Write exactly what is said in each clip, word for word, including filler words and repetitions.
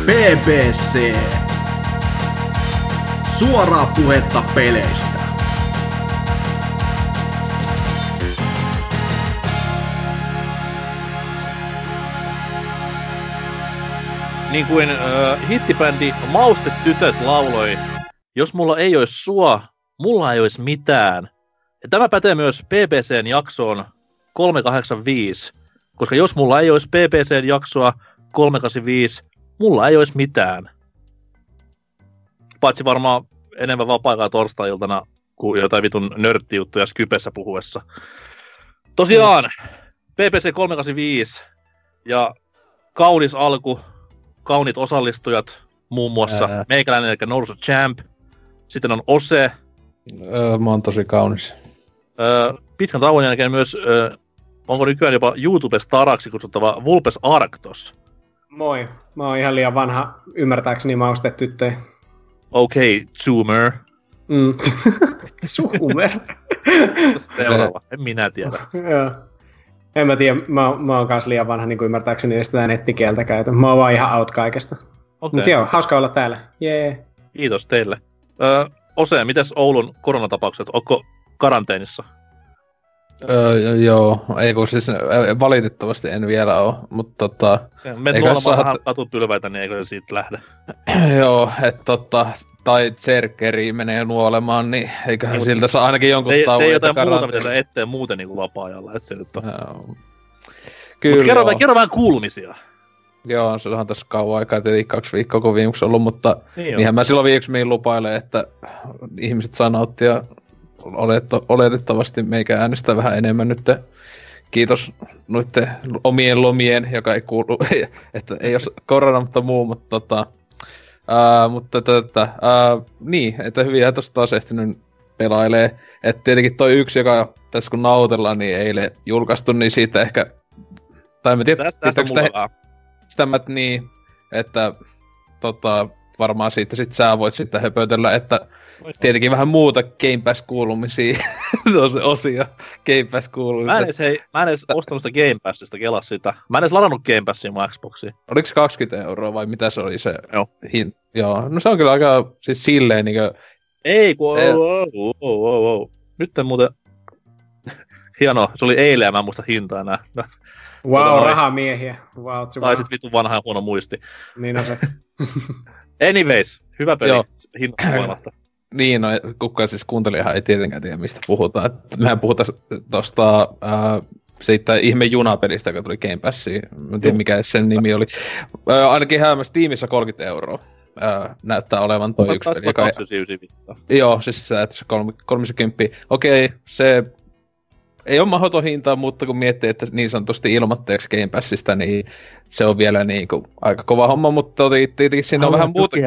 B B C. Suoraa puhetta peleistä. Niin kuin äh, hittibändi Maustetytöt lauloi, jos mulla ei olisi sua, mulla ei olisi mitään. Ja tämä pätee myös B B C:n jaksoon kolmesataakahdeksankymmentäviisi, koska jos mulla ei olisi B B C:n jaksoa kolmesataakahdeksankymmentäviisi, mulla ei olisi mitään. Paitsi varmaan enemmän vapaa-aikaa torstai-iltana kuin jotain vitun nörttijuttuja Skypessä puhuessa. Tosiaan, B B C kolmesataakahdeksankymmentäviisi ja kaunis alku, kauniit osallistujat, muun muassa Ää. meikäläinen eli Norsu Champ, sitten on Ose. Öö, mä oon tosi kaunis. Öö, pitkän tauon jälkeen myös, öö, onko nykyään jopa YouTube-staraksi kutsuttava Vulpes Arctos. Moi, mä oon ihan liian vanha ymmärtääkseni maustetyttöjä. Okei, okay, Zoomer. Mm. Zoomer? Seuraava, en minä tiedä. Joo. En mä tiedä, mä, mä oon kans liian vanha niin kuin ymmärtääkseni edes tätä nettikieltä käytä. Mä oon vaan ihan out kaikesta. Okay. Mut joo, hauska olla täällä. Jee. Yeah. Kiitos teille. Öö, Ose, mitäs Oulun koronatapaukset? Ootko karanteenissa? Öö, joo, ei kun siis valitettavasti en vielä oo, mutta tota... Menet nuolemaan vähän katupylväitä, niin eikö se siitä lähde? Joo, että tota, tai Zerkeri menee nuolemaan, niin eiköhän ei, siltä saa ainakin jonkun te, tauon. Tee jotain muuta, mitä sä ettee muuten niin kuin vapaa-ajalla, et se nyt on. Joo. Kyllä Mut kerro, kerro vähän kuulumisia. Joo, se onhan tässä kauan aikaa, tietenkin kaksi viikkoa kun viimeksi ollut, mutta niin niinhän mä silloin viimeksi mihin lupailen, että ihmiset saa nauttia oletettavasti meikä äänestää vähän enemmän nyt. Kiitos noitten omien lomien, joka ei kuulu, että ei ole korona, mutta muu, mutta tota... Ää, mutta tätä, ää, niin, että hyviä tosta taas ehtinyt pelailee. Että tietenkin toi yksi, joka tässä kun nautellaan, niin eilen julkaistu, niin siitä ehkä... Tai en tiedä, tästä, tästä mulla sitä mä, niin, että tota, varmaan siitä sit sä voit sitten höpötellä, että tietenkin vähän muuta Game Pass-kuulumisia, osia Game Pass-kuulumisia. Mä en edes, hei, mä en edes ostanut sitä Game Passista, kelaa sitä. Mä en edes ladannut Game Passia mun Xboxiin. Oliko se kaksikymmentä euroa vai mitä se oli se Joo. hin? Joo, no se on kyllä aika siis silleen niinkö... Ei kun, oh, oh, oh, oh, oh. Nyt en muuten... Hienoa, se oli eilen ja mä en muista hintaa enää. Wow, rahamiehiä. Wow, tai sit vitun vanha ja huono muisti. Niin on se. Anyways, hyvä peli. Hinnasta. Niin, no kukaan siis kuuntelijahan ei tietenkään tiedä mistä puhutaan. Et mehän puhutaan tosta äh, siitä ihme junapelistä, joka tuli Game Passiin. Mä en tiedä mikä sen nimi oli. Äh, ainakin häämässä tiimissä kolmekymmentä euroa. Äh, näyttää olevan toi yksi peli. Joka ei... Joo, siis se, että se kolmekymmentä. Okei, se... Ei ole mahdoton hintaa, mutta kun miettii, että niin sanotusti ilmoitteeksi Game Passista, niin se on vielä niin kuin aika kova homma, mutta tietenkin siinä on vähän muuta.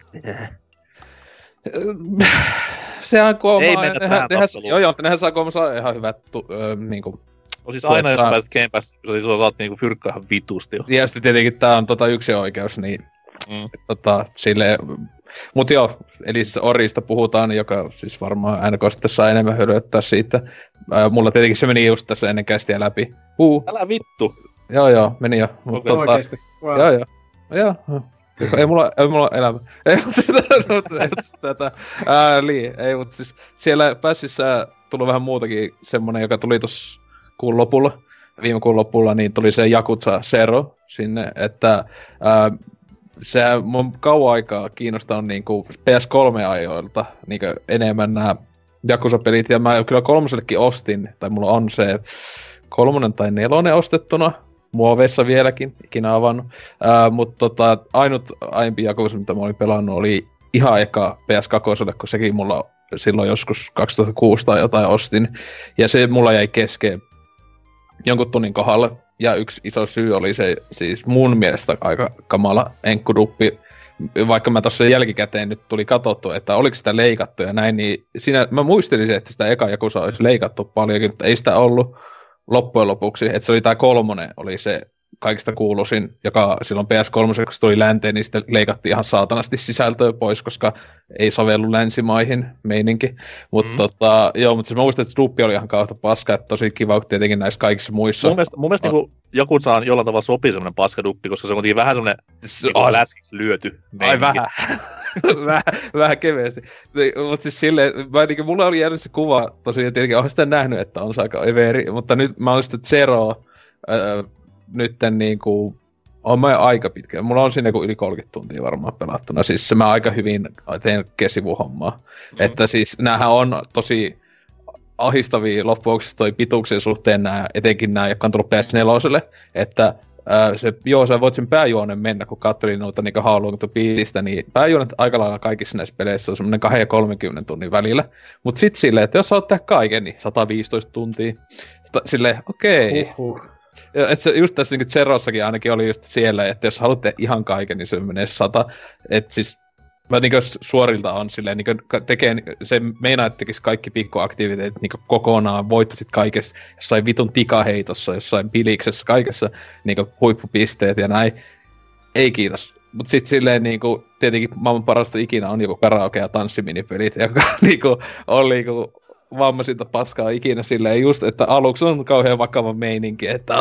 Sehän kooma... Ei mennä tähän tappeluun. Joo, joo, nehän saa kooma saa ihan hyvät tu, ö, niinku... No siis aina jos pääset Game Passista, niin sulla saat niinku fyrkkaa ihan vitusti jo. Ja sitten tietenkin tää on tota yksi oikeus, niin... Mm. Tota, silleen... Mut joo, eli Orista puhutaan, joka siis varmaan N K:sta saa enemmän hyödyttää siitä. Ää, mulla tietenkin se meni just tässä ennen kästiä läpi. Uh. Älä vittu! Joo joo, meni jo. Mut okay. Tota, oikeesti? Wow. Joo joo. Joo. Ei mulla, ei mulla elämä. Ei mutta sitä, tätä. Ää, lii, ei mut siis siellä Pässissä tullut vähän muutakin semmonen, joka tuli tossa kuun lopulla. Viime kuun lopulla, niin tuli se Yakuza Zero sinne, että... Ää, sehän mun kauan aikaa kiinnostanut niinku P S kolme ajoilta niinku enemmän nää Yakuza-pelit, ja mä kyllä kolmosellekin ostin, tai mulla on se kolmonen tai nelonen ostettuna, muoveissa vieläkin, ikinä avannut, ää, mutta tota, ainut aiempi Yakuza, mitä mä olin pelannut, oli ihan eka P S kaksi, kun sekin mulla silloin joskus kaksituhattakuusi tai jotain ostin, ja se mulla jäi kesken jonkun tunnin kohdalle. Ja yksi iso syy oli se siis mun mielestä aika kamala enkkuduppi, vaikka mä tossa jälkikäteen nyt tuli katsottu, että oliko sitä leikattu ja näin, niin siinä mä muistelisin, että sitä eka Yakuza olisi leikattu paljonkin, mutta ei sitä ollut loppujen lopuksi, että se oli tää kolmonen, oli se kaikista kuuluisin, joka silloin P S kolme, kun se tuli länteen, niin sitten leikattiin ihan saatanasti sisältöä pois, koska ei sovellu länsimaihin meininki. Mutta mm. tota, joo, mutta siis mä muistan, että Snuppi oli ihan kautta paska, että tosi kiva, tietenkin näissä kaikissa muissa. Mun mielestä, mun mielestä no. niin Jakuzaan jollain tavalla sopii semmoinen paskaduppi, koska se on kuitenkin vähän semmoinen niin läskiksi lyöty meininki. Ai vähän. vähän, vähän keveästi. Mutta siis silleen, mä, niin, mulla oli jäänyt se kuva, tosiaan tietenkin olen sitä nähnyt, että on se aika everi, mutta nyt mä olen sitten Zero, öö, nytten niinku, on mä aika pitkä. Mulla on siinä joku yli kolmekymmentä tuntia varmaan pelattuna. Siis se mä aika hyvin teen kesivuhommaa. Mm. Että siis näähän on tosi ahistavia loppujen toi pituuksien suhteen nää, etenkin nää, jotka on tullut P S neljä, että ää, se, joo, sä voit sen pääjuonen mennä, kun katselin noita niinku hauluuntopiilistä, niin pääjuonet aika lailla kaikissa näissä peleissä on semmonen kaksikymmentä kolmekymmentä tunnin välillä. Mut sit silleen, että jos sä oot tehdä kaiken, niin sata viisitoista tuntia. Silleen, okei. Okay. Uhuh. Et se just tässä niinku Zerossakin ainakin oli just siellä, että jos haluat tehdä ihan kaiken, niin se menee sata. Et siis mä niinku suorilta on silleen, niinku tekee, se meinaa, että tekis kaikki pikkuaktiviteetit niinku kokonaan, voittasit kaikessa, jossain vitun tikaheitossa, jossain piliksessä, kaikessa niinku huippupisteet ja näin. Ei kiitos. Mut sit silleen niinku, tietenkin maailman parasta ikinä on joku karaoke- ja tanssiminipelit, joka niinku on niinku vammaisinta paskaa ikinä silleen just, että aluksi on kauhean vakava meininki, että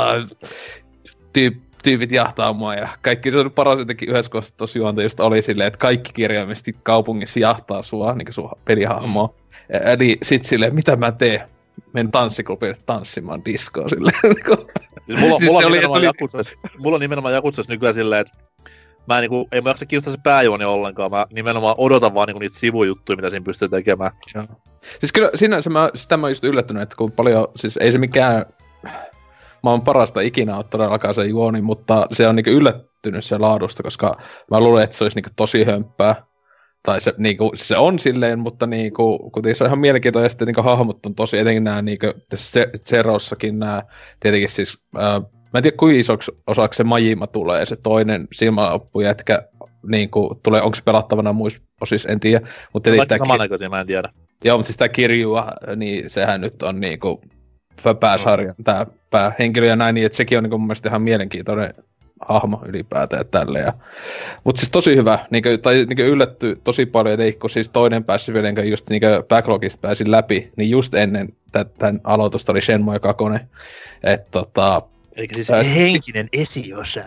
tyyp, tyypit jahtaa mua ja kaikki, se on paras jotenkin yhdessä kohdassa tosi juonta just oli silleen, että kaikki kirjaimisesti kaupungissa jahtaa sua, niinku sun pelihahmoa. Eli sit silleen, mitä mä teen? Menen tanssiklubille tanssimaan diskoon silleen. Siis mulla, siis mulla, on oli, oli... Jakutsas, mulla on nimenomaan Jakutsas nykyään silleen, että mä en niinku, ei mä jaksa kiinnostaa se pääjuoni ollenkaan, mä nimenomaan odotan vaan niinku niitä sivujuttuja, mitä siinä pystyy tekemään. Joo. Siis kyllä sinänsä mä, sitä mä oon just yllättynyt, että kun paljon, siis ei se mikään maailman parasta ikinä ole todellakaan se juoni, mutta se on niinku yllättynyt se laadusta, koska mä luulen, että se olisi niinku tosi hömppää. Tai se, niinku, se on silleen, mutta niinku, kuten se on ihan mielenkiintoista, ja sitten niinku hahmot on tosi, etenkin nää niinku, tässä Zerossakin nää, tietenkin siis, ää, mä en tiedä kuinka isoksi osaksi se Majima tulee, se toinen silmäappujätkä, niinku, tulee, onko se pelattavana muissa osissa, en tiedä. Mutta vaikka samannäköisiä, mä en tiedä. Joo, mutta siis tää Kirjua, niin sehän nyt on niinku pääsarja, mm. tää päähenkilö ja näin, niin että sekin on niinku mun mielestä ihan mielenkiintoinen hahmo ylipäätään tälle. Ja... Mutta siis tosi hyvä, niinku, tai niinku yllätty tosi paljon, että kun siis toinen pääsi vielä, kun just niinku backlogista pääsin läpi, niin just ennen tämän aloitusta oli Shenmue kaksi. Että tota... Eli siis ää, henkinen esiosa.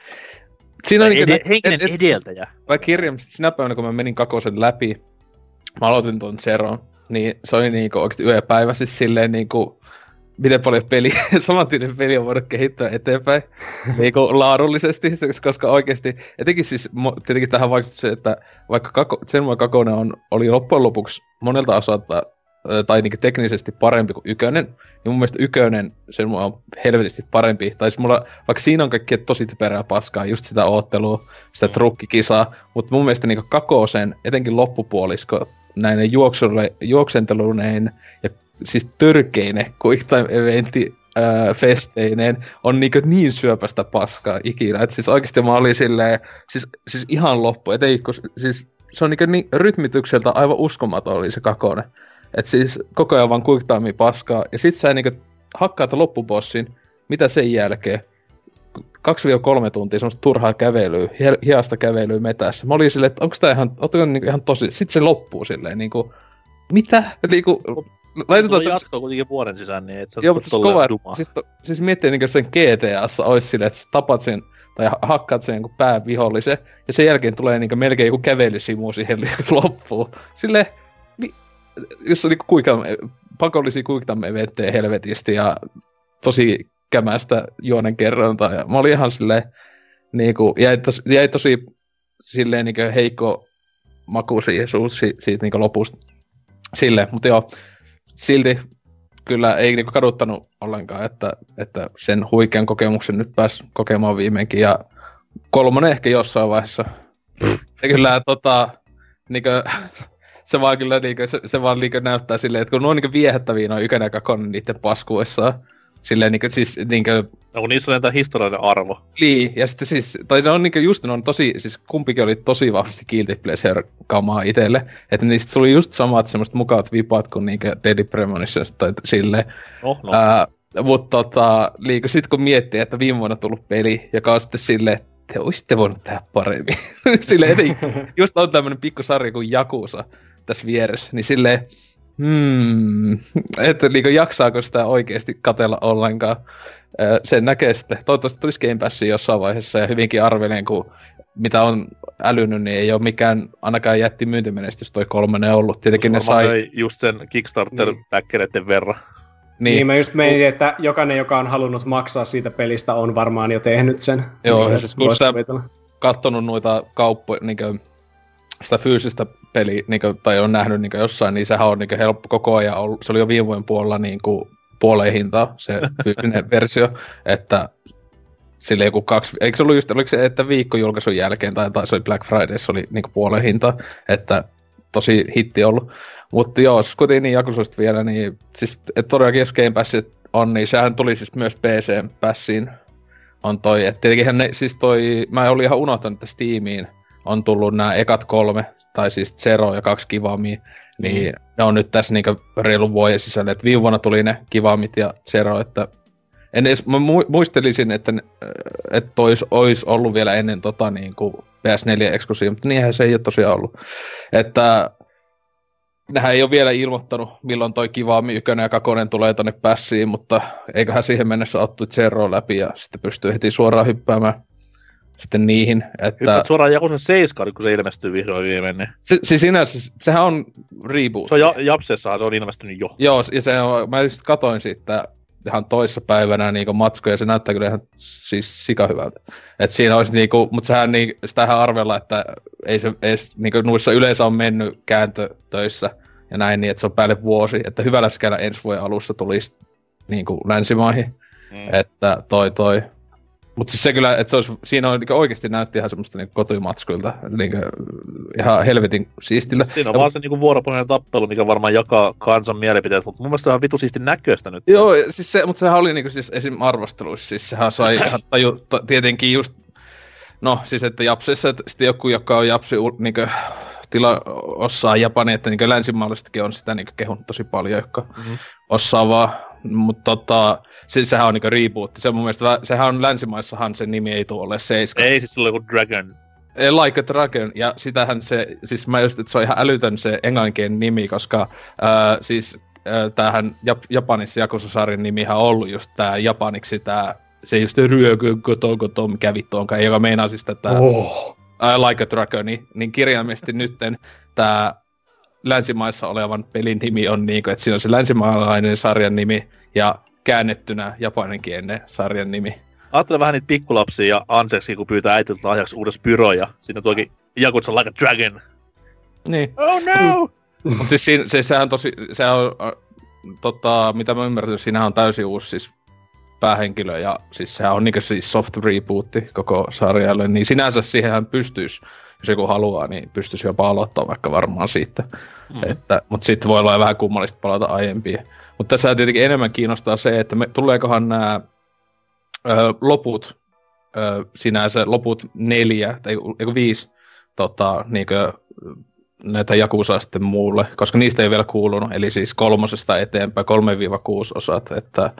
Siinä on ed- henkinen et, et, edeltäjä. Vai kirjaimisesti sinä päivänä, kun mä menin kakosen läpi, mä aloitin tuon Zeron, niin se oli niinku oikeesti yöpäivä siis silleen niinku, miten paljon peliä, samantyinen peli on voinut kehittää eteenpäin, niinku laadullisesti, koska oikeesti, etenkin siis, tietenkin tähän vaikutti se, että vaikka Shenmue kaksi on, oli loppujen lopuksi monelta osalta, tai niinku teknisesti parempi kuin Ykönen, niin mun mielestä Ykönen, se on helvetisti parempi, tai siis mulla, vaikka siinä on kaikkea tosi typerää paskaa, just sitä oottelua, sitä mm. trukkikisaa, mutta mun mielestä niinku Kakosen, etenkin loppupuolisko, näinen juoksenteluneen ja siis törkeinen quick time eventti ää, festeineen on niinku niin syöpästä paskaa ikinä, että siis oikeesti mä olin silleen, siis, siis ihan loppu, etenkin kun siis se on niinku niin rytmitykseltä aivan uskomaton oli se Kakonen. Et siis koko ajan vaan quick time paskaa, ja sit sä niinku hakkaat loppubossin, mitä sen jälkeen? kaksi kolme tuntia semmoista turhaa kävelyä, hiasta kävelyä metässä. Mä olin silleen, että onks tää ihan, ootko niinku ihan tosi, sit se loppuu silleen niinku, mitä? Niinku, laitetaan... Tulla jatkoa kuitenkin vuoden sisään, niin et sä joo, mutta siis kova, siis, siis miettii niinku sen G T A:ssa ois silleen, että sä tapat sen, tai hakkaat sen niinku päävihollisen, ja sen jälkeen tulee niinku melkein joku kävelysimu siihen loppuun. Silleen, mi, jos on niinku kuinka, pakollisia quick-time-eventtejä helvetisti, ja tosi kämästä juonen kerrontaa, ja mä olin ihan silleen, niinku, jäi, tos, jäi tosi silleen niinku heikko makuisuus si, siitä niinku lopusta silleen, mutta joo, silti kyllä ei niinku kaduttanut ollenkaan, että, että sen huikean kokemuksen nyt pääsi kokemaan viimeinkin, ja kolmonen ehkä jossain vaiheessa. Ja kyllä tota, niinku, se vaan kyllä niinku, se, se vaan niinku näyttää silleen, että kun nuo on niinku viehättäviä noin Ykönen ja Kakonen niitten paskuessaan, silleen niinku siis niinku... No kun niissä on jotain historiallinen arvo. Niin, ja sitten siis, tai se on niinku just, ne on tosi, siis kumpikin oli tosi vahvasti guilty pleasure-kamaa itelle, että niistä tuli just samat semmoset mukavat vipat kuin niinku Deadly Premonition tai silleen. Oh, no. Ää, Mutta tota, liiku sit kun miettii, että viime vuonna tullut peli, joka on sitten silleen, että te oisitte voinut tehdä paremmin. Silleen, just on tämmönen pikku sarja kuin Yakuza tässä vieressä, niin silleen, hmm, että niinku jaksaako sitä oikeesti katella ollenkaan. Sen näkee sitten, toivottavasti tulisi Game Passiin jossain vaiheessa ja hyvinkin arvelen, kun mitä on älynyt, niin ei ole mikään ainakaan jätti myyntimenestys toi kolmonen ollut. Tietenkin ne sai just sen Kickstarter-päkkereiden verran. Niin. niin mä just menin, että jokainen, joka on halunnut maksaa siitä pelistä, on varmaan jo tehnyt sen. Joo, niin, siis kun sä kattonut noita kauppoja, niinkö sitä fyysistä peliä, niinkö, tai on nähnyt niinkö jossain, niin sehän on niinkö helppo koko ajan ollut. Se oli jo viime vuoden puolella niinkö puoleen hintaa, se fyysinen versio, että sille joku kaksi, eikö se ollut just, oliko se, että viikkojulkaisun jälkeen, tai, tai se oli Black Friday, se oli niinkö puoleen hintaa, että tosi hitti ollut. Mutta joo, jos kuitenkin niin Yakuzoista vielä, niin siis et todellakin jos Game Passit on, niin sehän tuli siis myös P C-pässiin on toi, et tietenkinhän ne, siis toi, mä olin ihan unohtanut, että Steamiin on tullut nämä ekat kolme, tai siis Zero ja kaksi Kiwamia, niin mm. ne on nyt tässä niinku reilun vuoden sisällä, että viime vuonna tuli ne Kiwamit ja Zero, että en edes, mä muistelisin, että, että tois ois ollut vielä ennen tota niinku P S neljä-eksklusiivia, mutta niinhän se ei ole tosiaan ollut, että nehän ei ole vielä ilmoittanut, milloin toi Kiwami ykkönen ja kakonen tulee tonne pässiin, mutta eiköhän siihen mennessä ottu Zeroa läpi ja sitten pystyy heti suoraan hyppäämään sitten niihin. Että hyppäät suoraan Yakuza seitsemän, kun se ilmestyy vihdoin viimeinen. Se, se sinänsä, sehän on reboot. Se on ja, Japsessahan se on ilmestynyt jo. Joo, ja se on, mä just katoin siitä ihan toissa päivänä niinku matskuja, ja se näyttää kyllä ihan siis sikahyvältä. Et siinä olisi niinku, mut sehän niin, sitähän arvella, että ei se edes niinku nuissa yleensä on mennyt kääntötöissä ja näin niin, että se on päälle vuosi, että hyvällä skäällä ensi vuoden alussa tulisi niinku länsimaihin, mm. että toi toi. Mutta siis se kyllä, että se olisi, siinä on niinku oikeesti näytti ihan semmoista niinku kotimatskuilta, niinku ihan helvetin siistillä. Siinä on ja vaan se niinku vuoropohjainen tappelu, mikä varmaan jakaa kansan mielipiteet, mutta mun mielestä se on ihan vitu siisti näköistä nyt. Joo, siis se, mutta sehän oli niinku siis esim. Arvosteluissa, siis sehän sai ihan taju, t- tietenkin just, no siis että Japsissa, että sitten joku, joka on Japsi niinku tila osaa japani, että niinku länsimaalaisetkin on sitä niinku kehunut tosi paljon, jotka mm-hmm. osaa vaan. Mutta tota, siis sehän on niinku reboot. Se on mun mielestä, sehän on länsimaissahan se nimi ei tule ole Seiska. Ei, siis se on joku Dragon. Like a Dragon, ja sitähän se, siis mä just, että se on ihan älytön se englanninkielinen nimi, koska ää, siis ää, tämähän Jap- Japanissa Yakuza-sarjan nimihän on ollut just tää japaniksi tää, se just ryöky koto koto, mikä vittu onkaan, joka meinaa siis tätä oh. ää, Like a Dragon, niin, niin kirjaimellisesti nytten tää länsimaissa olevan pelin nimi on niinku, että siinä on se länsimaalainen sarjan nimi ja käännettynä japaninkielinen sarjan nimi. Ajattelen vähän niitä pikkulapsia ja anseeksi, kun pyytää äitiltä lahjaksi uudessa pyro ja siinä tuokin Yakuza Like a Dragon. Niin. Oh no! Mut siis siinä, se, sehän tosi, sehän on, äh, tota, mitä mä ymmärrän, siinähän on täysin uusi siis päähenkilö ja siis sehän on niinku siis soft rebootti koko sarjalle, niin sinänsä siihenhän pystyisi, jos joku haluaa, niin pystyisi jopa aloittaa vaikka varmaan siitä. Mm. Että, mutta sitten voi olla vähän kummallista palata aiempiin. Mutta tässä tietenkin enemmän kiinnostaa se, että me, tuleekohan nämä ö, loput, ö, sinänsä loput neljä, tai eiku viisi, tota, niinkö, näitä Yakuzaa sitten muulle, koska niistä ei vielä kuulunut, eli siis kolmosesta eteenpäin, kolmesta kuuteen osat, että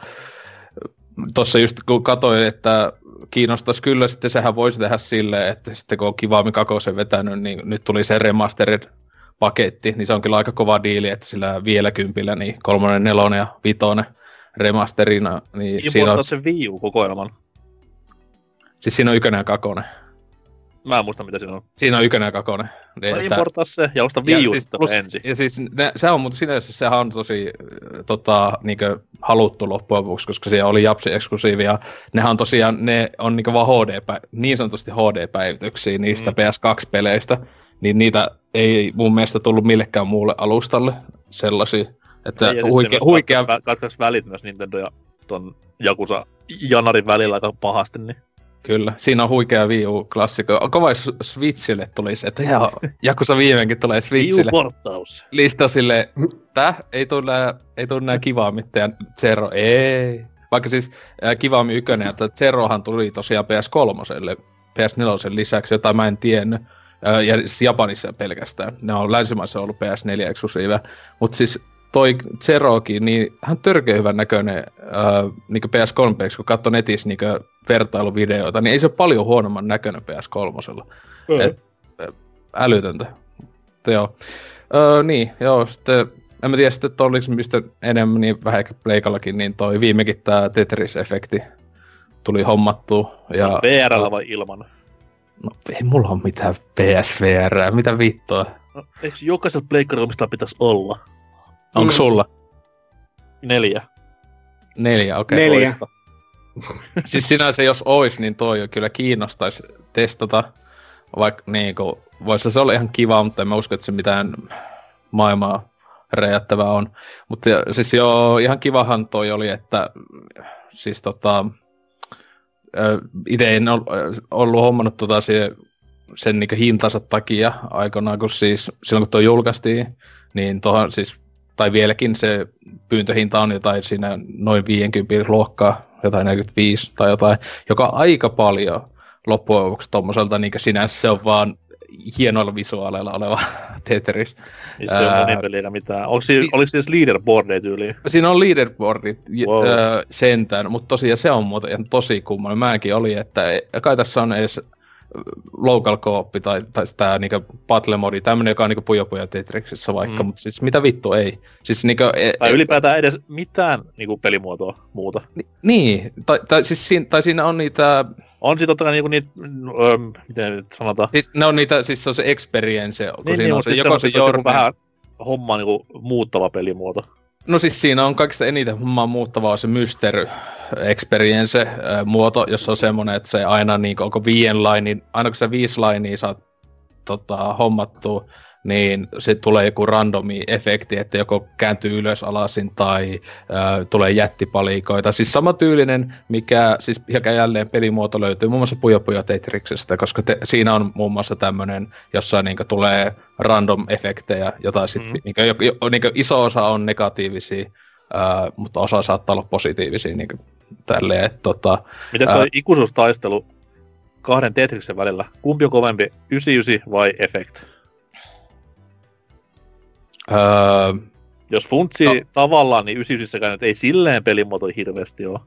tossa just kun katsoin, että kiinnostaisi kyllä, sitten sehän voisi tehdä silleen, että sitten kun on Kiwami kakosen vetänyt, niin nyt tuli se remastered paketti, niin se on kyllä aika kova diili, että sillä vielä kympillä, niin kolmonen, nelonen ja vitonen remasterina. Niin siinä on se Wii U-kokoelman. Siis siinä on ykkönen ja kakonen. Mä en muista, mitä siinä on. Siinä on ykkönen ja kakonen. No importaa se ja osta Wii U siis ensin. Ja siis ne, se on, mutta sinänsä sehän on tosi tota, niinkö haluttu loppujen lopuksi, koska siellä oli Japsi-eksklusiivi ja nehän on tosiaan, ne on niinkö vaan H D, niin sanotusti H D-päivityksiä niistä mm. P S kaksi-peleistä, niin niitä ei mun mielestä tullut millekään muulle alustalle sellaisia. Että ei, huikea... huikea... Katkaisi välit myös Nintendo ja ton Yakuza Janarin välillä aika pahasti, niin... Kyllä, siinä on huikea Wii U-klassikko. Kova jos Switchille tulisi, että joo, Yakuza viimeinkin tulee Switchille. Wii U-porttaus. Lista silleen, tää? Ei tuu nää, ei tuu nää Kiwamit ja Zero, ei. Vaikka siis äh, Kiwami ykkönen ja Zerohan tuli tosiaan P S kolmoselle, P S neljä lisäksi, jota mä en tiennyt. Äh, ja siis Japanissa pelkästään. Ne on länsimaissa ollut P S neljä eksklusiiveja. Mut siis toi Zerokin, niin hän törkeä hyvän näköinen äh, niin P S kolme, kun katsoi netissä niin vertailuvideoita, niin ei se ole paljon huonomman näköinen P S kolme. Mm. Et, älytöntä. Joo. Öö, niin, joo, sitten en mä tiedä sitten, että oliko mistä enemmän, niin vähän ehkä Pleikallakin, niin toi viimekin tää Tetris-efekti tuli hommattua. Ja no, V R:llä vai ilman? No ei mulla ole mitään P S V R, mitä vittua? No, eikö jokaisella pleikkarilla pitäisi olla? Onko mm. sulla? Neljä. Neljä, okei. Okay. Neljä. Siis sinänsä jos ois, niin toi jo kyllä kiinnostaisi testata. Vaikka niinku, voisi se olla ihan kiva, mutta en mä usko, että se mitään maailmaa räjättävää on. Mutta siis joo, ihan kivahan toi oli, että siis tota... Itse en ollut hommannut tota se, sen niinku hintansa takia aikanaan, kun siis silloin kun toi julkaistiin, niin tohon siis, tai vieläkin se pyyntöhinta on jotain siinä noin viisikymmentä luokkaa, jotain neljäkymmentäviisi tai jotain, joka on aika paljon loppujen lopuksi tommoselta, niin sinänsä se on vaan hienoilla visuaaleilla oleva Tetris. Niin se on monipeliä mitään. Onko siinä, oliko siinä leaderboardeja tyyliin? Siinä on leaderboardit wow. öö, sentään, mutta tosiaan se on muuten ihan tosi kummallinen. Mäkin oli, että kai tässä on edes local co-op tai, tai tää niinku battle modi, tämmönen, joka on niinku Puyo Puyo Tetriksessä vaikka, mm. mutta siis mitä vittu ei. Siis niinku... E, tai ylipäätään edes mitään niinku pelimuotoa muuta. Ni, niin, tai, tai, siis siinä, tai siinä on niitä... On siinä totta kai niinku niitä, öö, miten nyt sanotaan? Siis ne on niitä, siis se on se experience, kun niin, siinä niin, on se, siis joko se jorne... vähän homma niinku muuttava pelimuoto. No siis siinä on kaikista eniten hommaa muuttavaa se Mystery Experience-muoto, jossa on semmonen, että se aina niinku, onko viien lainin, aina kun sä viisi lainia saat tota, hommattua, niin se tulee joku randomi efekti, että joko kääntyy ylös alasin tai äh, tulee jättipalikoita. Siis sama tyylinen, mikä siis jälleen pelimuoto löytyy muun muassa Puyo Puyo Tetriksestä, koska te, siinä on muun muassa tämmönen, jossa niinku tulee random efektejä, jota sit mm. niinku, jo, jo, niinku iso osa on negatiivisia, äh, mutta osa saattaa olla positiivisia niinku tälleen, että tota... Mitäs toi äh, ikuisuustaistelu kahden Tetriksen välillä? Kumpi on kovempi, yhdeksänkymmentäyhdeksän vai Effect? Öö, Jos funtsii no, tavallaan, niin yhdeksänkymmentäyhdeksänkään nyt ei silleen pelimuoto hirveästi oo.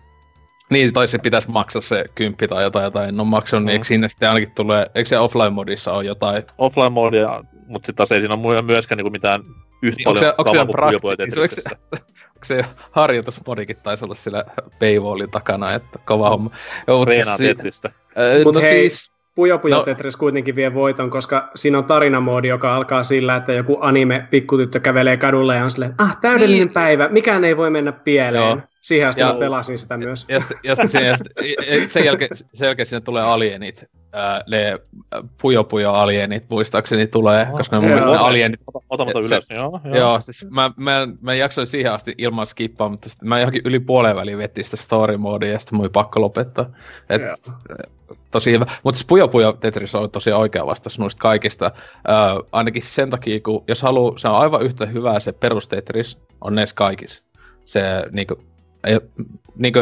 Niin, tai se pitäisi maksaa se kymppi tai jotain, jotain en oo maksanut, mm. niin eikö siinä sitten ainakin tulee, eikö se offline-modissa ole jotain? Offline-modia, mutta sitten taas ei siinä ole myöskään niinku mitään yhtä niin, paljon kavaa kuin Puyo Puyo Tetriksessä. Onko se harjoitusmodikin taisi olla sillä paywallin takana, että kova homma. Treenaa si- Tetristä. Äh, Mutta no hei, siis... Puyo Puyo no. Tetris kuitenkin vie voiton, koska siinä on tarinamoodi, joka alkaa sillä, että joku anime-pikkutyttö kävelee kadulle ja on silleen, ah, täydellinen niin. päivä, mikään ei voi mennä pieleen. Joo. Siihen asti ja, mä pelasin sitä myös. Ja, ja, ja, ja sen, jälkeen, sen jälkeen siinä tulee alienit, ää, ne Puyo Puyo alienit muistaakseni tulee, oh, koska ne mun mielestä alienit... Otamatta ylös, se, joo. Joo, joo siis mä, mä, mä jaksoin siihen asti ilman skippaa, mutta sitten mä johonkin yli puoleen väliin vettiin sitä story-moodia ja sitten mun oli pakko lopettaa. Et, tosi hyvä. Mutta siis Puyo Puyo Tetris on tosiaan oikea vastaus noista kaikista. Äh, ainakin sen takia, kun jos haluaa, se on aivan yhtä hyvää se perus Tetris, on näissä kaikissa. Se niinku, ei, niinku,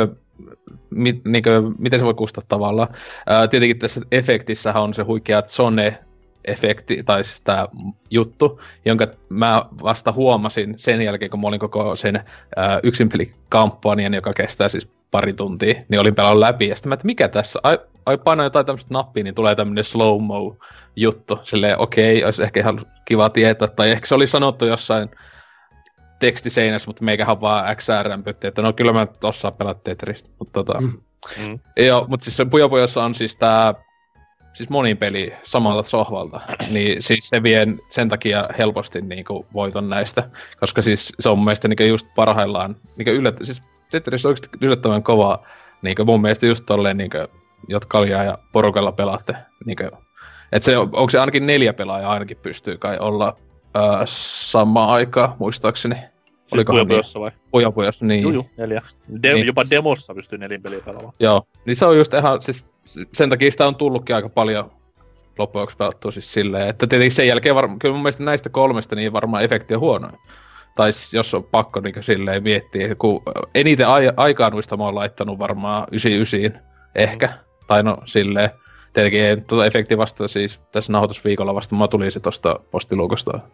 mi, niinku, miten se voi kustaa tavallaan. Äh, tietenkin tässä efektissähän on se huikea Zone-efekti, tai siis tää juttu, jonka mä vasta huomasin sen jälkeen, kun mä olin koko sen äh, yksinpelikampanjan, joka kestää siis pari tuntia, niin olin pelannut läpi, ja sitten mä, että mikä tässä, ai, ai painaa jotain tämmöistä nappia, niin tulee tämmönen slow-mo-juttu, silleen okei, okay, olisi ehkä ihan kiva tietää, tai ehkä se oli sanottu jossain tekstiseinässä, mutta meikähän vaan X R M-pytti, että no kyllä mä osaa pelata Tetristä, mutta tota, mm. Mm. Joo, mutta siis se Puyo Puyossa on siis tää, siis monin peli samalta sohvalta, niin siis se vie sen takia helposti niinku voiton näistä, koska siis se on mun mielestä niinku just parhaillaan, niinku yllättä, siis Tetris on oikeesti yllättävän kova, niinku mun mielestä just tolleen niinku, jotka kaljaa ja porukalla pelaatte, niinku, et se, onko se ainakin neljä pelaajaa ainakin pystyy kai olla ää, samaan aikaan, muistaakseni. Siis Puyo Puyossa vai? Puyo Puyossa, niin. Juu, juu, neljä. De- niin. Jopa demossa pystyy nelin peliä pelaamaan. Joo, niin se on just ihan, siis sen takia sitä on tullutkin aika paljon loppujen lopuksi pelattua siis silleen, että tietenkin sen jälkeen varmaan, kyllä mun mielestä näistä kolmesta niin varmaan efekti on huono. Tai jos on pakko niin silleen miettiä, kun eniten ai- aikaa noista mä oon laittanut varmaan yhdeksänkymmentäyhdeksän ehkä, mm. tai no silleen, tietenkin ei tuota efekti vasta siis tässä nauhoitusviikolla vasta, mä tulin se tosta postiluukosta,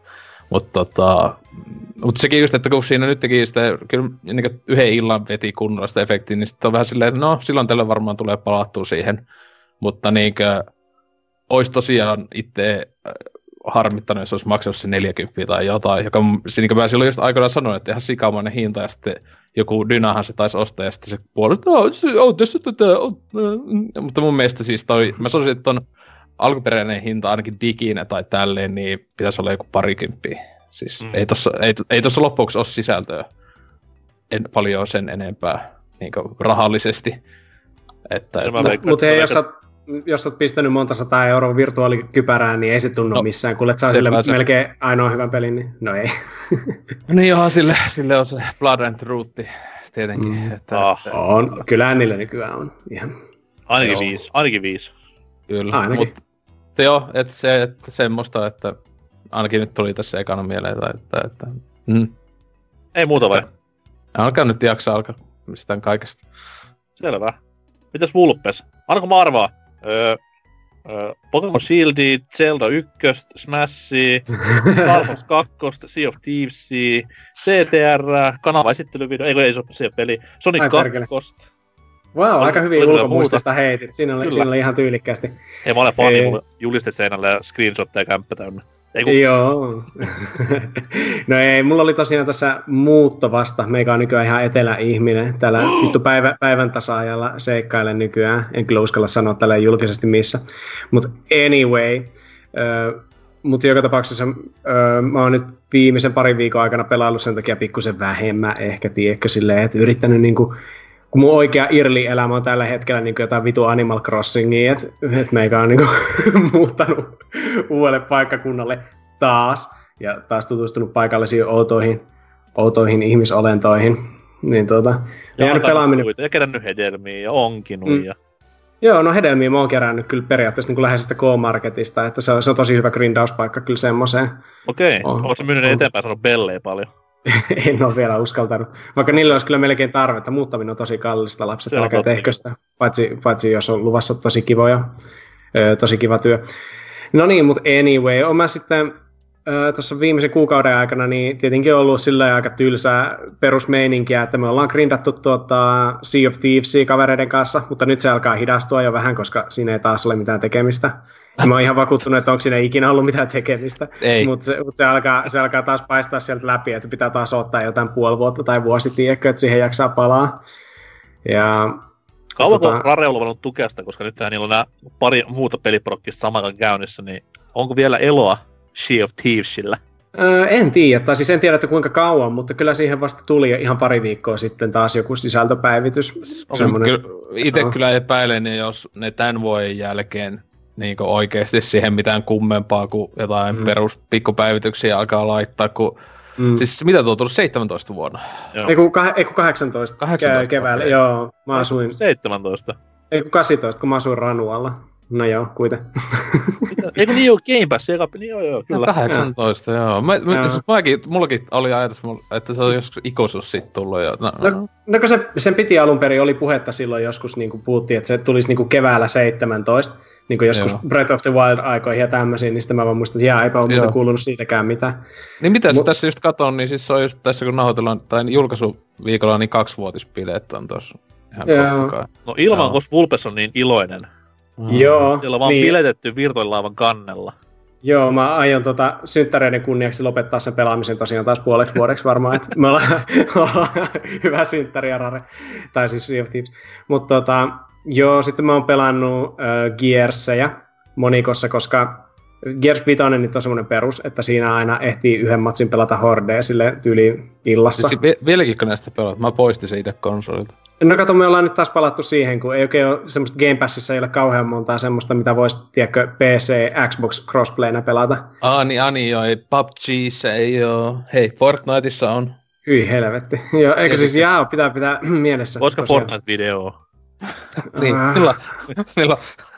Mutta tota, mut sekin just, että kun siinä nyt teki sitä, kyllä niin yhden illan veti kunnolla sitä efektiä, niin sitten on vähän silleen, että no silloin tällä varmaan tulee palattua siihen. Mutta niinkö, ois tosiaan itse harmittanut, jos olisi maksanut se neljäkymmentä tai jotain, joka niin mä silloin just aikoinaan sanoin, että ihan sikamainen hinta, ja sitten joku Dynahan se taisi ostaa, ja sitten se puolesta, no, se on tässä tätä, mutta mun mielestä siis toi, mä sanoisin, että ton alkuperäinen hinta ainakin diginä tai tälleen, niin pitäisi olla joku parikymppiä. Siis mm. ei tossa, ei, ei tossa loppuksi ole sisältöä en paljon sen enempää niin rahallisesti. Että, että... Mutta hei, jos sä, jos sä oot pistänyt monta sataa euroa virtuaalikypärään, niin ei se tunnu no, missään. Kuulet saa sille se... melkein ainoa hyvän pelin, niin no ei. Niin johan, sille, sille on se Blood and Truth tietenkin. Mm. Että, oh, että... On, kyllä niillä nykyään on ihan... Ainakin viisi, ainakin viisi. Kyllä, ainakin. Mutta joo, että se, että semmoista, että ainakin nyt tuli tässä ekana mieleen, että... että mm. Ei muuta vai? Alkaa nyt jaksaa alkaa mistään kaikesta. Selvä. Mitäs Vulpes? Anko mä arvaa? Öö, öö, Pokémon Shieldia, Zelda yksi, Smashia, Star Fox kaksi, Sea of Thieves, C T R, kanava-esittelyvideo, eikö ei se ole peli, Sonic kaksi. Vau, wow, aika hyvin ulkomuistista heitit. Siinä oli, siinä oli ihan tyylikkäästi. Ei, mä olen fani, mulla julistet seinällä ja screenshotteja kämppä täynnä. Eiku... Joo. No ei, mulla oli tosiaan tässä muutto vasta. Meikä on nykyään ihan etelä-ihminen. Täällä vittu päivä, päivän tasa-ajalla seikkailen nykyään. En kyllä uskalla sanoa tällä julkisesti missä. Mut anyway. Äh, Mutta joka tapauksessa äh, mä oon nyt viimeisen parin viikon aikana pelaillut sen takia pikkusen vähemmän. Ehkä tiedätkö silleen, että yrittänyt niinku... Kun mun oikea irli-elämä on tällä hetkellä niin jotain vitu Animal Crossingia, että et meikä on niin muuttanut uudelle paikkakunnalle taas, ja taas tutustunut paikallisiin outoihin, outoihin ihmisolentoihin. Niin tuota, ja pelaaminen... ja kerännyt hedelmiä ja onkinut. Mm. Ja... Joo, no hedelmiä mä oon kerännyt kyllä periaatteessa niin läheisestä K-Marketista, että se on, se on tosi hyvä grindauspaikka kyllä semmoseen. Okei, okay. Ootko sä myynyt eteenpäin sanonut bellejä paljon? En ole vielä uskaltanut. Vaikka niillä olisi kyllä melkein tarvetta. Muuttaminen on tosi kallista, lapset, älkää tehkö sitä. Paitsi, paitsi jos on luvassa tosi kivoja, ö, tosi kiva työ. No niin, mutta anyway, olen mä sitten tuossa viimeisen kuukauden aikana niin tietenkin ollut sillä aika tylsää perusmeininkiä, että me ollaan grindattu tuota Sea of Thievesia kavereiden kanssa, mutta nyt se alkaa hidastua jo vähän, koska siinä ei taas ole mitään tekemistä. Ja mä oon ihan vakuuttunut, että onko siinä ikinä ollut mitään tekemistä, mutta se, mut se, alkaa, se alkaa taas paistaa sieltä läpi, että pitää taas ottaa jotain puoli vuotta tai vuosi, tiedätkö, että siihen jaksaa palaa. Ja... Kauanko tota... Rare on luvannut tukea sitä, koska nyt niillä on nämä pari muuta peliprokkista samaan käynnissä, niin onko vielä eloa Sea of Thievesillä? Öö, en tiedä, tai siis en tiedä, että kuinka kauan, mutta kyllä siihen vasta tuli ihan pari viikkoa sitten taas joku sisältöpäivitys. Semmoinen... Itse no. kyllä epäilen, jos ne tämän vuoden jälkeen niin oikeasti siihen mitään kummempaa kuin jotain mm. peruspikkupäivityksiä alkaa laittaa, kun mm. siis mitä tuo on tullut seitsemäntoista vuonna? Ei kun, kah- ei kun kahdeksantoista, kahdeksantoista keväällä, okay. Joo, mä asuin... seitsemäntoista. Ei kun kahdeksantoista, kun mä asuin Ranualla. No joo, kuiten. Eikö niin joo, Game Pass, joka niin joo joo, kyllä. No kahdeksantoista, ja. joo. Mä, mä, siis mäkin, mullakin oli ajatus, että se on joskus ikuisuus sit tullut jo. No, no, no kun se, sen piti alun perin, oli puhetta silloin joskus, niin kuin puhuttiin, että se tulisi niin kuin keväällä seitsemäntoista, niin kuin joskus joo. Breath of the Wild-aikoihin ja tämmöisiin, niin sitten mä vaan muistan, että jää, eipä ole muuten kuulunut siitäkään mitään. Niin mitä Mut... tässä just katon, niin siis se on just tässä kun nauhoitellaan, tai julkaisuviikolla, niin kaksivuotispileet on tossa ihan kohtakaan. No ilman, koska Vulpes on niin iloinen. Mm. Joo. Siellä on vaan niin. Piletetty virtuaalilaavan kannella. Joo, mä aion tota, synttäreiden kunniaksi lopettaa sen pelaamisen tosiaan taas puoleksi vuodeksi varmaan, että me ollaan, ollaan hyvä synttäri ja Rare, tai siis Sea of Thieves. Mutta tota, joo, sitten mä oon pelannut äh, Gearsseja monikossa, koska Gears viisi nyt on semmoinen perus, että siinä aina ehtii yhden matsin pelata Hordea sille tyyliin illassa. Siis vieläkin kun näistä pelaat? Mä poistin se itse konsolilta. No kato, me ollaan nyt taas palattu siihen, kun ei oikein ole semmoista Game Passissa, ei ole kauhean montaa semmoista, mitä voisi, tiedätkö, P C, Xbox crossplayna pelata. Ah, niin, ani joo, ei P U B G:ssä ei oo. Hei, Fortniteissa on. Hyi helvetti. Joo, eikö siis jaa, pitää pitää mielessä. Voisiko Fortnite-videoa? Niin, milloin? Milloin?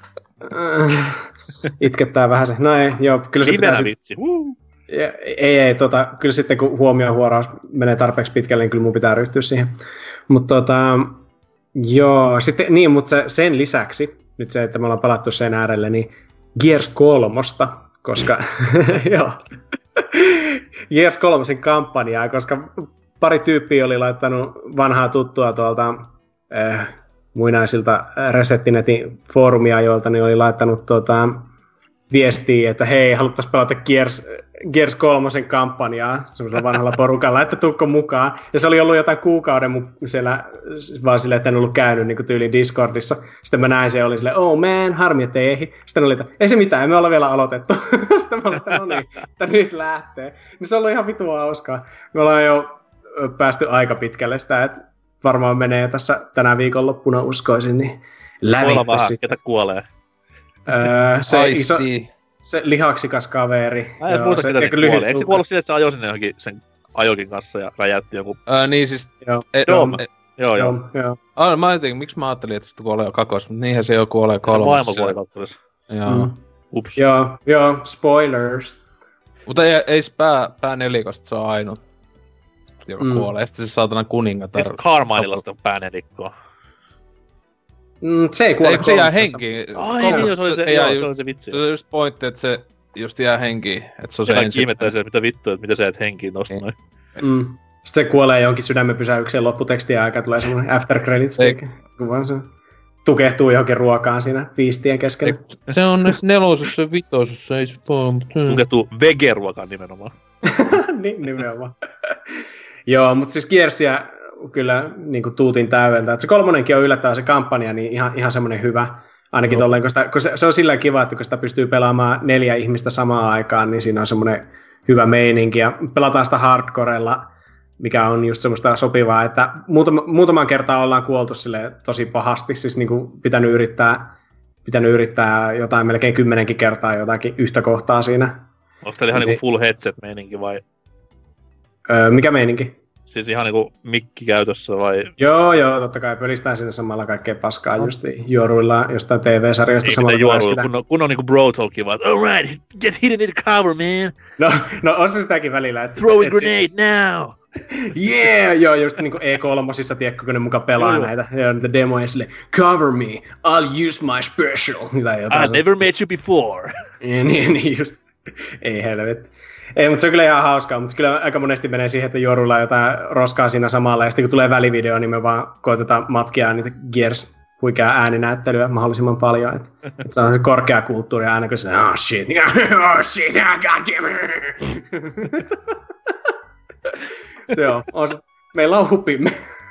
Itkettää vähän se. No ei, joo, kyllä se pitää... vitsi. Ja, ei, ei, tota, kyllä sitten kun huomiohuoraus menee tarpeeksi pitkälle, niin kyllä mun pitää ryhtyä siihen. Mutta tota, joo, sitten, niin, mutta sen lisäksi, nyt se, että me ollaan palattu sen äärelle, niin Gears kolmosta, koska joo, Gears kolmosen kampanjaa, koska pari tyyppiä oli laittanut vanhaa tuttua tuolta äh, muinaisilta Resettinetin foorumiajoilta, niin oli laittanut tuota, viestiä, että hei, haluttaisiin pelata Gears, Gears kolmosen kampanjaa semmoisella vanhalla porukalla, että tukko mukaan. Ja se oli ollut jotain kuukauden mu- siellä vaan silleen, että en ollut käynyt niin tyyliin Discordissa. Sitten mä näin se oli silleen, oh man, harmi, että ei ehdi. Sitten oli, että ei se mitään, me ollaan vielä aloitettu. Sitten mä olin, että no niin, että nyt lähtee. Niin se on ollut ihan vitua hauskaa. Me ollaan jo päästy aika pitkälle sitä, että varmaan menee tässä tänä viikonloppuna uskoisin, niin lävitte vähän, sitten. ketä kuolee. Öö, se, iso, se lihaksikas kaveri. Mä en muista, ketä se kuoli. Eikö se kuollut sille, että se ajoi sinne johonkin sen ajokin kanssa ja räjäytti jonkun... Öö, niin siis... Joo, e, Dom. E, joo, joo. Dom, joo. Ah, mä ajattelin, miksi mä ajattelin, että se kuolee jo kakos, mutta niinhän se jo kuolee kolmassa. Maailman kuoli kakkossa. Joo. Mm. Ups. Joo, joo, spoilers. Mutta ei, ei se pää, pää nelikosta, se on ainut, joka Mm. kuolee. Ja sitten se saatana kuningatar... Eikö Carminella sitä päänelikkoa? Mm, se ei kuole Ei, kun se jää kolmosessa. henkiin. Ai niin, se oli se, se, joo, jää se just, oli se vitsi. se on just pointti, että se just jää henkiin. Että se on se Kaikki ensimmäinen. ihmettää se, että mitä vittua, että mitä sä et henkiin nosta noin. Mm. Sitten se kuolee jonkin sydämenpysäykseen lopputekstiä aikaa, tulee semmoinen after credits kuva, se tukehtuu johonkin ruokaan siinä viistien keskellä. Se on näissä nelosessa ja vitosessa, ei se vaan... Tukehtuu vegeruokaan nimenomaan. Niin, nimenomaan. Joo, mutta siis Gearsia kyllä niin kuin tuutin täydeltä. Et se kolmonenkin on yllättävän se kampanja, niin ihan, ihan semmoinen hyvä. Ainakin tolleen, kun, sitä, kun se, se on sillä kiva, että kun sitä pystyy pelaamaan neljä ihmistä samaan aikaan, niin siinä on semmoinen hyvä meininki. Ja pelataan sitä hardcorella, mikä on just semmoista sopivaa, että muutama, muutaman kertaa ollaan kuoltu sille tosi pahasti, siis niin kuin pitänyt yrittää, pitänyt yrittää jotain melkein kymmenenkin kertaa jotakin yhtä kohtaa siinä. Onko teillä ihan Niin. niinku full headset-meininki vai? Öö, mikä meininki? Siis ihan niinku mikki käytössä vai? Joo, joo, totta kai pölistään sinne samalla kaikkea paskaa just juoruillaan jostain T V-sarjoista Ei samalla. mitään juoruilla, kun on, kun on niinku bro-talkia vaan, alright, get hit in the cover, man! No, no on se sitäkin välillä. Että, Throw a et grenade now! Yeah! Joo, just niinku E kolme, tiedätkö, kun ne muka pelaa Joo. näitä. Ja niitä demoja silleen, cover me, I'll use my special. Tai jotain. I've never met you before! Ja niin, niin just. Ei helvetti. Ei, mutta se on kyllä ihan hauskaa, mutta kyllä aika monesti menee siihen, että juoruillaan jotain roskaa siinä samalla, ja sitten kun tulee välivideo, niin me vaan koitetaan matkia niitä Gears huikeaa ääninäyttelyä mahdollisimman paljon, että et se on se korkea kulttuuri aina, kun se oh shit, oh shit, god damn it. Joo, on se. Meillä on hupimme.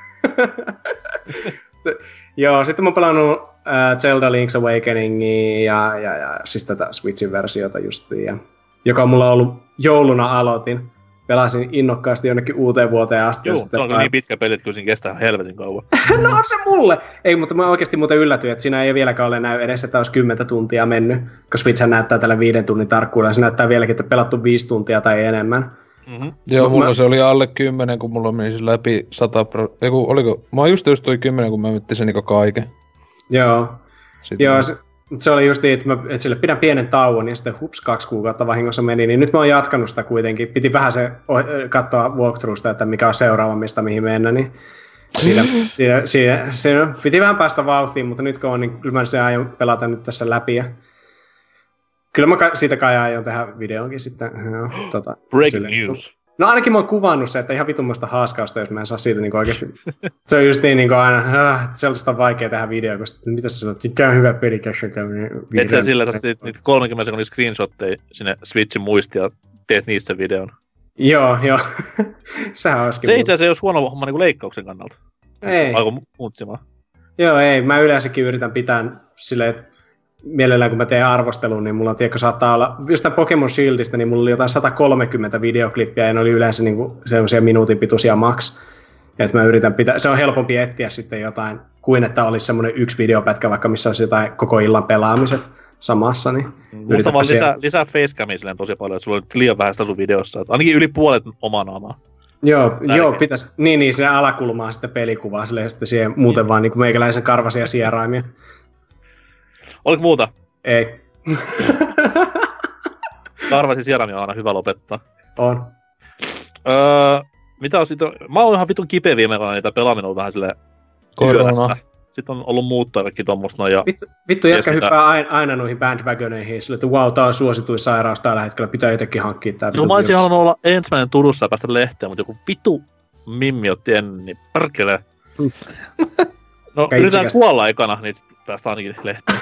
Joo, sitten mä oon pelannut äh, Zelda Link's Awakeningia ja, ja, ja siis tätä Switchin versiota justiin, ja, joka on mulla ollut jouluna aloitin. Pelasin innokkaasti jonnekin uuteen vuoteen asti. Joo, ja se sitten on kyllä niin pitkä peli, että kyllä siinä kestää helvetin kauan. no on se mulle! Ei, mutta mä oikeasti muuten yllätyin, että siinä ei vieläkään ole näy edes, että olisi kymmentä tuntia mennyt, koska Switch näyttää tällä viiden tunnin tarkkuudella. Se näyttää vieläkin, että pelattu viisi tuntia tai enemmän. Mm-hmm. Joo, Mut mulla mä- se oli alle kymmenen, kun mulla meni se läpi sata pro... Eiku, oliko... Mä oon just just toi kymmenen, kun mä mittin sen niinku kaiken. Joo, Sitten Joo se, se oli just niin, että, mä, että sille pidän pienen tauon ja sitten hups, kaksi kuukautta vahingossa meni, niin nyt mä oon jatkanut sitä kuitenkin. Piti vähän se o- katsoa walkthroughsta, että mikä on seuraava, mistä mihin mennä, niin siinä, siinä, siinä, siinä piti vähän päästä vauhtiin, mutta nyt kun on, niin kyllä mä sen aion pelata nyt tässä läpi. Ja kyllä mä ka- siitä kai aion tehdä videonkin sitten. Joo, tota, Breaking silleen. news. No ainakin mä oon kuvannut se, että ihan vitummoista haaskausta, jos mä en saa siitä niin oikeasti. Se on just niin, niin aina, äh, sellaista on vaikea tehdä video, koska mitä sä sanot, mikä on hyvä peli, käsin tämmöinen video. Et sä sillä, että niitä, niitä kolmekymmentä sekunnin screenshotteja sinne Switchin muistiin ja teet niistä videon. Joo, joo. Sehän olisikin. Se itse asiassa ei olisi huono homma niinku leikkauksen kannalta. Ei. Alko funtsimaan. Joo, ei. Mä yleensäkin yritän pitää silleen, että mielellään kun mä teen arvostelun, niin mulla on, tiedätkö, saattaa olla, just tämän Pokemon Shieldistä, niin mulla oli jotain sata kolmekymmentä videoklippiä, ja ne oli yleensä niinku sellaisia minuutin pituisia max. Että mä yritän pitää, se on helpompi etsiä sitten jotain, kuin että olisi semmoinen yksi videopätkä, vaikka missä olisi jotain koko illan pelaamiset samassa, niin Musta vaan lisää, lisää facecamia silleen tosi paljon, että sulla on nyt liian vähän sitä sun videossa. Että ainakin yli puolet omaa naamaa. Joo, Tärkeä. joo, pitäisi, niin, niin, siinä alakulmaa sitten pelikuvaa, silleen, ja sitten siihen muuten vaan niin kuin meikäläisen karvasia sieraimia. Oliko muuta? Ei. Karvasi sierami on aina hyvä lopettaa. On. Öö, mitä on sitten? Mä oon ihan vitun kipeä viime vuonna, niitä pelaaminen on vähän silleen Korona. yölästä. sitten on ollut muuttaa kaikki tommoista noin. Ja vittu, vittu jätkä hyppää aina, aina noihin bandwagoneihin, sille, että wow, tää on suosituin sairaus tällä hetkellä, pitää jotenkin hankkia tää. No mä olisin halunnut olla ensimmäinen Turussa ja päästä lehteen, mutta joku vitu mimmi otti ennen, niin pärkelee. No yritetään kuolla ekana, niin päästään ainakin lehteen.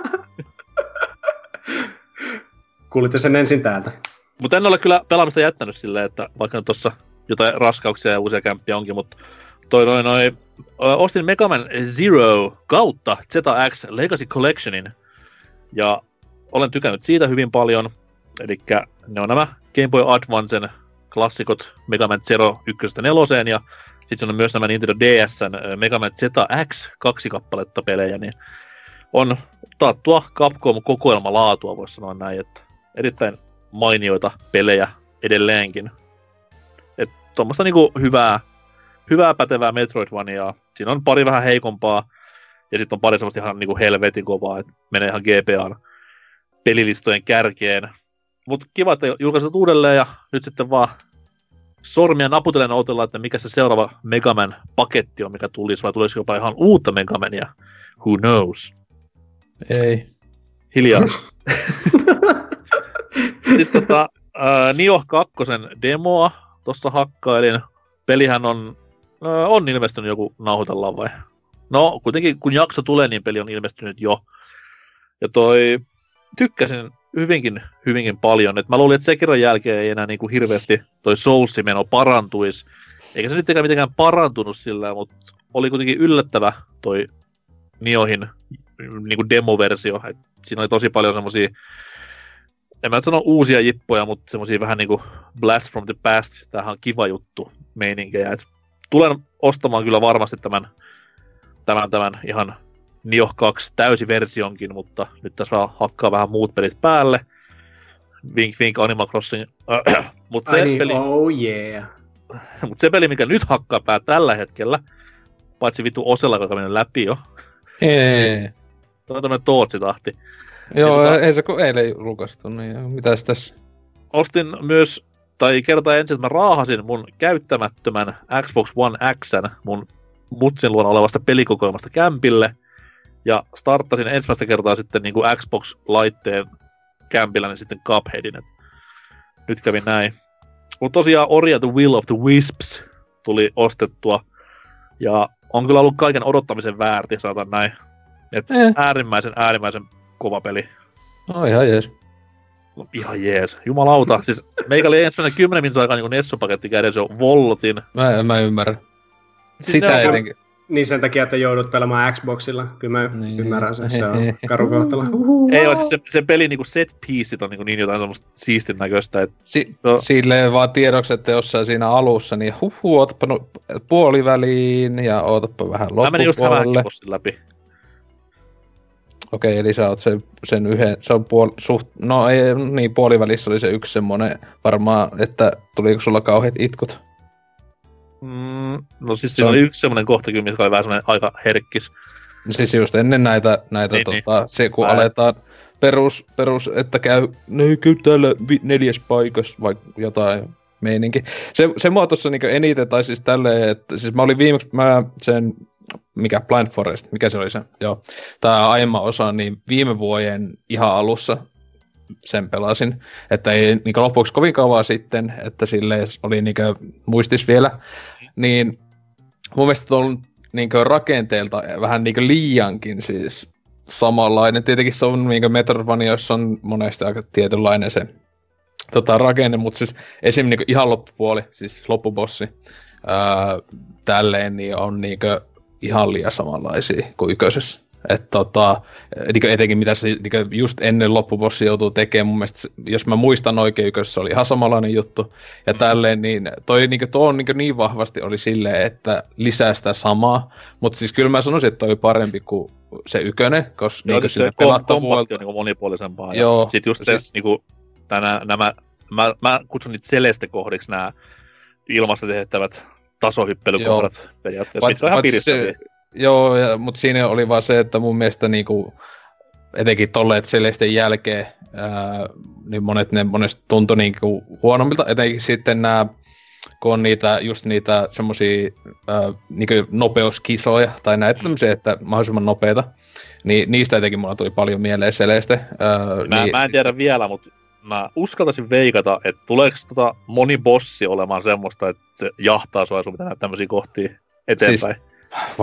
Kuulitte sen ensin täältä. Mutta en ole kyllä pelaamista jättänyt silleen, että vaikka nyt tossa jotain raskauksia ja uusia kämppiä onkin, mutta toi noin noin, ostin Mega Man Zero kautta Z X Legacy Collectionin, ja olen tykännyt siitä hyvin paljon, eli ne on nämä Game Boy Advancen klassikot Mega Man Zero ykkösestä neloseen, ja sitten on myös nämä Nintendo D S:n Mega Man Z X kaksi kappaletta pelejä, niin on taattua Capcom-kokoelmalaatua, voisi sanoa näin, että erittäin mainioita pelejä edelleenkin. Että tuommoista niinku hyvää, hyvää pätevää Metroidvaniaa. Siinä on pari vähän heikompaa, ja sitten on pari semmoista ihan niinku helvetin kovaa, että menee ihan G P A:n pelilistojen kärkeen. Mutta kiva, että julkaisut uudelleen, ja nyt sitten vaan sormia naputellen odotellaan, että mikä se seuraava Mega Man-paketti on, mikä tulisi, vai tulisiko jopa ihan uutta Mega Mania. Who knows? Ei. Hiljaa. Sitten tota, äh, Nioh kakkosen demoa tossa hakkailin. Pelihän on, äh, on ilmestynyt joku nauhoitellaan vai? No, kuitenkin kun jakso tulee, niin peli on ilmestynyt jo. Ja toi, tykkäsin hyvinkin, hyvinkin paljon. Et mä luulin, että Sekiron jälkeen ei enää niinku hirveästi toi Souls-meno parantuisi. Eikä se nyt eikä mitenkään parantunut sillä, mutta oli kuitenkin yllättävä toi Niohin niinku demoversio. Et siinä oli tosi paljon semmosia, en mä nyt sano uusia jippoja, mutta semmosia vähän niinku blast from the past, tämähän on kiva juttu meininkejä. Et tulen ostamaan kyllä varmasti tämän, tämän, tämän ihan Nioh kaksi täysiversionkin, mutta nyt tässä vaan hakkaa vähän muut pelit päälle. Wink wink Animal Crossing. Mut se, niin, peli, oh yeah. mut se peli, mikä nyt hakkaa pää tällä hetkellä, paitsi vittu Osella, joka menee läpi jo. Ei. Tämä on tämmönen Tootsi-tahti. Joo, tota, ei se kun eilen julkaistu, niin mitäs tässä? Ostin myös, tai kertaa ensin, että mä raahasin mun käyttämättömän Xbox One X:n mun mutsin luona olevasta pelikokoelmasta kämpille, ja starttasin ensimmäistä kertaa sitten niin kuin Xbox-laitteen kämpillä, niin sitten Cupheadin, et nyt kävin näin. Mutta tosiaan Ori the Will of the Wisps tuli ostettua, ja on kyllä ollut kaiken odottamisen väärti, saatan näin. Et eh. äärimmäisen, äärimmäisen kova peli. No ihan jees. No, ihan jees. Jumalauta. Siis meikä oli ensimmäinen kymmenen minuutin aikaa niin Nessu-paketti kädessä jo vollotin. Mä, mä ymmärrän. Siis sitä etenkin. Niin sen takia, että joudut pelaamaan Xboxilla. Kyllä mä niin. Ymmärrän sen, se on karu kohtalo. Ei ole, siis se, se peli niinku set pieceit on niinku niin jotain semmoista siistin näköistä. Et si- so... Silleen vaan tiedoksi, että jossain siinä alussa, niin huhu, ootapa no, puoliväliin ja ootapa vähän loppupuolelle. Mä menin just vähän bossin läpi. Okei, eli sä oot sen, sen yhden, se on puol, suht, no ei, niin puolivälissä oli se yksi semmonen varmaan, että tuliko sulla kauheat itkut? Mm, no siis siinä on... oli yksi semmonen kohta kyllä, mikä oli vähän semmonen aika herkkis. Siis just ennen näitä, näitä niin, tota, niin. Se kun Mä... aletaan perus, perus, että käy, no käy täällä vi- neljäs paikassa vai jotain meininki. Se, se mua tossa niinku eniten, tai siis tälleen, että siis mä olin viimeksi, mä sen, mikä Blind Forest, mikä se oli se, joo, tää aiemman osa, niin viime vuoden ihan alussa sen pelasin, että ei niinku loppuksi kovin kauan sitten, että silleen oli niinku muistis vielä, niin mun mielestä on niinku rakenteelta vähän niinku liiankin siis samanlainen. Tietenkin se on niinku Metroidvania, jossa on monesti aika tietynlainen se tota, rakenne, mutta siis esim. Niinku ihan loppupuoli, siis loppubossi, ää, tälleen, niin on niinku ihan liian samanlaisia kuin ykkösessä. Että tota, niinku etenkin mitä se niinku just ennen loppubossia joutuu tekemään, mun mielestä, jos mä muistan oikein, ykkösessä oli ihan samanlainen juttu. Ja tälleen, niin toi niinku, tuo on niinku niin vahvasti oli silleen, että lisää sitä samaa. Mutta siis kyllä mä sanoisin, että toi oli parempi kuin se ykönen, koska joo, niinku se kombatti on niinku monipuolisempaa. Joo, ja sit just siis... se, niinku, tänä, nämä, mä, mä kutsun niitä Celeste-kohdiksi nämä ilmassa tehtävät tasohyppelykohdat periaatteessa, mitkä on ihan piristäviä. Joo, ja, mutta siinä oli vaan se, että mun mielestä niinku, etenkin tolleet Celesten jälkeen, ää, niin monet ne monesti tuntui niinku huonommilta, etenkin sitten nämä kun on niitä, just niitä semmosia äh, niinku nopeuskisoja, tai näitä mm. tämmösiä, että mahdollisimman nopeita, niin niistä etenkin mulla tuli paljon mieleen Celeste. Äh, mä, niin, mä en tiedä vielä, mutta mä uskaltaisin veikata, että tuleeko tota moni bossi olemaan semmoista, että se jahtaa sua ja sun pitää näitä tämmösiä kohtia eteenpäin. Siis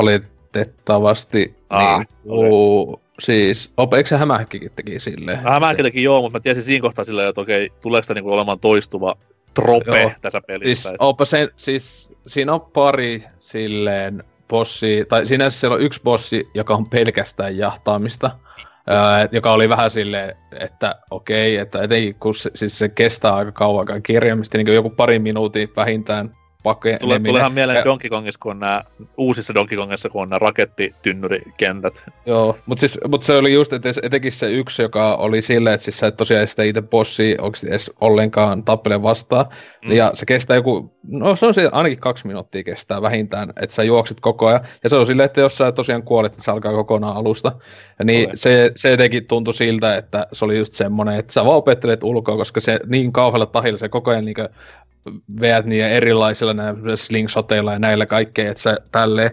valitettavasti, ah, niin, uu, siis, op, eikö se Hämähäkkikin teki silleen? No, Hämähäkki teki joo, mutta mä tiesin siinä kohtaa silleen, että okei, tuleeko sitä niinku olemaan toistuva trope joo. tässä pelissä. Siis, opa sen, siis siinä on pari silleen bossi, tai siinä siellä on yksi bossi, joka on pelkästään jahtaamista. Öö, joka oli vähän silleen, että okei, että etenkin kun se, siis se kestää aika kauan kirjaimista, niin joku pari minuutin vähintään pakeneminen. Tulee, tuleehan mieleen ja Donkey Kongissa, kun on nää, uusissa Donkey Kongissa, kun on nää rakettitynnyrikentät. Joo, mutta siis, mut se oli just, että etenkin se yksi, joka oli silleen, että siis sä et tosiaan sitä itse bossia oikeasti edes ollenkaan tappele vastaan. Mm. Ja se kestää joku, no se on se ainakin kaksi minuuttia kestää vähintään, että sä juokset koko ajan. Ja se on silleen, että jos sä tosiaan kuolet, niin se alkaa kokonaan alusta. Ja niin okay. se, se etenkin tuntui siltä, että se oli just semmonen, että sä vaan opettelet ulkoa, koska se niin kauhealla tahilla se koko ajan niinkö veät niin erilaisilla näillä slingshoteilla ja näillä kaikkea, että sä tälleen,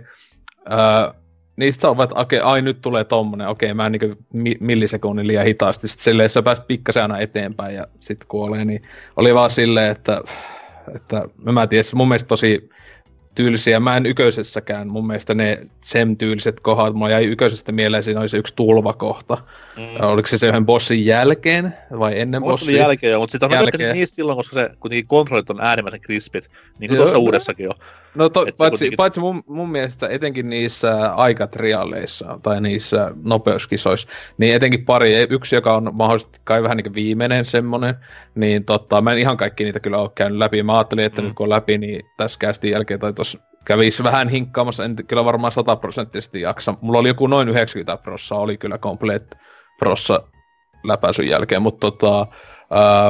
öö, niistä sä olet, okei, okay, ai nyt tulee tommonen, okei, okay, mä niinku mi- millisekunnin liian hitaasti, sit silleen, jos sä pääst pikkasen aina eteenpäin ja sit kuolee, niin oli vaan silleen, että, että mä en tiedä, mun mielestä tosi tyylisiä, mä en yköisessäkään, mun mielestä ne sem-tyyliset kohdat, mulla jäi yköisestä mieleen, siinä oli se yksi tulvakohta. Mm. Oliko se se yhden bossin jälkeen vai ennen bossia? Bossin jälkeen joo, mutta sitten on näyttänyt niistä silloin, koska se kuitenkin kontrollit on äärimmäisen krispit, niin kuin tuossa uudessakin jo. No to, paitsi, kuitenkin... paitsi mun, mun mielestä etenkin niissä aikatrialeissa tai niissä nopeuskisoissa, niin etenkin pari, yksi joka on mahdollisesti kai vähän niin kuin viimeinen semmonen, niin tota, mä en ihan kaikki niitä kyllä ole käynyt läpi. Mä ajattelin, että mm. nyt kun on läpi, niin tässä kästiin jälkeen tai tuossa kävisi vähän hinkkaamassa, en kyllä varmaan sataprosenttisesti jaksa. Mulla oli joku noin yhdeksänkymmentä prossaa, oli kyllä complete prossa läpäisyn jälkeen, mutta tota, ää,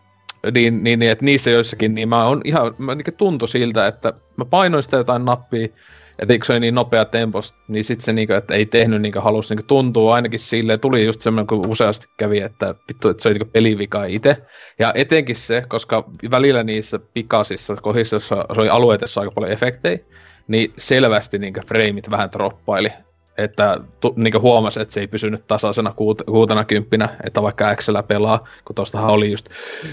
niin, niin, niin, että niissä joissakin, niin mä on ihan, mä niin tuntui siltä, että mä painoin sitä jotain nappia, että eikö se oli niin nopea tempos, niin sit se niinku, että ei tehnyt niinku halusi, niinku tuntuu ainakin silleen, tuli just semmoinen, kun useasti kävi, että vittu, että se oli niinku pelivika itse. Ja etenkin se, koska välillä niissä pikaisissa kohdissa, jossa se oli alueita, jossa aika paljon efektejä, niin selvästi niinku freimit vähän droppaili. Että tu, niinku huomasi, että se ei pysynyt tasaisena kuut, kuutena kymppinä, että vaikka X:llä pelaa, kun tostahan oli just,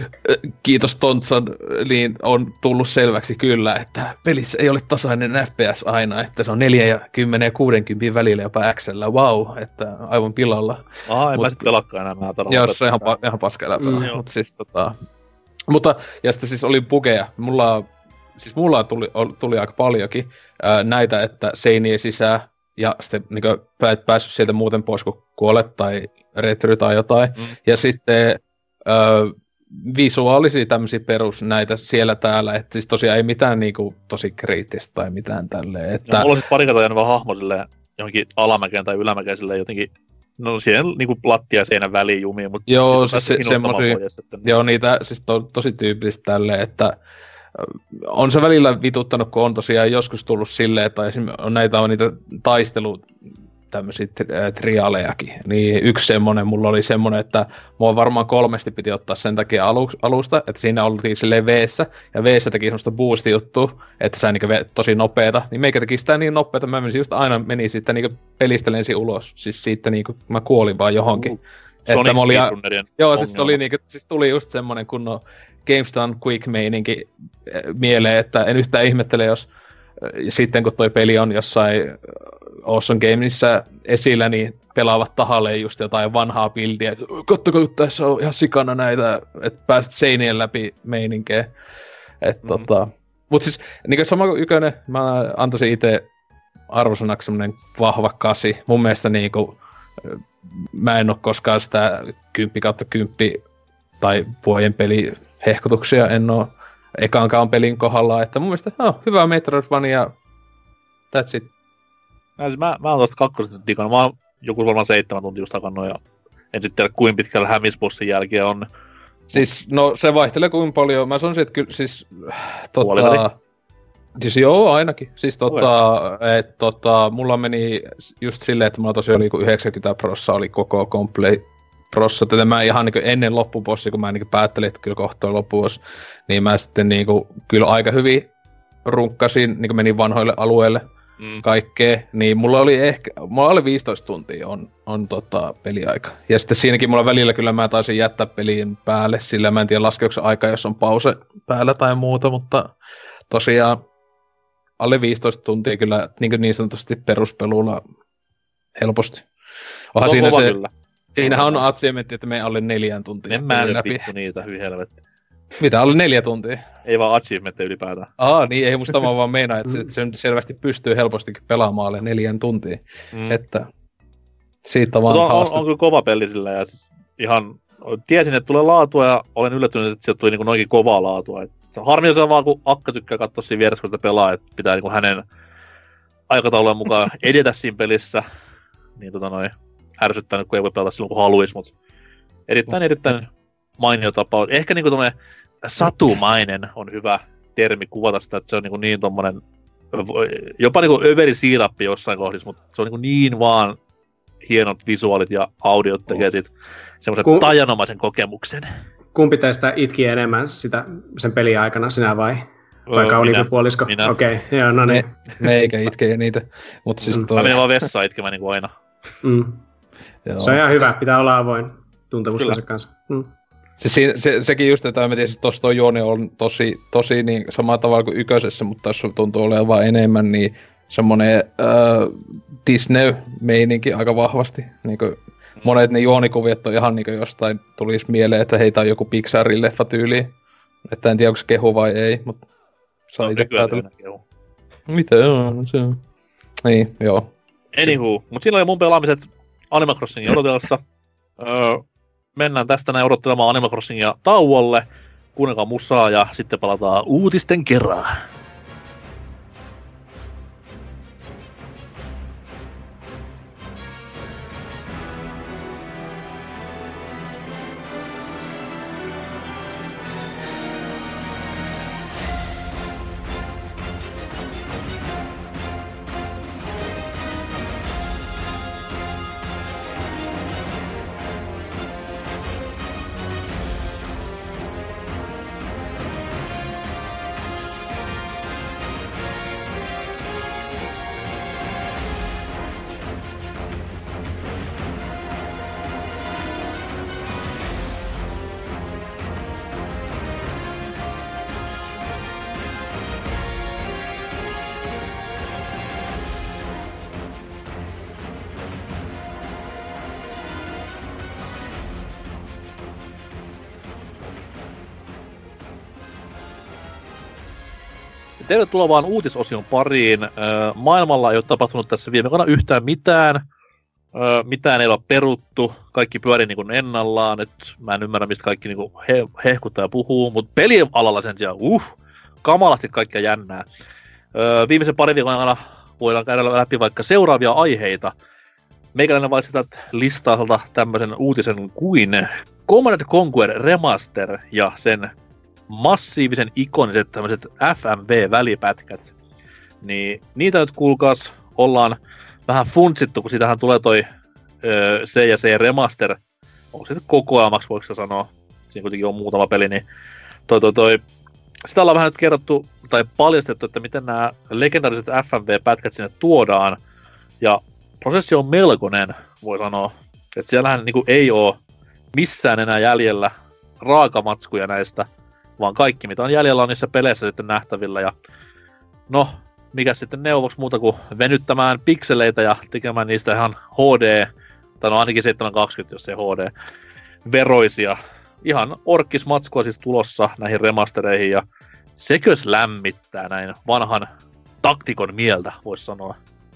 kiitos Tontsan, niin on tullut selväksi kyllä, että pelissä ei ole tasainen F P S aina, että se on neljä ja kymmenen ja kuudenkymmenen välillä jopa X:llä, wow, että aivan pilalla. Aha, en Mut, mä sit pelakkaan enää, mä joo, se on ihan, pa, ihan paska eläpää, mm, mutta siis tota, mutta, ja sitten siis oli bugeja, mulla, siis mulla tuli, tuli aika paljonkin ää, näitä, että seinien sisään, ja sitten niin et päässyt sieltä muuten pois, kun kuolet tai retry tai jotain. Mm. Ja sitten ö, visuaalisia tämmöisiä perus näitä siellä täällä, että siis tosiaan ei mitään niinku tosi kriittistä tai mitään tälleen. Että... No, mulla on siis pari kautta jäänyt vaan hahmo silleen johonkin alamäkeen tai ylämäkeen silleen jotenkin, no siihen niinku lattia seinän väliin jumiin, mutta joo, siis se, semmosia, joo niitä siis to, tosi tyypillistä tälleen, että on se välillä vituttanut, kun on tosiaan joskus tullut silleen, että esimerkiksi on näitä on niitä taistelu tämmöisiä tri- trialejakin. Niin yksi semmonen, mulla oli semmonen, että mua varmaan kolmesti piti ottaa sen takia alu- alusta, että siinä oltiin silleen V-ssä, ja V-ssä teki semmoista boosti-juttua, että sä niinku tosi nopeeta, niin meikä teki sitä niin nopeeta, mä menisin just aina meni siitä niinku pelistä lensi ulos, siis siitä niinku mä kuolin vaan johonkin. Uh, että mä olin, joo, siis oli niinku, siis tuli just semmonen kunnon Games Done Quick-meininki mieleen, että en yhtään ihmettele, jos sitten kun toi peli on jossain Awesome Gamesissa esillä, niin pelaavat tahalleen just jotain vanhaa buildia, että kattoko, tässä on ihan sikana näitä, että pääset seinien läpi meininkeen. Et, mm-hmm. tota, mut siis niin sama kuin Ykönen, mä antaisin itse arvosanaksi semmonen vahva kasi. Mun mielestä niinku, mä en oo koskaan sitä kymppi kautta kymppi tai vuoden peli hehkutuksia en oo ekaankaan pelin kohdalla, että mun mielestä no, hyvä Metroidvania, that's it. Mä, mä, mä oon tosta kakkosen tikana, mä oon joku varmaan seitsemän tuntia just takannut ja en sit tiedä kuinka pitkällä hämisbossin jälkeen on. Siis no se vaihtelee kuinka paljon, mä sanoisin, että kyllä siis tota... Siis joo, ainakin. Siis tota, et, tota, mulla meni just silleen, että mulla tosiaan oli yhdeksänkymmentä prosenttia oli koko complete prossat, että mä ihan niinku ennen loppupossia, kun mä niinku päättelin, että kyllä kohta on loppuvuosi, niin mä sitten niinku kyllä aika hyvin runkkasin, niinku menin vanhoille alueille mm. kaikkea, niin mulla oli ehkä, mulla oli viisitoista tuntia on, on tota peliaika. Ja sitten siinäkin mulla välillä kyllä mä taisin jättää pelin päälle, sillä mä en tiedä laskeeko se aika, jos on pause päällä tai muuta, mutta tosiaan alle viisitoista tuntia kyllä niin, niin sanotusti peruspelulla helposti. Onhan on siinä se, kyllä. Siinähän on achievementti, että me alle neljään tuntia. En mä nyt vittu niitä, hyi helvetti. Mitä, alle neljä tuntia? Ei vaan achievementtejä ylipäätään. Aa, niin ei musta mä vaan meinaa, että se, se selvästi pystyy helpostikin pelaamaan alle neljän tuntia. Mm. Että siitä vaan on, haastet. on, on kyllä kova peli sillä ja siis ihan tiesin, että tulee laatua ja olen yllättynyt, että sieltä tuli niin noinkin kovaa laatua. Et harmillista vaan, kun Akka tykkää katsoa siinä vieressä, kun sitä pelaa, että pitää niin hänen aikataulujen mukaan edetä siinä pelissä. Niin tota noin, ärsyttänyt, kun ei voi pelata silloin, kun haluaisi, mutta erittäin, erittäin mainio tapaus. Ehkä niin kuin satumainen on hyvä termi kuvata sitä, että se on niin, niin tommonen, jopa niin överi siirappi jossain kohdissa, mutta se on niin, niin vaan hienot visuaalit ja audiot tekee siitä semmoisen Ku... tajanomaisen kokemuksen. Kumpi teistä itki enemmän sitä sen pelin aikana, sinä vai? Vai öö, kauniimpi puolisko? Okei, okay, joo, no niin. Me, me eikä itke niitä, mutta siis mm. toi... Mä menin vaan vessaan itkemään niin kuin aina. Mm. Joo, se on ihan hyvä, pitää olla avoin tuntemustensa kanssa. Mm. Se, se, se, sekin just, että mä tiedän, että tossa toi juoni on tosi, tosi niin samalla tavalla kuin ykkösessä, mutta tässä tuntuu olevan enemmän niin semmonen äh, Disney-meininki aika vahvasti. Niin kuin monet ne juonikuviot on ihan niin kuin jostain tulisi mieleen, että heitä on joku Pixarin leffa tyyliin. Että en tiedä, onko se kehu vai ei, mutta saa no, itse päätellä. Mitä on se? Niin, joo. Anywho, mutta siinä oli mun pelaamiset Animal Crossingin odotellessa. Öö, mennään tästä näin odottelemaan Animal Crossingia tauolle. Kuunnelkaa musaa ja sitten palataan uutisten kerran. Tervetuloa vaan uutisosion pariin. Maailmalla ei ole tapahtunut tässä viime vuonna yhtään mitään. Mitään ei ole peruttu. Kaikki pyörii niin kuin ennallaan. Nyt mä en ymmärrä, mistä kaikki niin kuin he, hehkuttaa ja puhuu. Mutta pelien alalla sen sijaan, uh, kamalasti kaikkea jännää. Viimeisen parin viikon aikana voidaan käydä läpi vaikka seuraavia aiheita. Meikäläinen valitsi tätä listalta tämmöisen uutisen kuin Command and Conquer Remaster ja sen massiivisen ikoniset tämmöiset F M V-välipätkät, niin niitä nyt kuulkaas ollaan vähän funtsittu, kun siitähän tulee toi öö, C ja C Remaster, onko se nyt kokoelmaksi, voiko se sanoa, siinä kuitenkin on muutama peli, niin toi, toi, toi. Sitä ollaan vähän nyt kerrottu, tai paljastettu, että miten nämä legendaariset F M V-pätkät sinne tuodaan, ja prosessi on melkoinen, voi sanoa, että siellähän niinku ei oo missään enää jäljellä raakamatskuja näistä, vaan kaikki, mitä on jäljellä, on niissä peleissä sitten nähtävillä. Ja no, mikä sitten neuvoksi muuta kuin venyttämään pikseleitä ja tekemään niistä ihan H D, tai no ainakin seitsemänsataakaksikymmentä, jos ei H D-veroisia. Ihan orkkismatskua siis tulossa näihin remastereihin, ja sekös lämmittää näin vanhan taktikon mieltä, voisi sanoa.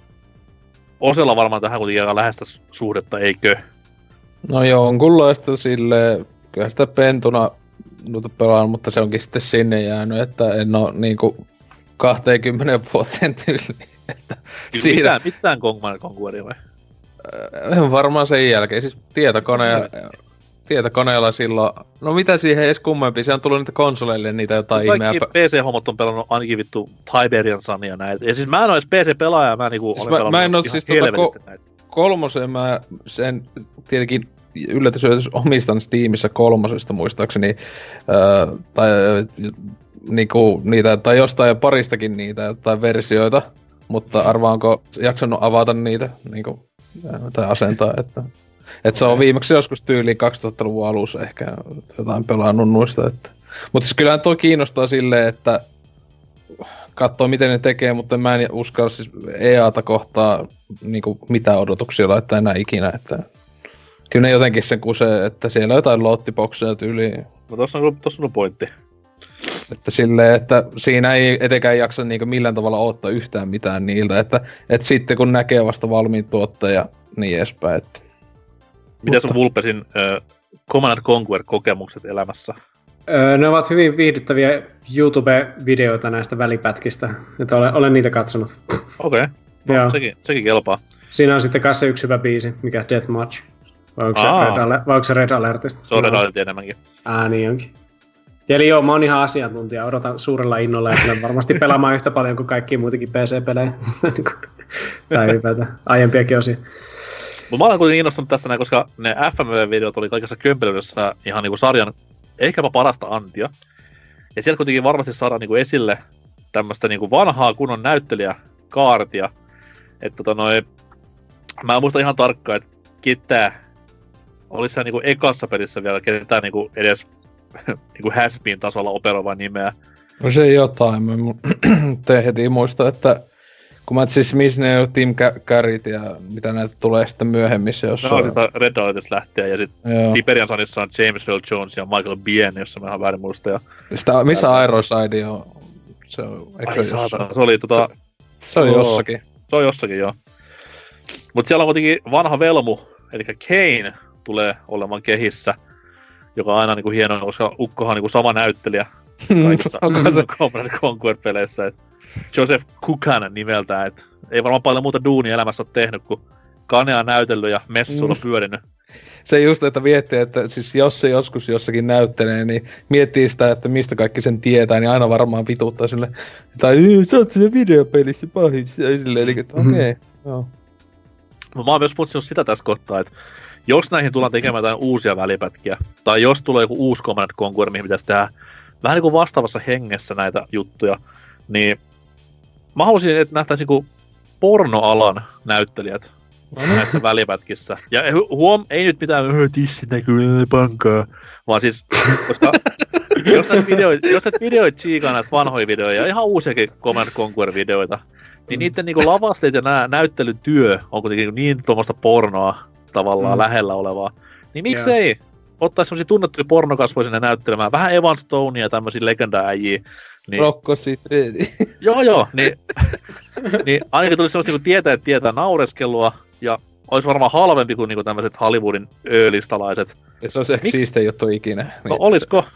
Osella varmaan tähän kuitenkin aika läheistä suhdetta, eikö? No jonkunlaista silleen, kyllä sitä pentuna noita pelaan, mutta se onkin sitten sinne jäänyt, että en oo niinku kaksikymmentä vuoteen tyyliin. Että siinä... Mitään, mitään Command Conqueria vai? Öö, varmaan sen jälkeen, siis tietokoneella, tietokoneella silloin, no mitä siihen edes kummempi, se on tullut niitä konsoleille niitä jotain ihmeä. Kaikki P C-hommat on pelannut ainakin vittu Tiberian Sunia ja näitä. Ja siis mä en oo edes P C-pelaaja, mä niinku siis olen mä, mä en oo ihan siis tota ko- kolmosen mä sen tietenkin yllätys, yllätys omistan Steamissa kolmosesta muistaakseni, öö, tai niinku niitä, tai jostain paristakin niitä, tai versioita, mutta arvaanko jaksanut avata niitä, niinku, tai asentaa, että... Et se on viimeksi joskus tyyliin kaksituhattaluvun alussa ehkä jotain pelannut noista, että... Mutta siis kyllähän toi kiinnostaa silleen, että katsoo miten ne tekee, mutta mä en uskalla siis E A:ta kohtaa niinku mitään odotuksia laittaa enää ikinä, että... Kyllä ne jotenkin sen kusee, että siellä on jotain loottiboxeja tyyliin. No tossa on, tossa on pointti. Että silleen, että siinä ei etenkään jaksa niinku millään tavalla odottaa yhtään mitään niiltä, että... Et sitten kun näkee vasta valmiin tuotteen ja niin edespäin, että... Miten sun Vulpesin äh, Command and Conquer-kokemukset elämässä? Öö, ne ovat hyvin viihdyttäviä YouTube-videoita näistä välipätkistä, että olen, olen niitä katsonut. Okei, okay. No, sekin, sekin kelpaa. Siinä on sitten kanssa yksi hyvä biisi, mikä Death March. Vai onko, se Red, Alert, vai onko se Red Alertista? Se on Red Alert enemmänkin. Ää, niin onkin. Eli joo, mä oon ihan asiantuntija, odotan suurella innolla ja tulen varmasti pelaamaan yhtä paljon kuin kaikkia muitakin P C-pelejä. Tai ylipäätään aiempiakin osia. Mä olen kuitenkin innostunut tästä näin, koska ne F M V-videot oli kaikessa kömpelyydessä ihan niinku sarjan ehkäpä parasta antia. Ja sieltä kuitenkin varmasti saadaan niinku esille tämmöstä niinku vanhaa kunnon näyttelijäkaartia. Että tota noi... Mä en muista ihan tarkkaan, että ketä... Olis se niinku ekassa pelissä vielä ketään niinku edes niinku has-been tasolla operoivaa nimeä. No se jotain. Mä tein heti muista, että... Kun mä siis missä ne on Tim Carrit ja mitä näitä tulee sitten myöhemmissä, jos no, on... siis Red Alertista lähtien ja sitten Tiberian Sunissa on James Earl Jones ja Michael Biehn, jossa mä ihan väärin muista. Ja... Sitä, missä Ironside on? Se on... Ai saatana, se oli tota... Se, se on oh, jossakin. Se on jossakin, joo. Mut siellä on kuitenkin vanha velmu, eli Kane tulee olemaan kehissä, joka on aina niinku hienoa, koska ukkohan on niinku sama näyttelijä kaikissa Command and Conquer-peleissä. Et Joseph Kukan nimeltään, et ei varmaan paljon muuta duunia elämässä ole tehnyt, kun Kanea näytellyt ja messuilla pyörinyt. Se just, että miettii, että siis jos se joskus jossakin näyttelee, niin miettii sitä, että mistä kaikki sen tietää, niin aina varmaan vituttaa sille, tai sä oot siinä videopelissä pahis, ja silleen, eli että okei, okay, joo. Mä oon myös putsinut sitä tässä kohtaa, että jos näihin tullaan tekemään jotain uusia välipätkiä, tai jos tulee joku uusi Command and Conquer, mihin pitäisi tehdä vähän niin kuin vastaavassa hengessä näitä juttuja, niin mä haluaisin, että nähtäisiin niin pornoalan näyttelijät näissä välipätkissä. Ja huom, ei nyt mitään tissit näkyy pankaa, vaan siis, koska jos näitä videoita, jos näitä videoita tsiikaa näitä vanhoja videoja ja ihan uusiakin Command Conquer-videoita, niin niiden niin lavasteet ja nää näyttelytyö on kuitenkin niin tuommoista pornoa tavallaan mm. lähellä olevaa. Niin miksei yeah. ottaa semmosia tunnettuja pornokasvoja sinne näyttelemään, vähän Evan Stonea ja tämmösiä legenda-äjiä. Niin, Rocco Siffredi. Joo joo, niin, niin ainakin tulisi semmoista niinku tietää, että tietää naureskelua, ja olisi varmaan halvempi kuin niinku tämmöiset Hollywoodin öölistalaiset. Ja se olisi ehkä siistein juttu ikinä. No niin. Olisko?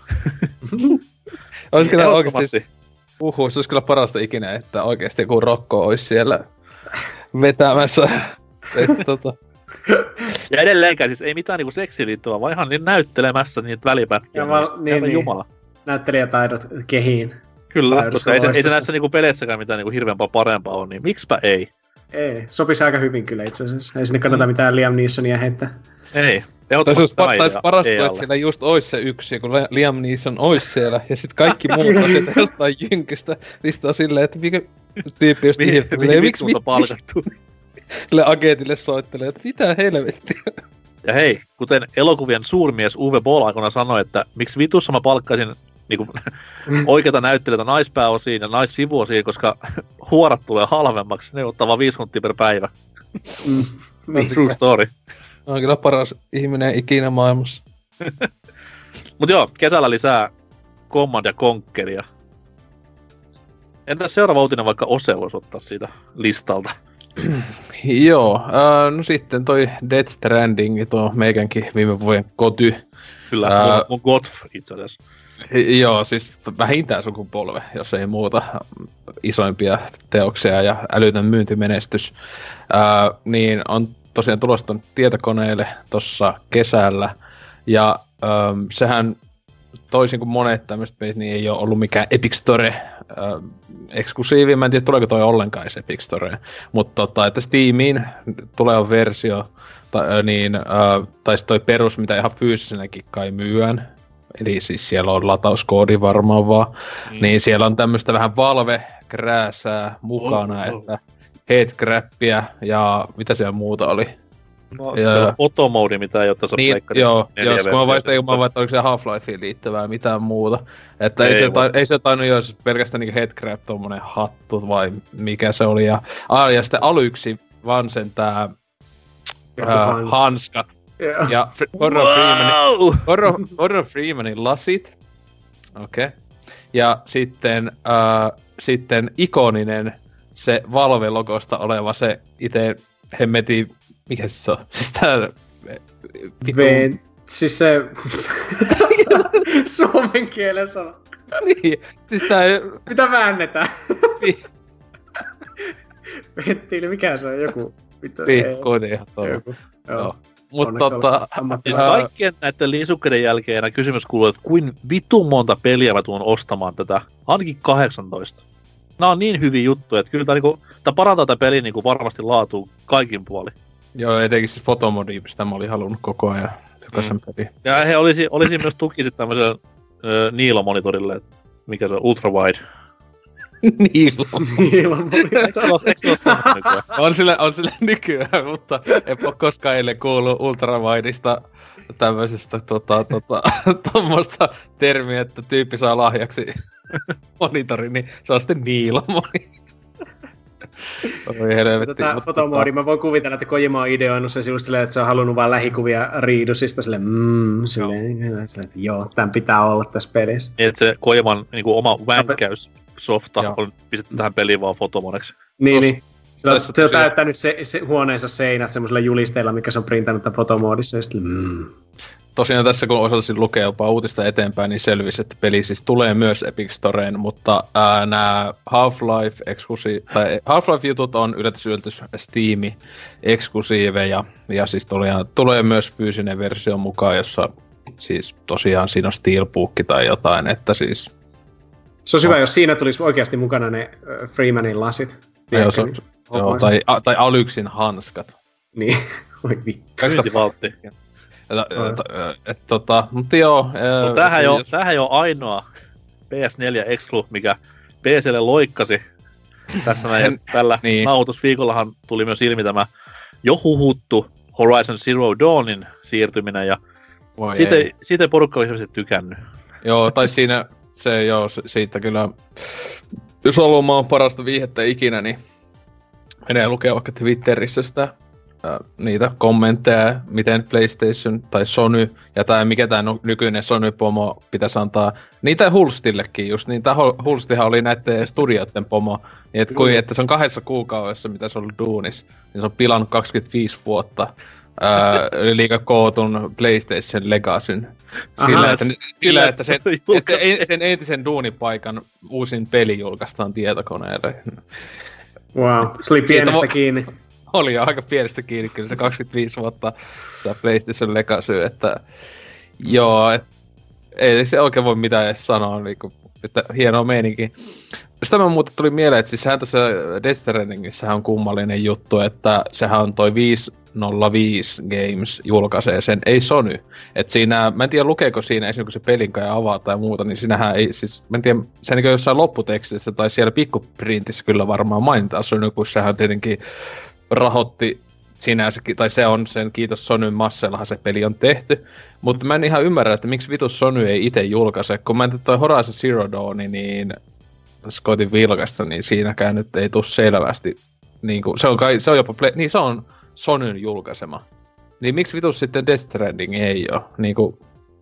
Olisiko tämä oikeesti... Uhu, se olisi kyllä parasta ikinä, että oikeesti joku Rocco olisi siellä vetämässä. Et, tota... Ja edelleenkään siis ei mitään niinku seksiin liittyvää, vaan ihan niin näyttelemässä niitä välipätkiä. Ja val- niin, niin, jumala. Näyttelijätaidot kehiin. Kyllä, koska ei se, ei se näissä niinku peleissäkään mitään niinku hirveän parempaa ole, niin miksipä ei? Ei, sopisi aika hyvin kyllä itse asiassa. Ei sinne kannata mm. mitään Liam Neesonia heittää. Ei. Taisi pa- parasta, että siellä just ois se yksi, kun Liam Neeson ois siellä, ja sit kaikki muut on sieltä jostain jynkistä listaa silleen, että mikä tyyppi just mihin, mihin vittu on palkattu. Sille agentille soittelee, että mitä helvettiä. Ja hei, kuten elokuvien suurmies Uwe Boll aikoinaan sanoi, että miksi vitussa mä palkkaisin niinku, oikeita näyttelijöitä naispääosiin ja naissivuosiin, koska huorat tulee halvemmaksi, ne ottaa vaan viisi huntia per päivä. Mm. True story. On kyllä paras ihminen ikinä maailmassa. Mut joo, kesällä lisää Command ja Conqueria. Entäs seuraava uutinen vaikka Ose voisi ottaa siitä listalta? Joo, äh, no sitten toi Death Stranding, tuo meikänkin viime vuoden koty. Kyllä, äh, mun Godf itse asiassa. Joo, siis vähintään sukupolve, jos ei muuta isoimpia teoksia ja älytön myyntimenestys. Äh, niin on tosiaan tulossa tietokoneelle tossa kesällä. Ja ähm, sehän toisin kuin monet tämmöiset pelit, niin ei ole ollut mikään Epic Store äh, eksklusiivi. Mä en tiedä, tuleeko toi ollenkaan Epic Storeen. Mutta tota, että Steamiin tulee versio tai, niin, äh, tai toi perus, mitä ihan fyysisenäkin kai myyään. Eli siis siellä on latauskoodi varmaan vaan. Mm. Niin siellä on tämmöstä vähän Valve-krääsää mukana, oh, oh. että headcrappia ja mitä siellä muuta oli. No, ja... siellä on fotomodi, mitä ei ole tässä niin, joo, jos kun mä vaistan ilman, että oliko se Half-Lifeen liittyvää mitään muuta. Että ei, ei, se, ta- ei se tainnut jos pelkästään niinku headcrab tommonen hattu vai mikä se oli. Ja, ah, ja sitten aluksi vaan sen tää äh, hanskat. Yeah. Ja Gordon wow! Freemanin, Gordon, Gordon Freemanin lasit. Okei. Okay. Ja sitten, äh, sitten ikoninen se Valve-logosta oleva se ite hemmetin, mikä se on? Siis tää... Ven... Siis se... Suomen kielen sana. Niin, siis tää... Mitä väännetään? Niin. Venttiili, mikä se on? Joku... Niin, koodi ihan toi. Joku. Joo. No. Mutta tota... Siis kaikkien näiden lisukkeiden jälkeen kysymys kuuluu, että kuin vitun monta peliä mä tuun ostamaan tätä? Ainakin kahdeksantoista. Nämä on niin hyviä juttuja, että kyllä tää, niinku, tää parantaa tää peli niinku varmasti laatuun kaikin puolin. Joo, etenkin siis fotomodi, sitä mä olin halunnut koko ajan jokaisen mm. peliin. Ja he olisi, olisi myös tuki sit tämmöiselle äh, Niilo-monitorille, mikä se on, ultrawide. Niilo-monitorille. Eikö se ole sanonut nykyään? On sillä, on sillä nykyään, mutta en ole koskaan eilen kuullut ultrawideista tämmöisestä tota, tota, tommoista termiä, että tyyppi saa lahjaksi monitorin, niin se on sitten Niilo-monitori. Oi helvetti. Tätä mutta fotomoodi, mä voin kuvitella, että Kojima on ideoinut se just silleen, että se on halunnut vaan lähikuvia riidusista silleen, mmm, silleen, silleen, silleen, että joo, tän pitää olla tässä pelissä. Niin, että se Kojiman niin oma vänkkäyssofta joo. on pistetty tähän peliin vaan fotomodeksi. Niin, niin. Se on, se on täyttänyt se, se, huoneensa seinät semmoisella julisteilla, mikä se on printannut tämän fotomoodissa ja sitten mmm. Tosiaan tässä kun osasin lukea jopa uutista eteenpäin, niin selvisi, että peli siis tulee myös Epic Storeen, mutta ää, nämä Half-Life eksklusi- tai Half-Life-jutut on yllätys yllätys Steam-eksklusiiveja, ja siis tosiaan tulee myös fyysinen versio mukaan, jossa siis tosiaan siinä on Steelbook tai jotain, että siis... Se on no. hyvä, jos siinä tulisi oikeasti mukana ne uh, Freemanin lasit. Joo, se, joo tai, a, tai Alyksin hanskat. Niin, oi vittu. Myyntivaltti. Et tota, mutta joo... No, tämähän, jo, jos... tämähän jo ainoa P S neljä Exclu, mikä P C:lle loikkasi. Tässä näin, tällä niin. nauhoitusviikollahan tuli myös ilmi tämä jo huhuttu Horizon Zero Dawnin siirtyminen, ja siitä ei, siitä ei porukka ole tykännyt. Joo, tai siinä se joo, siitä kyllä... Jos haluaa parasta viihettä ikinä, niin menee lukea vaikka Twitterissä sitä niitä kommentteja, miten PlayStation tai Sony ja tää mikä tää nykyinen Sony-pomo pitäisi antaa niitä Hulstillekin just, niin tää Hulstihan oli näitten studioiden pomo, niin et kuin, että se on kahdessa kuukaudessa mitä se on ollut duunis, niin se on pilannut kaksikymmentäviisi vuotta ää, liikaa kootun PlayStation Legacyn sillä, Aha, että, s- sillä, että, sen, että sen, sen entisen duunipaikan uusin peli julkaistaan tietokoneelle. Wow, se oli pienestä vo- kiinni. Oli jo aika pienestä kiinni, kyllä se kaksikymmentäviisi vuotta tämä PlayStation Legacy, että joo, et, ei se oikein voi mitään edes sanoa, niin kuin, että hienoa meininki. Sitä mä muuten tuli mieleen, että siis sehän tässä Death Strandingissähän on kummallinen juttu, että sehän on toi viisi nolla viisi Games julkaisee sen, ei Sony. Et siinä, mä en tiedä lukeeko siinä esimerkiksi kun se pelin kai avaa tai muuta, niin siinähän ei siis, mä en tiedä, se niin jossain lopputekstissä tai siellä pikkuprintissä kyllä varmaan mainitaan Sony, kun sehän tietenkin rahoitti sinänsä, tai se on sen, kiitos Sonyn massellahan se peli on tehty, mutta mä en ihan ymmärrä, että miksi vitus Sony ei itse julkaise, kun mä en toi Horizon Zero Dawn, niin tässä koitin vilkaista, niin siinäkään nyt ei tuu selvästi, niin kuin, se on kai, se on jopa, play, niin se on Sonyn julkaisema, niin miksi vitus sitten Death Stranding ei oo, niin kuin,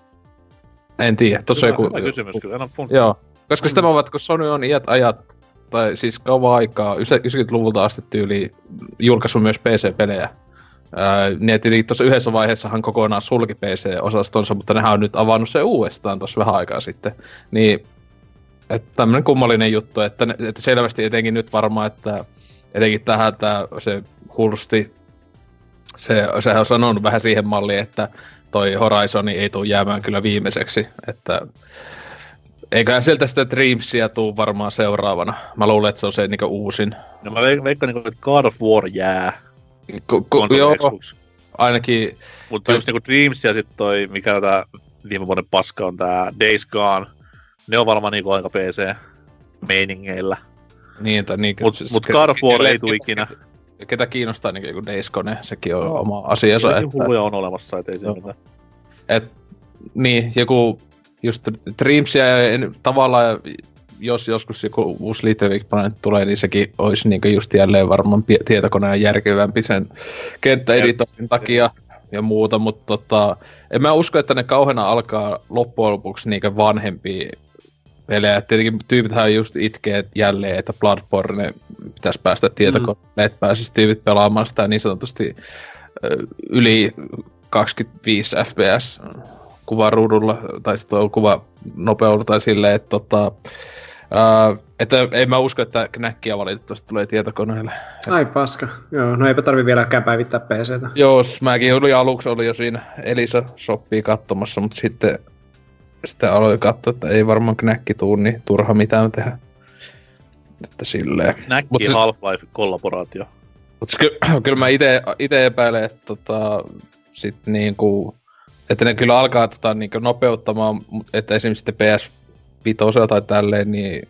en tiedä, tossa hyvä, joku... Hyvä kysymys, kyllä, enää joo, koska sitä mä ovat, kun Sony on iät ajat, tai siis kauan aikaa, yhdeksänkymmentäluvulta asti tyyli julkaisu myös P C-pelejä. Ää, niin tietenkin tuossa yhdessä vaiheessahan kokonaan sulki P C-osastonsa, mutta nehän on nyt avannut se uudestaan tuossa vähän aikaa sitten. Niin, että tämmönen kummallinen juttu, että, että selvästi etenkin nyt varmaan, että etenkin tähän tää, se Hulsti, se, sehän on sanonut vähän siihen malliin, että toi Horizon ei tule jäämään kyllä viimeiseksi, että eiköhän sieltä sitä Dreamsia tuu varmaan seuraavana. Mä luulen, että se on se niinku uusin. No mä veikkaan, että God of War jää. Ku, ku, joo, ainakin... Mutta just niinku Dreams ja sit toi, mikä on tää viime vuoden paska on tää Days Gone, ne on varmaan niinku aika P C-meiningeillä. Niin, tai niin... Mut, siis, mut God of War ei tuu ikinä. Ketä kiinnostaa niinku joku Days Gone, sekin on no, oma asiansa. Jokin hulluja on olemassa, et ei se mitään. Et, niin, joku just Dreamsia tavallaan, jos joskus joku uusi Little Big Planet tulee, niin sekin olisi niinku just jälleen varmaan tietokoneen järkevämpi sen kenttäeditoinnin takia ja muuta, mutta tota, en mä usko, että ne kauheena alkaa loppujen lopuksi niinku vanhempia pelejä. Tietenkin tyypithän just itkee jälleen, että Bloodborne pitäisi päästä tietokoneelle, mm. että pääsisi tyypit pelaamaan sitä niin sanotusti yli kaksikymmentäviisi F P S kuvaruudulla, tai sitten on kuva nopeudella tai silleen, että tota, ää, että en mä usko, että Knäkkiä valitettavasti tulee tietokoneelle. Ai paska. Joo, no eipä tarvi vieläkään päivittää P C:tä. Joo, mäkin oli aluksi oli jo siinä Elisa Shoppia katsomassa, mutta sitten sitten aloin katsoa, että ei varmaan Knäkki tuu, niin turha mitään tehdä. Että silleen. Knäkki Mut Half-Life-kollaboraatio. Mutta ky- kyllä mä ite, ite epäilen, että tota, sit niinku, että ne kyllä alkaa tota, niinku nopeuttamaan, että esimerkiksi sitten P S viisi tai tälleen, niin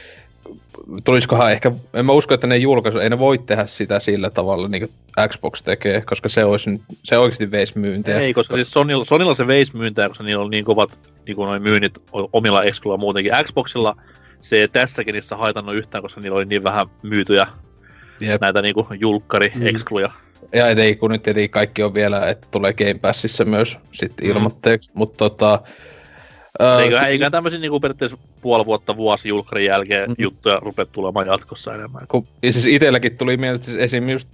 tulisikohan ehkä, en mä usko, että ne julkaisu, ei ne voi tehdä sitä sillä tavalla, niin kuin Xbox tekee, koska se olisi, se oikeasti veisi myyntiä. Ei, koska siis Sonylla, Sonylla se veisi myyntiä, koska niillä on niin kovat niin noin myynnit omilla excluilla muutenkin. Xboxilla se ei tässäkin niissä haitannut yhtään, koska niillä oli niin vähän myytyjä Jep. näitä niinku julkkari-excluja. Mm. Ja ei, kun nyt tietenkin kaikki on vielä, että tulee Game Passissa myös sitten ilmoitteeksi, mm. mutta tota... Eikä, uh, eikä tämmöisiä niinku periaatteessa puoli vuotta vuosi julkkarin jälkeen mm. juttuja rupea tulemaan jatkossa enemmän. Kun, ja siis itselläkin tuli mieleen, että siis esim. Just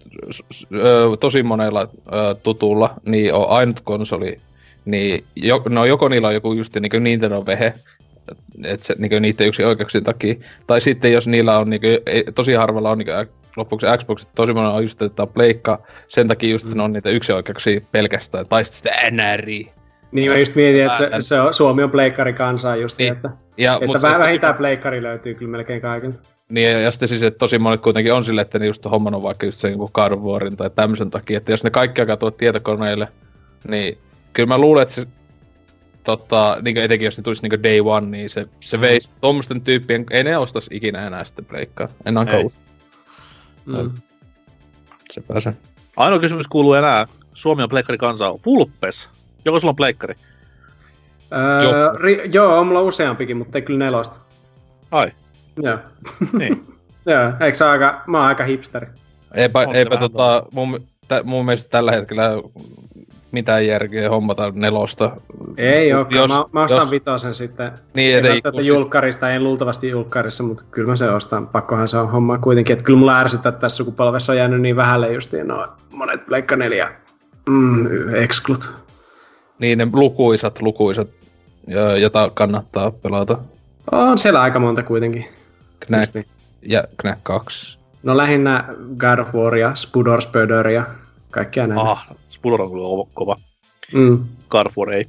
ö, tosi monella ö, tutulla niin on ainut konsoli, niin jo, no joko niillä on joku just niinku Nintendo-vehe, että se niinku niiden yksin oikeuksien takia, tai sitten jos niillä on niinku, tosi harvalla on niinku loppuksi Xbox, tosi monella on just, että on pleikka, sen takia just, että ne on niitä yksin oikeuksia pelkästään, tai sitten sitä N R I. Niin mä just mietin, että se, se on, Suomi on pleikkari kansaa just niin, että, ja, että väh, vähintään pleikkari löytyy kyllä melkein kaiken. Niin ja, ja sitten siis, että tosi monet kuitenkin on silleen, että ne just hommannut vaikka just sen God of Warin tai tämmöisen takia, että jos ne kaikki alkaa tuoda tietokoneille, niin kyllä mä luulen, että se tota, niin etenkin jos ne tulisi niin day one, niin se, se veisi tommosten tyyppien, ei ne ostaisi ikinä enää sitten pleikkaa, en ainakaan usko. Mm. Se pääsee. Ainoa kysymys kuuluu enää, Suomi on pleikkari kansaa, Vulpes. Joko sulla on pleikkari? Öö, joo. Ri- joo, on mulla useampikin, mutta ei kyllä nelosta. Ai. Joo. Niin. Joo, eikö sä aika, mä oon aika hipsteri. Eipä, eipä tota, mun, tä, mun mielestä tällä hetkellä mitään järkeä hommata nelosta. Ei oo, mä, mä ostan jos... vitosen sitten. Niin, ei välttämättä julkkarista, en luultavasti julkkarissa, mutta kyllä mä se ostan. Pakkohan se on homma kuitenkin, että kyllä mulla ärsyttää, että tässä sukupolvessa on jäänyt niin vähälle justiin noin monet Pleikka neljä mm, exclut. Niin, ne lukuisat, lukuisat, jota kannattaa pelata. On siellä aika monta kuitenkin. Knack ja Knack kaksi. No lähinnä God of War ja Spudor Spudor ja kaikkia näitä. Ah, Spudor on kyllä kova. Mm. God of War ei.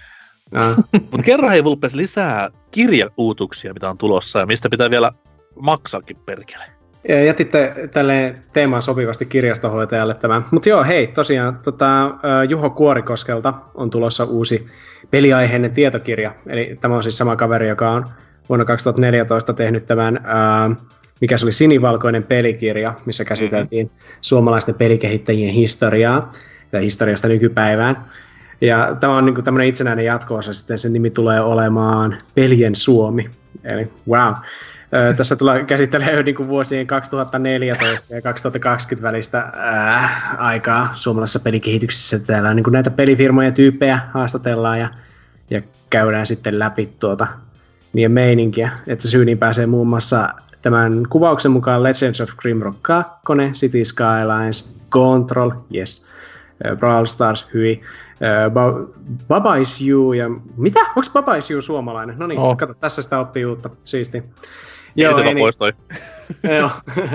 Mutta kerran hei Vulpes lisää kirjauutuksia, mitä on tulossa ja mistä pitää vielä maksaakin perkele. Ja jätitte tälle teemaan sopivasti kirjastonhoitajalle tämän. Mutta joo, hei, tosiaan tota, Juho Kuorikoskelta on tulossa uusi peliaiheinen tietokirja. Eli tämä on siis sama kaveri, joka on vuonna kaksituhattaneljätoista tehnyt tämän, ää, mikä se oli sinivalkoinen pelikirja, missä käsiteltiin mm-hmm. suomalaisten pelikehittäjien historiaa ja historiasta nykypäivään. Ja tämä on niinku tämmöinen itsenäinen jatko-osa, sitten sen nimi tulee olemaan Pelien Suomi. Eli wow. Öö, tässä tulee käsittelee niin kuin vuosien kaksituhattaneljätoista ja kaksituhattakaksikymmentä välistä ää, aikaa suomalaisessa pelikehityksessä. Täällä on niin kuin näitä pelifirmoja tyyppejä haastatellaan ja, ja käydään sitten läpi tuota niiden meininkiä. Että syyniin pääsee muun muassa tämän kuvauksen mukaan Legends of Grimrock kaksi, City Skylines, Control, yes, Brawl Stars, hyi, Baba Is You ja... Mitä? Onko Baba Is You suomalainen? No niin, oh. Kato, tässä sitä oppii uutta. Siisti. Joo, ei, pois toi. Joo.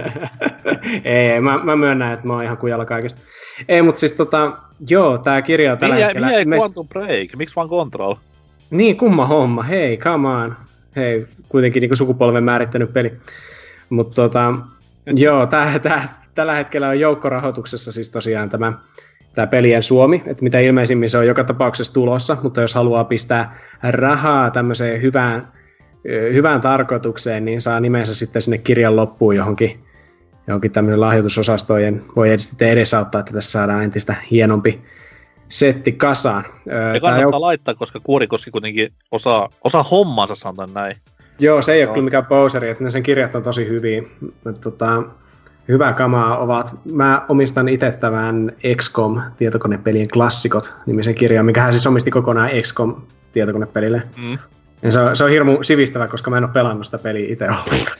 ei, ei, mä, mä myönnän, että mä oon ihan kujalla kaikesta. Ei, mutta siis tota, joo, tää kirja on tällä mihin, hetkellä... Mihin ei Quantum Break? Miksi vaan Control? Niin, kumma homma. Hei, come on. Hei, kuitenkin niinku sukupolven määrittänyt peli. Mutta tota, joo, tää, tää, tällä hetkellä on joukkorahoituksessa siis tosiaan tämä tämä Pelien Suomi, että mitä ilmeisimmin se on joka tapauksessa tulossa, mutta jos haluaa pistää rahaa tämmöiseen hyvään, hyvään tarkoitukseen, niin saa nimensä sitten sinne kirjan loppuun johonkin, johonkin tämmöinen lahjoitusosastojen. Voi sitten edesauttaa, että tässä saadaan entistä hienompi setti kasaan. Ja kannattaa jouk- laittaa, koska Kuorikoski kuitenkin osaa, osaa hommansa, sanotaan näin. Joo, se ei Joo. ole kyllä mikään poseri, että ne sen kirjat on tosi hyviä. Tota, hyvä kamaa ovat. Mä omistan itse tämän X COM tietokonepelien klassikot nimisen kirjan, mikä hän siis omisti kokonaan X COM tietokonepelille. Mm. Ja se, on, se on hirmu sivistävä, koska mä en ole pelannut sitä peliä itse ollenkaan.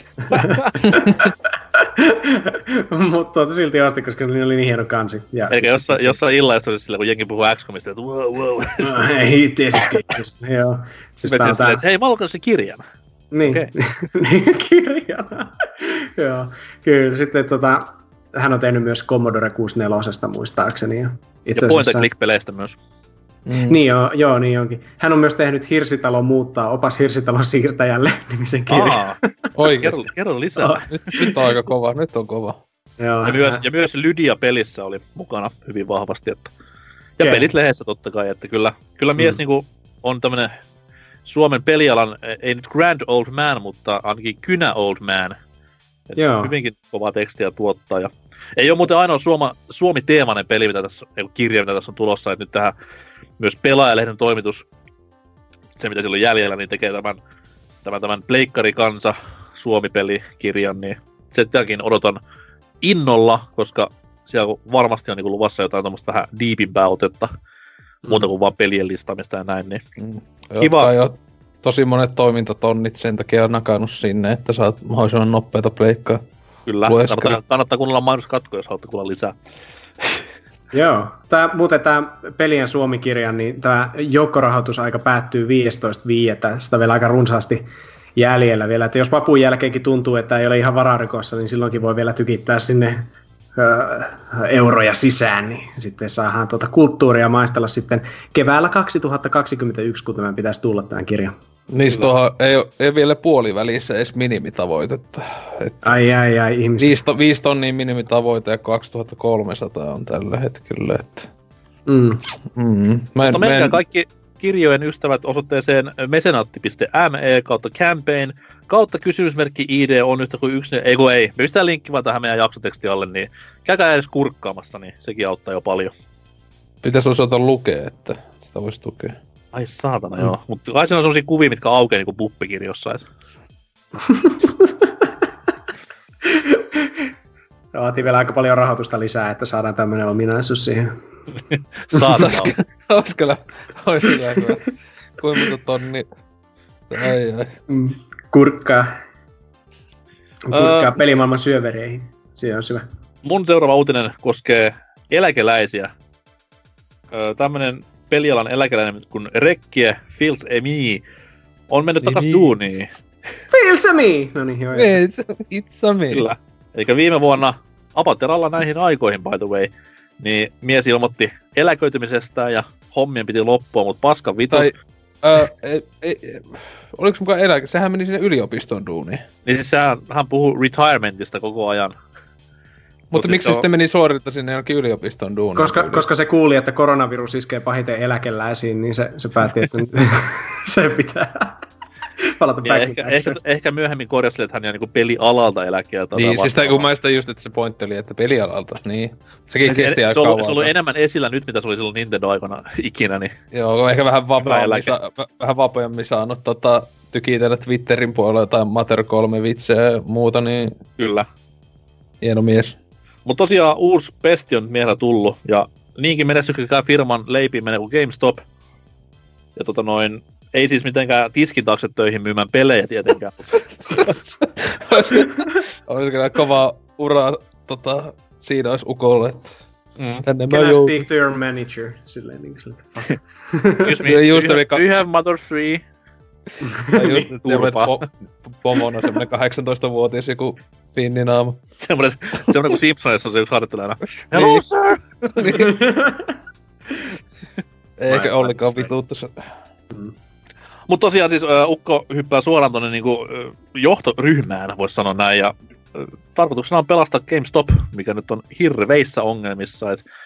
Mutta tuota silti osti, koska se oli niin hieno kansi. Ja eikä jossain, jossain illassa olisi sillä, kun jengi puhuu X COMista, että wow, wow. No, ei tietysti. Joo. Siis silleen, tää... että hei, mä luken sen kirjan. Niin, okay. Kirjana. Joo, kyllä. Sitten tota, hän on tehnyt myös Commodore kuusikymmentäneljä muistaakseni. Ja, ja point and click-peleistä myös. Mm. Niin joo, joo, niin onkin. Hän on myös tehnyt Hirsitalon muuttaa opas Hirsitalon siirtäjälle nimisen kirjan. Oikeesti. Kerro, kerro lisää. Oh. Nyt, nyt on aika kova, nyt on kova. Joo, ja, myös, ja myös Lydia-pelissä oli mukana hyvin vahvasti. Että... Ja okay. Pelit lehdessä totta kai, että kyllä, kyllä mies mm. niinku on tämmönen Suomen pelialan, ei nyt grand old man, mutta ainakin kynä old man. Joo. Hyvinkin kovaa tekstiä tuottaa. Ja ei ole muuten ainoa Suoma, Suomi-teemainen peli, mitä tässä, ei kirja, mitä tässä on tulossa, että nyt tähän myös Pelaajalehden toimitus, se mitä siellä on jäljellä, niin tekee tämän, tämän, tämän Pleikkari Kansa Suomi-pelikirjan, niin sitäkin odotan innolla, koska siellä varmasti on niin kuin luvassa jotain tommoista vähän deepimpää otetta, mm. muuta kuin vaan pelien listaamista ja näin, niin mm. kiva. Jo tosi monet toimintatonnit sen takia on nakannut sinne, että saat mahdollisimman nopeata pleikkaa. Kyllä, kannattaa, kannattaa kuunnella mainoskatko, jos haluatte kuulla lisää. Joo, tää, muuten tämä Pelien Suomi-kirja, niin tämä joukkorahoitusaika päättyy viidestoista viidettä Sitä vielä aika runsaasti jäljellä vielä. Että jos vapun jälkeenkin tuntuu, että ei ole ihan vararikossa, niin silloinkin voi vielä tykittää sinne ö, euroja sisään, niin sitten saadaan tuota kulttuuria maistella sitten keväällä kaksituhattakaksikymmentäyksi, kun tämän pitäisi tulla tämän kirjan. Niistä tuohon ei ole, ei vielä puolivälissä edes minimitavoitetta. Että ai ai ai, ihmisiä. Viisi, viisi tonnia minimitavoite ja kaksituhattakolmesataa on tällä hetkellä. Että... Mm. Mm. Mä en, Mutta menkää en... kaikki kirjojen ystävät osoitteeseen mesenaatti piste me kautta campaign kautta kysymysmerkki I D on yhtä kuin yksi, ei kun ei. Me pistää linkki vaan tähän meidän jaksoteksti alle, niin käykää edes kurkkaamassa, niin sekin auttaa jo paljon. Pitäisi osata lukea, että sitä voisi tukea. Ai saatana, mm. joo. Mutta kai siinä on sellaisia kuvia, mitkä aukeaa niinku puppikirjossa. Et. Vaatii vielä aika paljon rahoitusta lisää, että saadaan tämmöinen ominaisuus siihen. Saatana. Ois kyllä, ois kyllä hyvä. Kuinka monta tonni... Ai ai. Mm. Kurkkaa. Kurkkaa uh, pelimaailman syövereihin. Siinä on hyvä. Mun seuraava uutinen koskee eläkeläisiä. Öö, tämmönen pelialan eläkeläinen kun Rekkie Fils Emi on mennyt takas duuniin. Fils Emi! No niin, joo. It's a me. Kyllä. Eikä viime vuonna Apateralla näihin aikoihin, by the way, niin mies ilmoitti eläköitymisestään ja hommien piti loppua, mutta paskan vitu. Tai, ää, ei, ei, oliko mukaan eläke? Sehän meni sinne yliopiston duuniin. Niin siis sehän, hän puhuu retirementista koko ajan. Mutta miksi se sitten meni suorilta sinne jonkin yliopiston duuniin? Koska, koska se kuuli, että koronavirus iskee pahiten eläkeläisiin, niin se, se päätti, että se pitää palata ja ehkä, ehkä, ehkä myöhemmin korjasi, että hän jää niinku pelialalta eläkkeeltä. Niin, siis kun mä sitä just, että se pointti oli, että pelialalta, niin. Sekin se, kesti se, aika se kauan. Se on ollut enemmän esillä nyt, mitä se oli silloin Nintendo-aikana ikinä, niin... Joo, ehkä vähän vapaammin, sa- vähän vapaammin saanut tota, tykitellä Twitterin puolella jotain Mater kolme vitsejä ja muuta, niin... Kyllä. Hieno mies. Mutta tosiaan uusi pesti on miehellä tullut, ja niinkin menestyksekään firman leipiin menee kuin GameStop. Ja tota noin, ei siis mitenkään tiskin taakse töihin myymään pelejä tietenkään. Olisi kyllä kova ura tota, siinä olisi ukolle, että... Mm. Tänne Can I joudun. Speak to your manager? Silleen niin kuin fuck. Just me, you, have, you have mother three. Tai just nyt po- pomona semmonen kahdeksantoistavuotias joku finninaama. Semmonen, semmonen kuin Simpsonissa on se yksi harjoitteleva. Hello sir! Eikä ollenkaan vituutta se. Mm. Mut tosiaan siis uh, Ukko hyppää suoraan tonne niinku uh, johtoryhmään, vois sanoa näin, ja uh, tarkoituksena on pelastaa GameStop, mikä nyt on hirveissä ongelmissa, et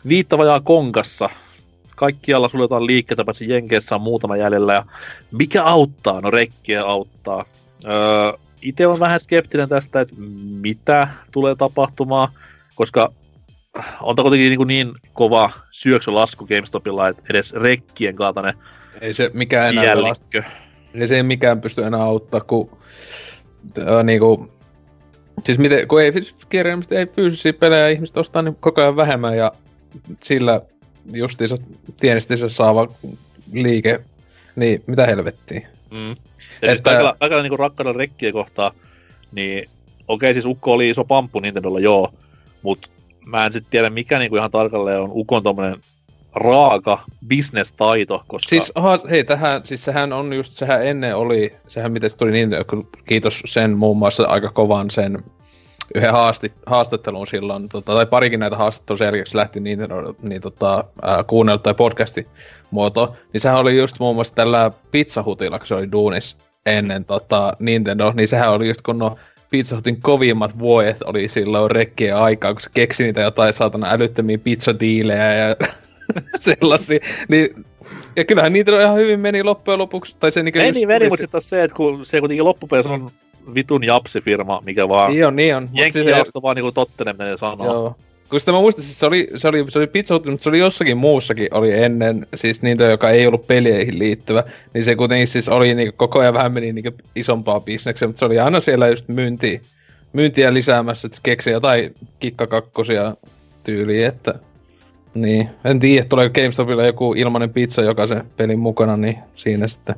viittavajaa konkassa. Kaikkialla suljetaan liikkeitä, paitsi Jenkeissä on muutama jäljellä. Ja mikä auttaa? No rekkiä auttaa. Öö, itse on vähän skeptinen tästä, että mitä tulee tapahtumaan, koska on tämä kuitenkin niin, niin kova syöksylasku GameStopilla, että edes rekkien kaltainen ei se mikään enää jällikkö. Ei se ei mikään pysty enää auttaa, kun äh, niinku, siis miten, kun ei, kirjaimisesti ei fyysisiä pelejä ihmiset ostaa niin koko ajan vähemmän ja sillä justiinsa tienistissä saava liike, niin mitä helvettiä. Mm. Ja siis kaikilla, kaikilla niinku rakkaudella rekkien kohtaa, niin okei siis Ukko oli iso pamppu Nintendolla, joo, mut mä en sit tiedä mikä niinku ihan tarkalleen on Ukon tommonen raaka business-taito, koska... Siis, aha, hei, tähän, siis sehän on just, sehän ennen oli, sehän miten se tuli niin, kiitos sen muun muassa aika kovan sen yhden haasti, haastattelun silloin, tota, tai parikin näitä haastattelun sen jälkeen, lähti niin, niin tota, ää, kuunnellut tai podcasti muoto, niin sehän oli just muun muassa tällä Pizza Hutilla, kun se oli duunis ennen tota, Nintendo, niin sehän oli just kun no Pizza Hutin kovimmat vuodet oli silloin rekkien aikaa, kun se keksi niitä jotain saatana älyttömiä pizzadiilejä ja sellaisia, niin ja kyllähän niitä ihan hyvin meni loppujen lopuksi, tai se niinku ei niin meni, mutta sitten se, että kun se kuitenkin loppupeleissä on vitun japsifirma, mikä vaan niin on, niin on. Jenkkijaosta vaan niinku totteneminen ja sanoo. Joo. Kun sitä mä muistan, siis se oli, se oli, se oli Pizza Hut, mutta se oli jossakin muussakin oli ennen, siis niitä, joka ei ollut peleihin liittyvä, niin se kuitenkin siis oli niinku koko ajan vähän meni niinku isompaa bisneksiä, mutta se oli aina siellä just myyntiä, myyntiä lisäämässä, että se keksi jotain kikkakakkosia tyyliä, että niin, en tiedä, tuleeko GameStopilla joku ilmainen pizza jokaisen pelin mukana, niin siinä sitten.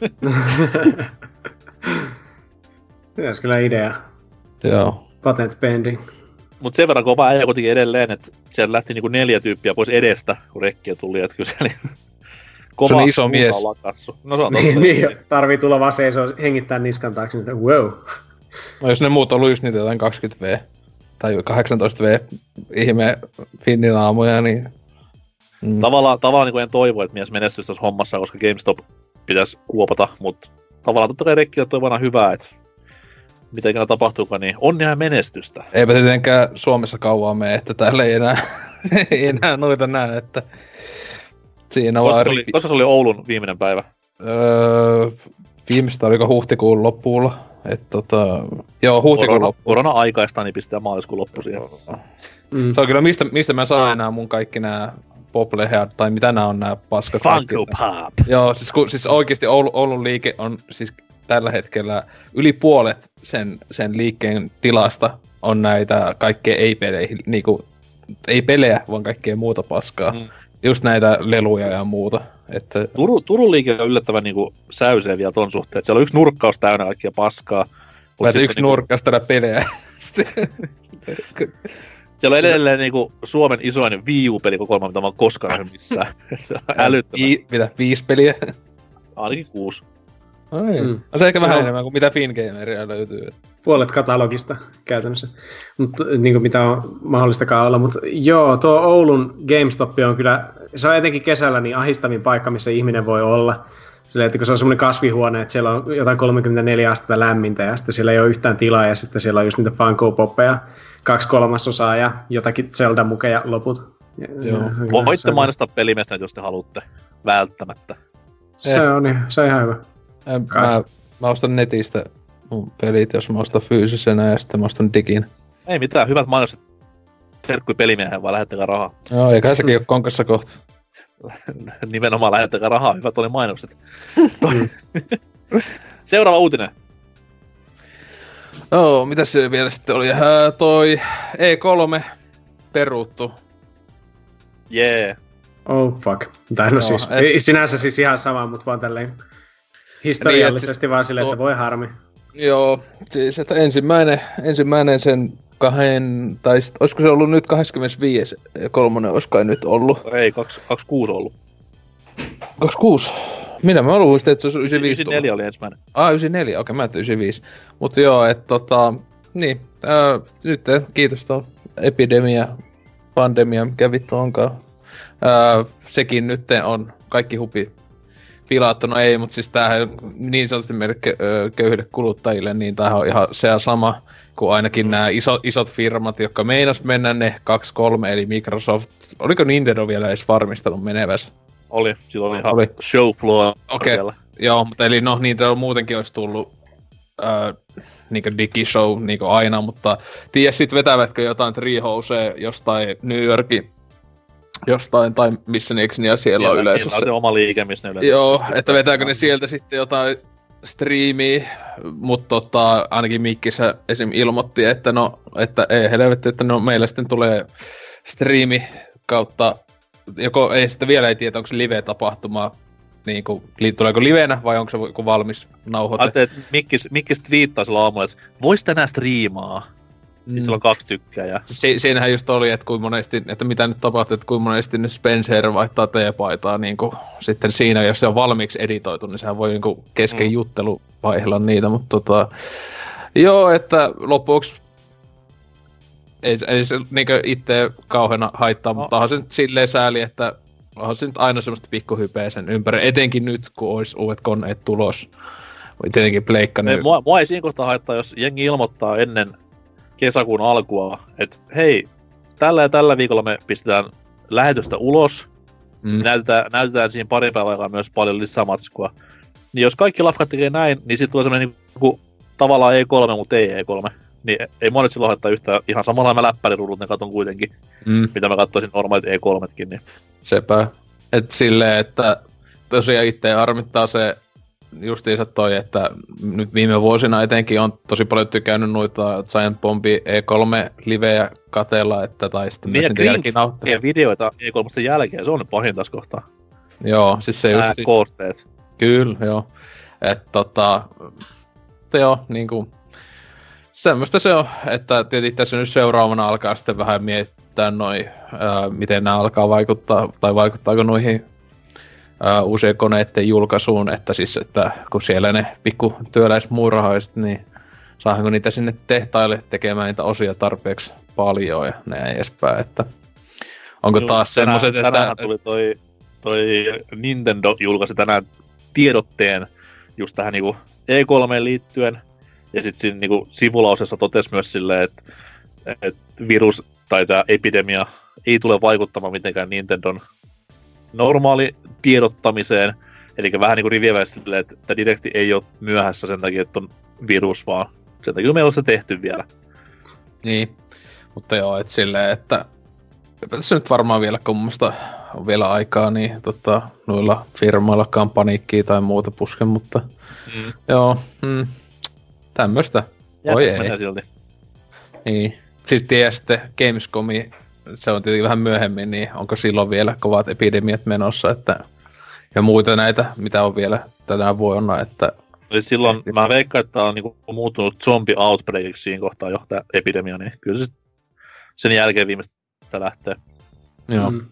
Se olisi kyllä idea. Joo. Patent pending. Mut sen verran kova äijä kuitenkin edelleen, että sieltä lähti niinku neljä tyyppiä pois edestä, kun rekkiä tuli, että kyllä se oli kova, se on iso mies. Lakassu. No se on niin, niin, tarvii tulla vaan seisoo hengittää niskan taakse, että wow. No jos ne muut ollut just niitä jotain kaksikymmentä vuotta tai kahdeksantoista vuotta ihme finninaamoja, niin... Mm. Tavallaan, tavallaan niin en toivo, että mies menestyisi tässä hommassa, koska GameStop pitäisi kuopata, mutta tavallaan totta kai rekkillä toivona hyvää, että mitä ikinä tapahtuukaan, niin onnea ja menestystä. Eipä tietenkään Suomessa kauaa mene, että täällä ei enää, ei enää noita näe, että siinä koska vaan... Se oli, koska se oli Oulun viimeinen päivä? Öö, viimeistä oliko huhtikuun loppuulla, että tota... Joo, huhtikuun Korona, loppuun. Korona-aikaista, niin pistää maaliskuun loppu siihen. Mm. Se on kyllä, mistä, mistä mä saan enää mun kaikki nää Poplehead, tai mitä nää on nää paskat. Funko Pop! Joo, siis, kun, siis oikeesti Oulu, Oulun liike on siis tällä hetkellä yli puolet sen, sen liikkeen tilasta on näitä kaikkea ei-peleihin, niinku, ei pelejä, vaan kaikkea muuta paskaa. Mm. Just näitä leluja ja muuta. Että... Turu, Turun liike on yllättävän niinku säysee vielä ton suhteen. Siellä on yksi nurkkaus täynnä kaikkia paskaa. Mä yksi niinku... nurkkaus tällä pelejä. Siellä on edelleen niinku Suomen isoin Wii U-pelikokoelma, mitä mä oon koskaan nähnyt missään. Se on älyttömästi. Vi- mitä, viisi peliä? Ainakin kuusi. Ai, mm. No se ehkä se vähän on... enemmän kuin mitä Fingameria löytyy. Puolet katalogista käytännössä, mutta niin kuin mitä on mahdollistakaan olla. Mutta joo, tuo Oulun GameStop on kyllä, se on etenkin kesällä niin ahistavin paikka, missä ihminen voi olla. Silleen, että kun se on semmoinen kasvihuone, että siellä on jotain kolmekymmentäneljä astetta lämmintä ja sitten siellä ei ole yhtään tilaa ja sitten siellä on just niitä Funko Poppeja, kaksi kolmasosaa ja jotakin Zelda-mukeja loput. Joo. Voitte mainostaa pelimessä, jos te haluatte. Välttämättä. Se on, se on ihan hyvä. Mä, mä ostan netistä mun pelit, jos mä ostan fyysisenä ja sitten mä ostan digin. Ei mitään, hyvät mainokset. Terkkui pelimiehen, vaan lähettäkää rahaa. Joo, eikä sekin ole konkassa kohta. Nimenomaan lähettäkää rahaa, hyvät oli mainokset. Seuraava uutinen. Joo, mitä se vielä sitten oli? Äh, toi E kolme peruuttu. Jee. Yeah. Oh fuck. Tai no siis, et... sinänsä siis ihan sama, mutta vaan tälleen historiallisesti niin, vaan silleen, että voi harmi. Joo, siis että ensimmäinen, ensimmäinen sen kahden, tai sit, olisiko se ollut nyt kahdeskymmenesviides kolmonen, olisiko ei nyt ollut? Ei, kaksikymmentäkuusi ollut. kaksikymmentäkuusi? Minä mä luulisin, että se olisi yhdeksänkymmentäviisi. yhdeksänkymmentäneljä oli ensimmäinen. Ah, yhdeksänkymmentäneljä, okei, mä ajattelin yhdeksänkymmentäviisi. Mutta joo, että tota, niin, ää, nyt kiitos tuon epidemia, pandemia, mikä vittu onkaan. Ää, sekin nyt on kaikki hupi pilattu. No ei, mutta siis tämähän niin sanotusti meille köyhille kuluttajille, niin tämähän on ihan se sama kuin ainakin mm. nämä iso, isot firmat, jotka meinas mennä ne kaksi kolme, eli Microsoft. Oliko Nintendo vielä edes varmistanut menevässä? Oli, silloin ihan oli. Show floor. Okei, okay. Joo, mutta eli no Nintendo muutenkin olisi tullut äh, niinku digishow niinku aina, mutta tiedä sit vetävätkö jotain Treehousea jostain New Yorkin jostain tai missä Nixnia siellä ja on yleensä. Se, se oma liike, missä ne yleensä. Joo, että vetääkö ne sieltä sitten jotain striimiä, mutta tota, ainakin Mikkissä esim. Ilmoitti, että no, että ei helvetti, että no meillä sitten tulee striimi kautta, joko ei sitten vielä ei tiedä, onko se live-tapahtuma, niin kuin, tuleeko livenä vai onko se joku valmis nauhoite? Ajattelin, että Mikkis, Mikkis twiittaa sillä aamulla, että vois tänään striimaa. Mm. Sillä on kaksi tykkää. Ja... Si- siinähän just oli, että, kuin monesti, että mitä nyt tapahtuu, että kuinka monesti nyt Spencer vaihtaa teepaitaa niin kuin, sitten siinä, jos se on valmiiksi editoitu, niin sehän voi niin kuin, kesken mm. juttelu vaihella niitä, mutta tota, joo, että lopuksi ei, ei se niin itse kauheena haittaa, no. Mutta onhan se nyt silleen sääli, että onhan se nyt aina semmoista pikkuhypeä sen ympäri, etenkin nyt, kun olisi uudet koneet tulos. Voi tietenkin pleikka nyt. Mua, mua ei siinä kohtaa haittaa, jos jengi ilmoittaa ennen kesäkuun alkua, että hei, tällä ja tällä viikolla me pistetään lähetystä ulos. Mm. Näytetään, näytetään siinä parin päivän aikaa myös paljon lisää matskua. Niin jos kaikki lafkat tekee näin, niin sitten tulee semmoinen niinku, tavallaan E kolme, mutta ei E kolme. Niin ei mua nyt silloin haittaa yhtään ihan samalla mä läppärirullut, ne katon kuitenkin, mm. mitä mä katsoisin normaalit E kolmetkin. Niin. Sepä. Et silleen, että tosiaan itse harmittaa se justiinsa toi, että nyt viime vuosina etenkin on tosi paljon tykännyt noita Giant Bombi E kolme livejä katella, että tai sitten myös niitä jälkinautteja. Ja videoita E kolme jälkeen, se on nyt pahin tässä kohtaa. Joo, siis se just... Koosteet. Kyllä, joo. Että tota... Joo, niinku... Semmoista se on, että tietysti tässä nyt seuraavana alkaa sitten vähän miettiä noi, ää, miten nämä alkaa vaikuttaa, tai vaikuttaako noihin ää, uusien koneiden julkaisuun, että siis, että kun siellä ne pikku työläismuurahaiset, niin saadaanko niitä sinne tehtaille tekemään niitä osia tarpeeksi paljon ja näin edespäin, että onko Joo, taas tänään, semmoiset, että... Tänään tuli toi, toi Nintendo julkaisi tänään tiedotteen just tähän niinku E kolmeen liittyen, ja sitten siinä niinku sivulausessa totesi myös silleen, että et virus tai tämä epidemia ei tule vaikuttamaan mitenkään Nintendon normaali tiedottamiseen. Eli vähän niinku riviävästi silleen, että tämä direkti ei ole myöhässä sen takia, että on virus, vaan sen takia meillä on se tehty vielä. Niin, mutta joo, että silleen, että tässä nyt varmaan vielä, kun musta on vielä aikaa, niin tota, noilla firmoillakaan paniikkiä tai muuta pusken, mutta mm. joo, mm. Tämmöstä. Oi ei. Silti. Niin. Sitten ja sitten Gamescomi, se on tietenkin vähän myöhemmin, niin onko silloin vielä kovat epidemiat menossa, että ja muita näitä, mitä on vielä tänä vuonna, että... Eli silloin mä veikkaan, että on niinku muuttunut zombie outbreakiksi siinä kohtaa jo tää epidemia, niin kyllä se sen jälkeen viimeistä lähtee. Joo. Mm.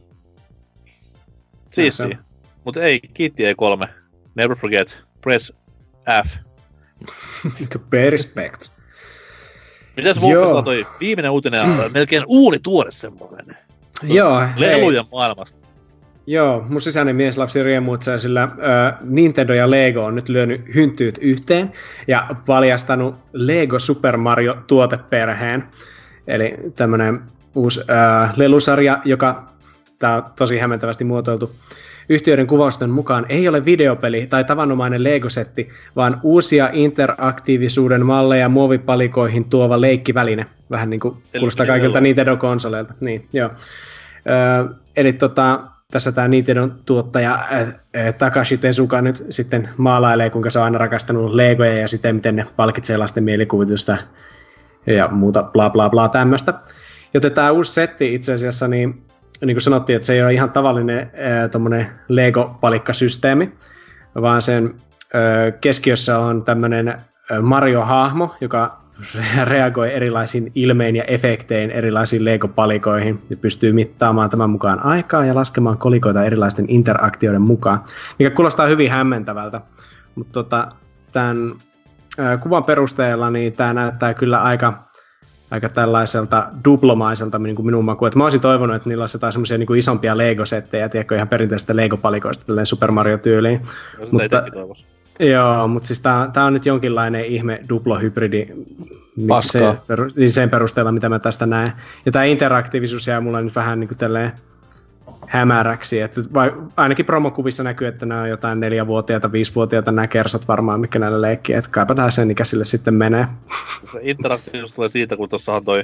Siistiä. Mut ei, kiitti E kolme. Never forget. Press F. To pay respect. Mitäs Vulpesilla toi viimeinen uutinen on melkein uuni tuore semmoinen? Joo, lelujen maailmasta. Joo, mun sisäinen mieslapsi riemuitsee, sillä äh, Nintendo ja Lego on nyt lyönyt hynttyyt yhteen ja paljastanut Lego Super Mario tuoteperheen. Eli tämmönen uusi äh, lelusarja, joka tää on tosi hämmentävästi muotoiltu. Yhtiöiden kuvausten mukaan ei ole videopeli tai tavanomainen Lego-setti, vaan uusia interaktiivisuuden malleja muovipalikoihin tuova leikkiväline. Vähän niin kuin kuulostaa kaikilta Nintendo-konsoleilta. Niin, joo. Ö, eli tota, tässä tämä Nintendon tuottaja ä, Takashi Tezuka nyt sitten maalailee, kuinka se on aina rakastanut Legoja ja sitten miten ne palkitsee lasten mielikuvitusta ja muuta bla bla bla tämmöistä. Joten tämä uusi setti itse asiassa, niin niin kuin sanottiin, että se ei ole ihan tavallinen tommonen Lego-palikkasysteemi, vaan sen ö, keskiössä on tämmöinen Mario-hahmo, joka reagoi erilaisiin ilmein ja efektein erilaisiin Lego-palikoihin ja pystyy mittaamaan tämän mukaan aikaa ja laskemaan kolikoita erilaisten interaktioiden mukaan, mikä kuulostaa hyvin hämmentävältä. Mutta tota, tämän ö, kuvan perusteella niin tämä näyttää kyllä aika aika tällaiselta duplomaiselta niin kuin minun makuun. Mä olisin toivonut, että niillä olisi jotain semmoisia niin kuin isompia Lego-settejä, tiedätkö, ihan perinteisestä Lego-palikoista tälleen Super Mario-tyyliin. Mutta, joo, mutta siis tää, tää on nyt jonkinlainen ihme duplohybridi Paskaa. Se, peru, niin sen perusteella, mitä mä tästä näen. Ja tää interaktiivisuus jää mulle nyt vähän niin kuin tälleen hämäräksi, että vai, ainakin promokuvissa näkyy, että nämä on jotain neljävuotiaita, viisivuotiaita nämä kersat varmaan, mikä näille leikkii, että kaipa tää sen ikäisille sitten menee. Se interaktiivisuus tulee siitä, kun tuossahan toi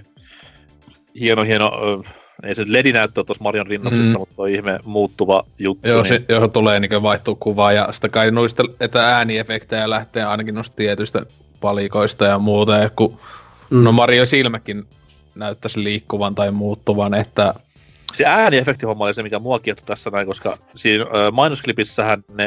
hieno, hieno, ei se L E D-näyttö ole tuossa Marion rinnaksessa, mm. mutta toi ihme muuttuva juttu. Joo, niin... se, johon tulee niin vaihtuu kuvaa ja sitä kai noista, että ääniefektejä lähtee ainakin noista tietyistä palikoista ja muuta, ja kun mm. no Mario silmäkin näyttäisi liikkuvan tai muuttuvan, että se ääniefektihomma oli se, mikä mua kiehtoi tässä näin, koska siinä ö, mainosklipissähän ne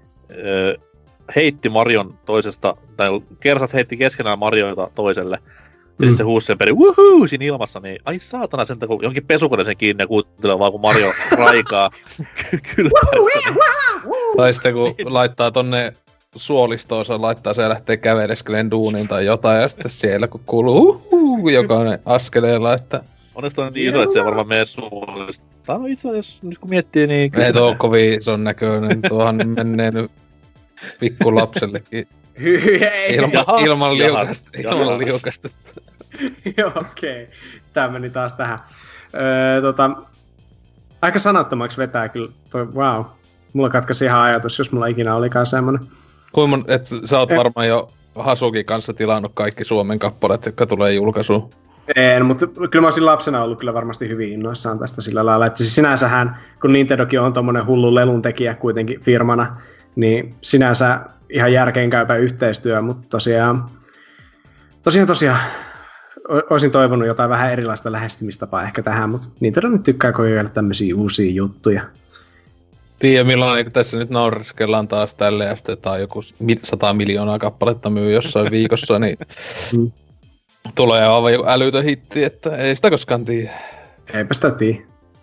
ö, heitti Marion toisesta, tai kersat heitti keskenään Marioita toiselle, ja mm. sitten se huusi sen perin, wuhuu, siinä ilmassa, niin ai saatana sen, kun jonkin pesukoneeseen kiinni ja kuuntelee vaan, kun Mario raikaa kylpäessä. Niin. Tai sitten kun laittaa tonne suolistoonsa, laittaa se ja lähtee käveleskeleen duuniin tai jotain, ja sitten siellä kun kuuluu uhuhu, jokainen askeleella, että onneksi on niin iso, että se ei varmaan mene suullista. Tai no itse asiassa, nyt kun miettii, niin... Ei tuo kovin ison näköinen, tuohan menee nyt pikku lapsellekin. Ilma, jahas, ilman jahas, liukasta. Ilman liukasta. Joo, okei. Okay. Tää meni taas tähän. Öö, tota, aika sanattomaksi vetää kyllä toi, wow. Mulla katkaisi ihan ajatus, jos mulla ikinä olikaan semmonen. Kuinka mun, et sä oot varmaan jo Hasukin kanssa tilannut kaikki Suomen kappaleet, jotka tulee julkaisuun? En, mutta kyllä mä olisin lapsena ollut kyllä varmasti hyvin innoissaan tästä sillä lailla, että siis sinänsähän, kun Nintendokin on tommonen hullu leluntekijä kuitenkin firmana, niin sinänsä ihan järkeenkäypä yhteistyö, mutta tosiaan, tosiaan, tosiaan olisin toivonut jotain vähän erilaista lähestymistapaa ehkä tähän, mutta Nintendo nyt tykkää kokeilla tämmöisiä uusia juttuja. Tiedä millainen, kun tässä nyt naureskellaan taas tälle ja sitten tää on joku sata miljoonaa kappaletta myy jossain viikossa, niin mm. tulee aivan joku älytön hitti, että ei sitä koskaan tiedä. Eipä sitä tiedä.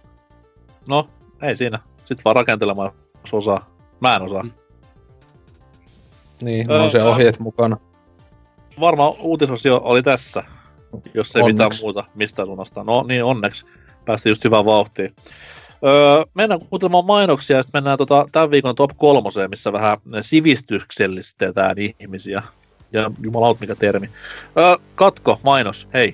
No, ei siinä. Sitten vaan rakentelemaan, jos osaa. Mä en osaa. Niin, öö, on se ohjeet mukana. Varmaan uutisosio oli tässä, jos ei onneksi. mitään muuta mistään suunnasta. No niin, onneksi. Päästiin just hyvään vauhtiin. Öö, mennään kuuntelemaan mainoksia ja sitten mennään tota, tämän viikon top kolmoseen, missä vähän sivistyksellistetään ihmisiä. Ja jumalaut mikä termi. Öö, katko, mainos, hei.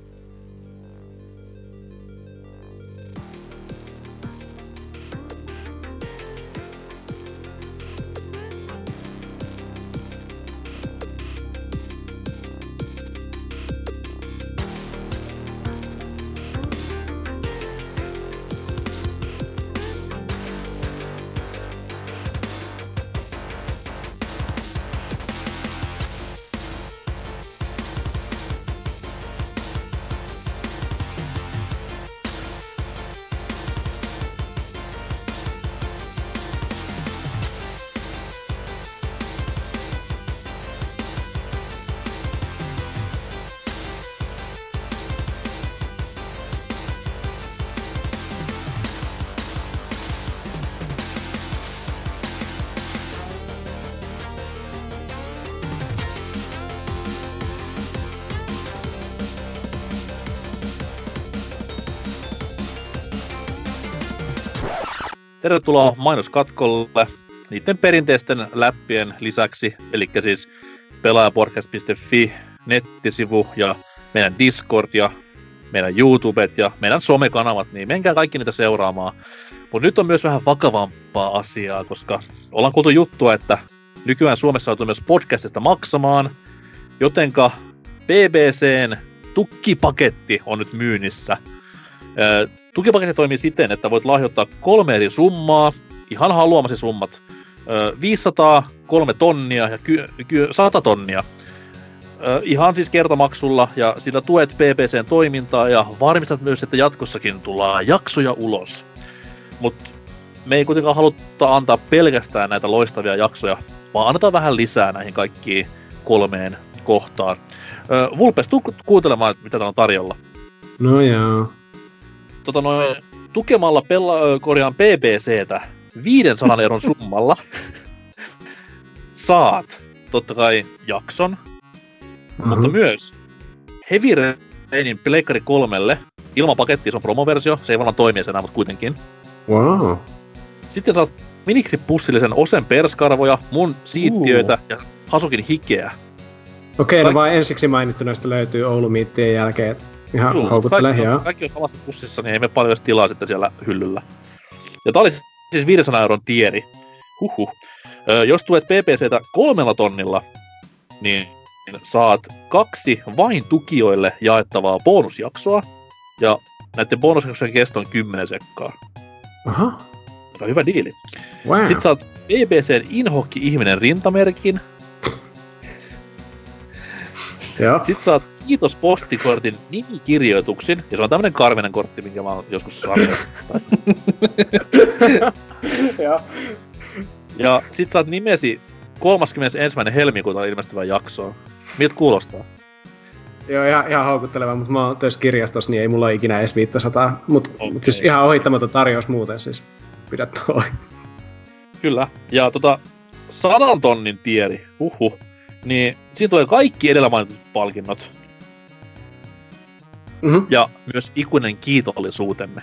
Tervetuloa mainoskatkolle niiden perinteisten läppien lisäksi, eli siis pelaajapodcast piste fi nettisivu ja meidän Discord ja meidän YouTubet ja meidän somekanavat, niin menkää kaikki niitä seuraamaan. Mutta nyt on myös vähän vakavampaa asiaa, koska ollaan kuultu juttua, että nykyään Suomessa joutuu myös podcastista maksamaan, jotenka B B C:n tukipaketti on nyt myynnissä. Tukipaketti toimii siten, että voit lahjoittaa kolme eri summaa, ihan haluamasi summat, viisisataa, kolme tonnia ja ky- ky- sata tonnia. Ihan siis kertamaksulla, ja sillä tuet B B C:n toimintaa ja varmistat myös, että jatkossakin tullaan jaksoja ulos. Mutta me ei kuitenkaan haluta antaa pelkästään näitä loistavia jaksoja, vaan annetaan vähän lisää näihin kaikkiin kolmeen kohtaan. Vulpes, tuu kuuntelemaan, mitä täällä on tarjolla. No joo. Tota noin, tukemalla pela- korjaan B B C:tä viisisataa euron summalla saat totta kai jakson, mm-hmm. mutta myös Heavy niin Pleikkari kolmelle. Ilman pakettia se on promoversio, se ei varmaan toimi enää, mutta kuitenkin. Wow. Sitten saat minigrip-pussillisen Osen perskarvoja, mun siittiöitä uh. ja Hasukin hikeä. Okei, okay, no vaan ensiksi mainittu näistä löytyy Oulu-miittien jälkeen, et ihan Juu, houkuttelee, kaikki, joo. Kaikki jos avassa pussissa, niin ei me paljon edes tilaa sitten siellä hyllyllä. Ja tää oli siis viisisataa euron tieri. Huhhuh. Ö, jos tuet P P C:tä kolmella tonnilla, niin saat kaksi vain tukijoille jaettavaa bonusjaksoa. Ja näiden bonusjaksojen kesto on kymmenen sekkaa. Aha. Tämä on hyvä diili. Wow. Sitten saat B B C:n Inhokki-ihminen rintamerkin. Joo. Sitten saat kiitos postikortin nimikirjoituksin. Ja se on tämmönen karvinen kortti, minkä mä oon joskus saanut. Joo. Ja sit saat nimesi kolmaskymmenesensimmäinen helmikuuta ilmestyvään jaksoon. Miltä kuulostaa? Joo, ihan, ihan houkutteleva, mutta mä oon töissä kirjastossa, niin ei mulla ole ikinä edes viisisataa. Mut, okay. mut siis ihan ohittamaton tarjous muuten, siis pidä toi. Kyllä. Ja tota, sadan tonnin tieri, huhhuh, niin siinä tulee kaikki edellä mainitut palkinnot. Mm-hmm. Ja myös ikuinen kiitollisuutemme.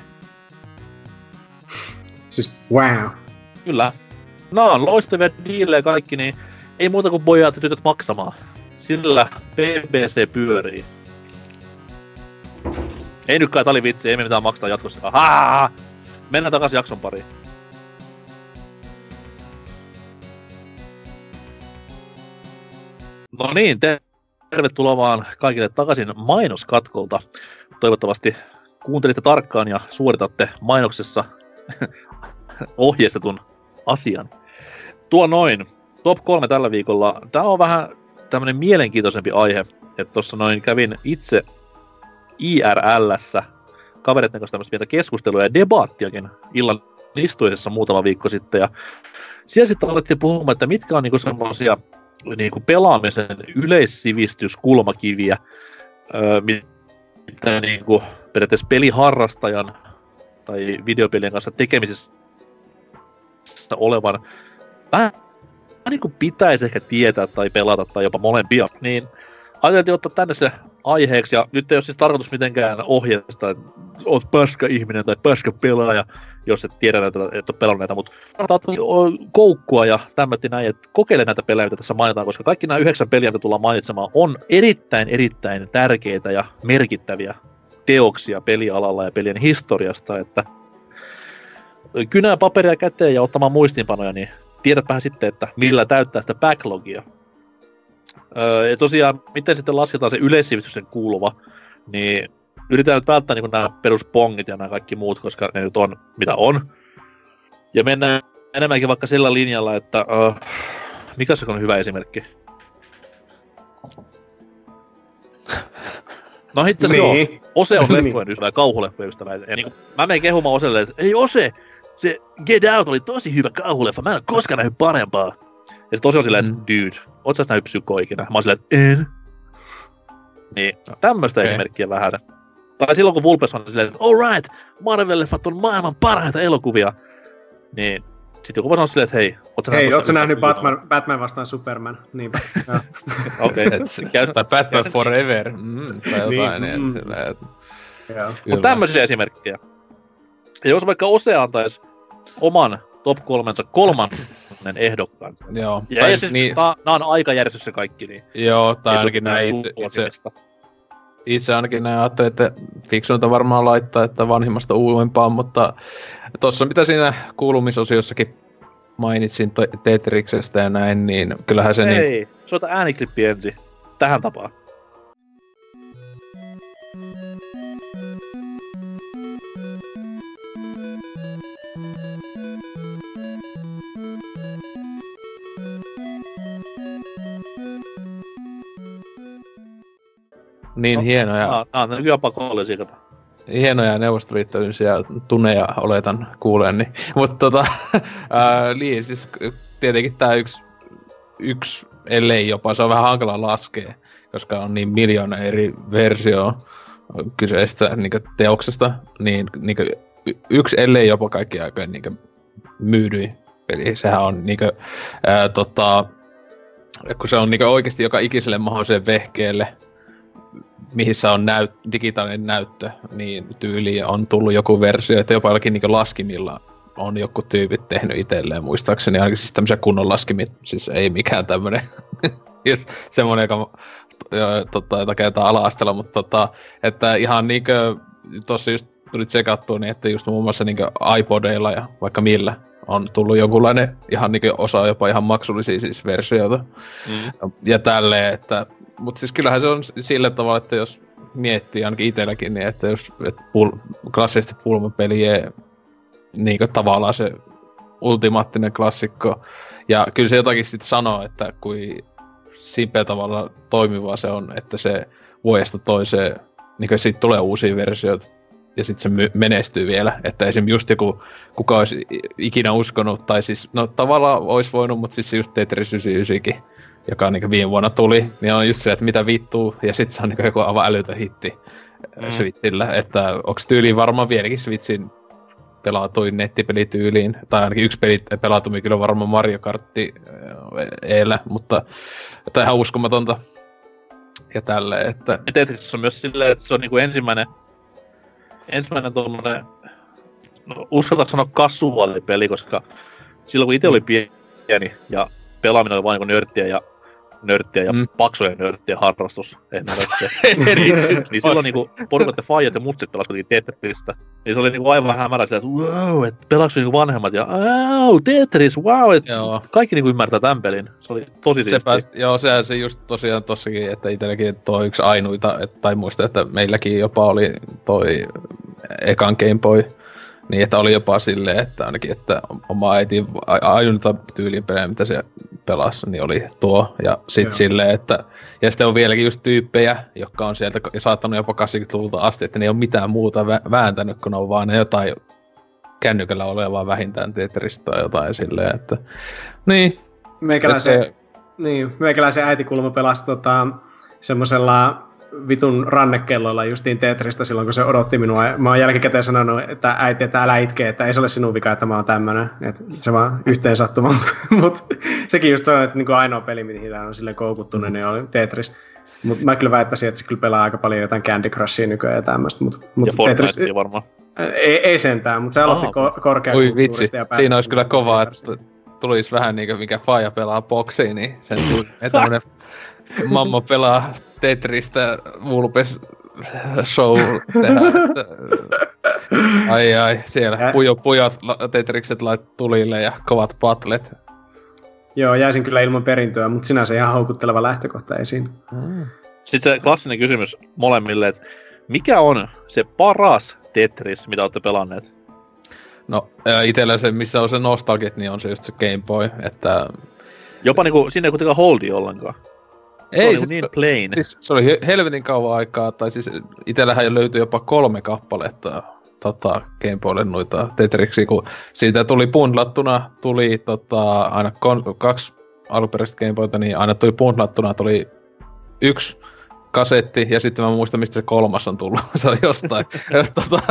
Siis wow. Kyllä. Nää on loistavia diilejä kaikki, niin ei muuta kuin pojat ja tytöt maksamaan. Sillä B B C pyörii. Ei nyt kai tää oli vitsi, ei me mitään maksaa jatkossa. Haa! Mennään takas jakson pariin. No niin, tervetuloa vaan kaikille takaisin mainoskatkolta. Toivottavasti kuuntelitte tarkkaan ja suoritatte mainoksessa ohjeistetun asian. Tuo noin. Top kolme tällä viikolla. Tää on vähän tämmönen mielenkiintoisempi aihe. Että tossa noin kävin itse I R L:ssä kavereiden kanssa tämmöistä pientä keskustelua ja debaattiakin illan istuisessa muutama viikko sitten. Ja siellä sitten alettiin puhumaan, että mitkä on niinku semmosia niinku pelaamisen yleissivistyskulmakiviä, öö, mitä niinku periaatteessa peliharrastajan tai videopelien kanssa tekemisissä olevan vähän niinku pitäisi ehkä tietää tai pelata tai jopa molempia, niin ajateltiin ottaa tänne se aiheeksi, ja nyt ei ole siis tarkoitus mitenkään ohjeistaa, että oot paska ihminen tai paska pelaaja, jos et tiedä näitä, et ole pelannut näitä, mutta koukkua ja tämmötti näin, että kokeile näitä pelejä, mitä tässä mainitaan, koska kaikki nämä yhdeksän peliä, mitä tullaan mainitsemaan, on erittäin, erittäin tärkeitä ja merkittäviä teoksia pelialalla ja pelien historiasta, että kynää paperia käteen ja ottamaan muistiinpanoja, niin tiedätpähän sitten, että millä täyttää sitä backlogia. Öö, ja tosiaan, miten sitten lasketaan se yleissivistyksen kuuluva, niin yritetään nyt välttää niin nämä peruspongit ja nämä kaikki muut, koska ne nyt on mitä on. Ja mennään enemmänkin vaikka sillä linjalla, että öö, mikä se on hyvä esimerkki? No itse asiassa niin. Joo, Ose on leffojen ystävä ja kauhuleffojen ystävä. Ja niin kuin, mä menen kehumaan Oselle, että ei Ose, se Get Out oli tosi hyvä kauhuleffa, mä en ole koskaan nähnyt parempaa. Ja sit Ose on silleen, että mm. dude, oot sä nähnyt Psyko ikinä? Mä oon silleen, että en. Niin, tämmöstä okay. Esimerkkiä vähän se. Tai silloin kun Vulpes on silleen, että alright, Marvel-leffat on maailman parhaita elokuvia. Niin, sit joku on silleen, että hei, oot sä hei, oot sä nähnyt Batman, Batman vastaan Superman? Niinpä. Okei. Tai Batman Forever. Mm, tai jotain. Niin, mm. Silleen, että... Mut tämmösiä esimerkkejä. Ja jos vaikka Ose antais oman top kolmensa kolmannen ehdokkaan. Joo. Ja ei siis, niin... nää on aikajärjestyssä kaikki, niin... Joo, tai ainakin näin itse, itse, itse ainakin näin ajattelin, että fiksuinta varmaan laittaa, että vanhimmasta uudempaan, mutta tossa mitä siinä kuulumisosiossakin mainitsin Tetriksestä ja näin, niin kyllähän se Hei, niin... Hei, soita ääniklippi ensin. Tähän tapaan. Niin no, hienoja. Nää on nykyään pakollisia, kato. Hienoja neuvostoliittoysiä tunneja oletan kuulen, niin. Mutta tota, ää, niin, siis tietenkin tää yksi, yksi, ellei jopa, se on vähän hankala laskea, koska on niin miljoona eri versio kyseistä niin teoksesta, niin, niin yksi, ellei jopa kaikki aikojen niin myydyin peli. Sehän on niin kuin, ää, tota, kun se on niin oikeasti joka ikiselle mahdolliselle vehkeelle missä on näyt, digitaalinen näyttö, niin tyyli on tullut joku versio, että jopa jollakin niin laskimilla on joku tyypit tehnyt itselleen, muistaakseni ainakin siis tämmöisiä kunnon laskimia, siis ei mikään tämmönen, just semmonen, joka, tota, jota käytetään ala-asteella, mutta tota, että ihan niinkö, tossa just tulit sekattua, niin että just muun muassa niinkö iPodeilla ja vaikka millä on tullut jonkunlainen ihan niinkö osa jopa ihan maksullisia siis versioita mm. ja tälleen, että mut siis kyllähän se on sillä tavalla, että jos miettii ainakin itselläkin, niin että jos et pul- klassisesti pulmapelien niinkö tavallaan se ultimaattinen klassikko. Ja kyllä se jotakin sitten sanoo, että kui simpeä tavalla toimiva se on, että se vuodesta toiseen niinkö siitä tulee uusia versioita ja sitten se my- menestyy vielä. Että esimerkiksi just joku, kuka olisi ikinä uskonut, tai siis no tavallaan olisi voinut, mutta siis just Tetris yhdeksänkymmentäyhdeksän, joka niinku viime vuonna tuli, niin on just se, että mitä vittuu, ja sitten se on niinku joku aivan älytön hitti mm. Switchillä. Että onks tyyliin varmaan vieläkin Switchin pelatuin nettipelityyliin, tai ainakin yksi peli pelatumi kyllä varmaan Mario Kartti eellä, mutta että ihan uskomatonta ja tälleen, että... Tetris on myös silleen, että se on niinku ensimmäinen, ensimmäinen tuollainen, no uskaltaako sanoa casual-peli, koska silloin kun itse oli pieni ja pelaaminen oli vain niin nörttiä ja nörttiä ja mm. paksojen nörttiä harrastus, ei nörttiä. niin, niin silloin niinku porukat ja faijat ja mutsit pelasivat Tetristä. Niin se oli niinku aivan hämärä sillä, että wow, että pelaksi niinku vanhemmat ja wow, Tetris, wow, että kaikki niinku ymmärtää tämän pelin. Se oli tosi siistiä. Pääs, joo, sehän se just tosiaan tossakin, että itselläkin toi yksi ainuita, et, tai muista, että meilläkin jopa oli toi ekan Game Boy. Niin, että oli jopa silleen, että ainakin, että oma äiti ainoita tyylin pelejä, mitä se pelasi, niin oli tuo. Ja sit Joo. silleen, että... Ja sitten on vieläkin just tyyppejä, jotka on sieltä saattanut jopa kahdeksankymmentäluvulta asti, että ne ei ole mitään muuta vä- vääntänyt, kun on vaan ne jotain kännykällä olevaa vähintään Tetristä tai jotain silleen, että... Niin. Meikäläisen, se... niin, meikäläisen äitikulma pelasi tota, semmosella... vitun rannekelloilla justiin Tetristä silloin, kun se odotti minua. Mä oon jälkikäteen sanonut, että äiti, että älä itke, että ei se ole sinun vika, että mä oon tämmönen. Että se vaan yhteen sattuma. Mutta sekin just sanoi, että niinku ainoa peli, mihin on silleen koukuttunut, niin oli Tetris. Mutta mä kyllä väittäisin, että se kyllä pelaa aika paljon jotain Candy Crushia nykyään ja tämmöistä. Mut, mut ja Tetris varmaan. Ei, ei sentään, mutta se aloitti ko- korkeakulttuurista. Ui vitsi, siinä olisi kyllä kovaa, että tulisi vähän niinku mikä faija pelaa boksiin, niin sen tuli tämmönen mamma pelaa Tetristä Vulpes show tehdä. Ai ai, siellä pujo pujat Tetrikset lait tulille ja kovat patlet. Joo, jäisin kyllä ilman perintöä, mutta sinänsä ihan houkutteleva lähtökohta esiin. Mm. Sitten se klassinen kysymys molemmille, että mikä on se paras Tetris, mitä olette pelanneet? No itellä se, missä on se nostalgit, niin on se just se Game Boy, että... Jopa niinku, siinä ei kuitenkaan holdi ollenkaan. Ei, se siis, niin plain. Siis se oli helvetin kauan aikaa, tai siis itsellähän jo löytyi jopa kolme kappaletta tota, Game Boylle noita Tetriksi, kun siitä tuli bundlattuna, tuli tota, aina kon- kaksi alkuperäistä Game Boyta, niin aina tuli bundlattuna, tuli yksi kasetti, ja sitten mä muistan, mistä se kolmas on tullut, se on jostain. tota,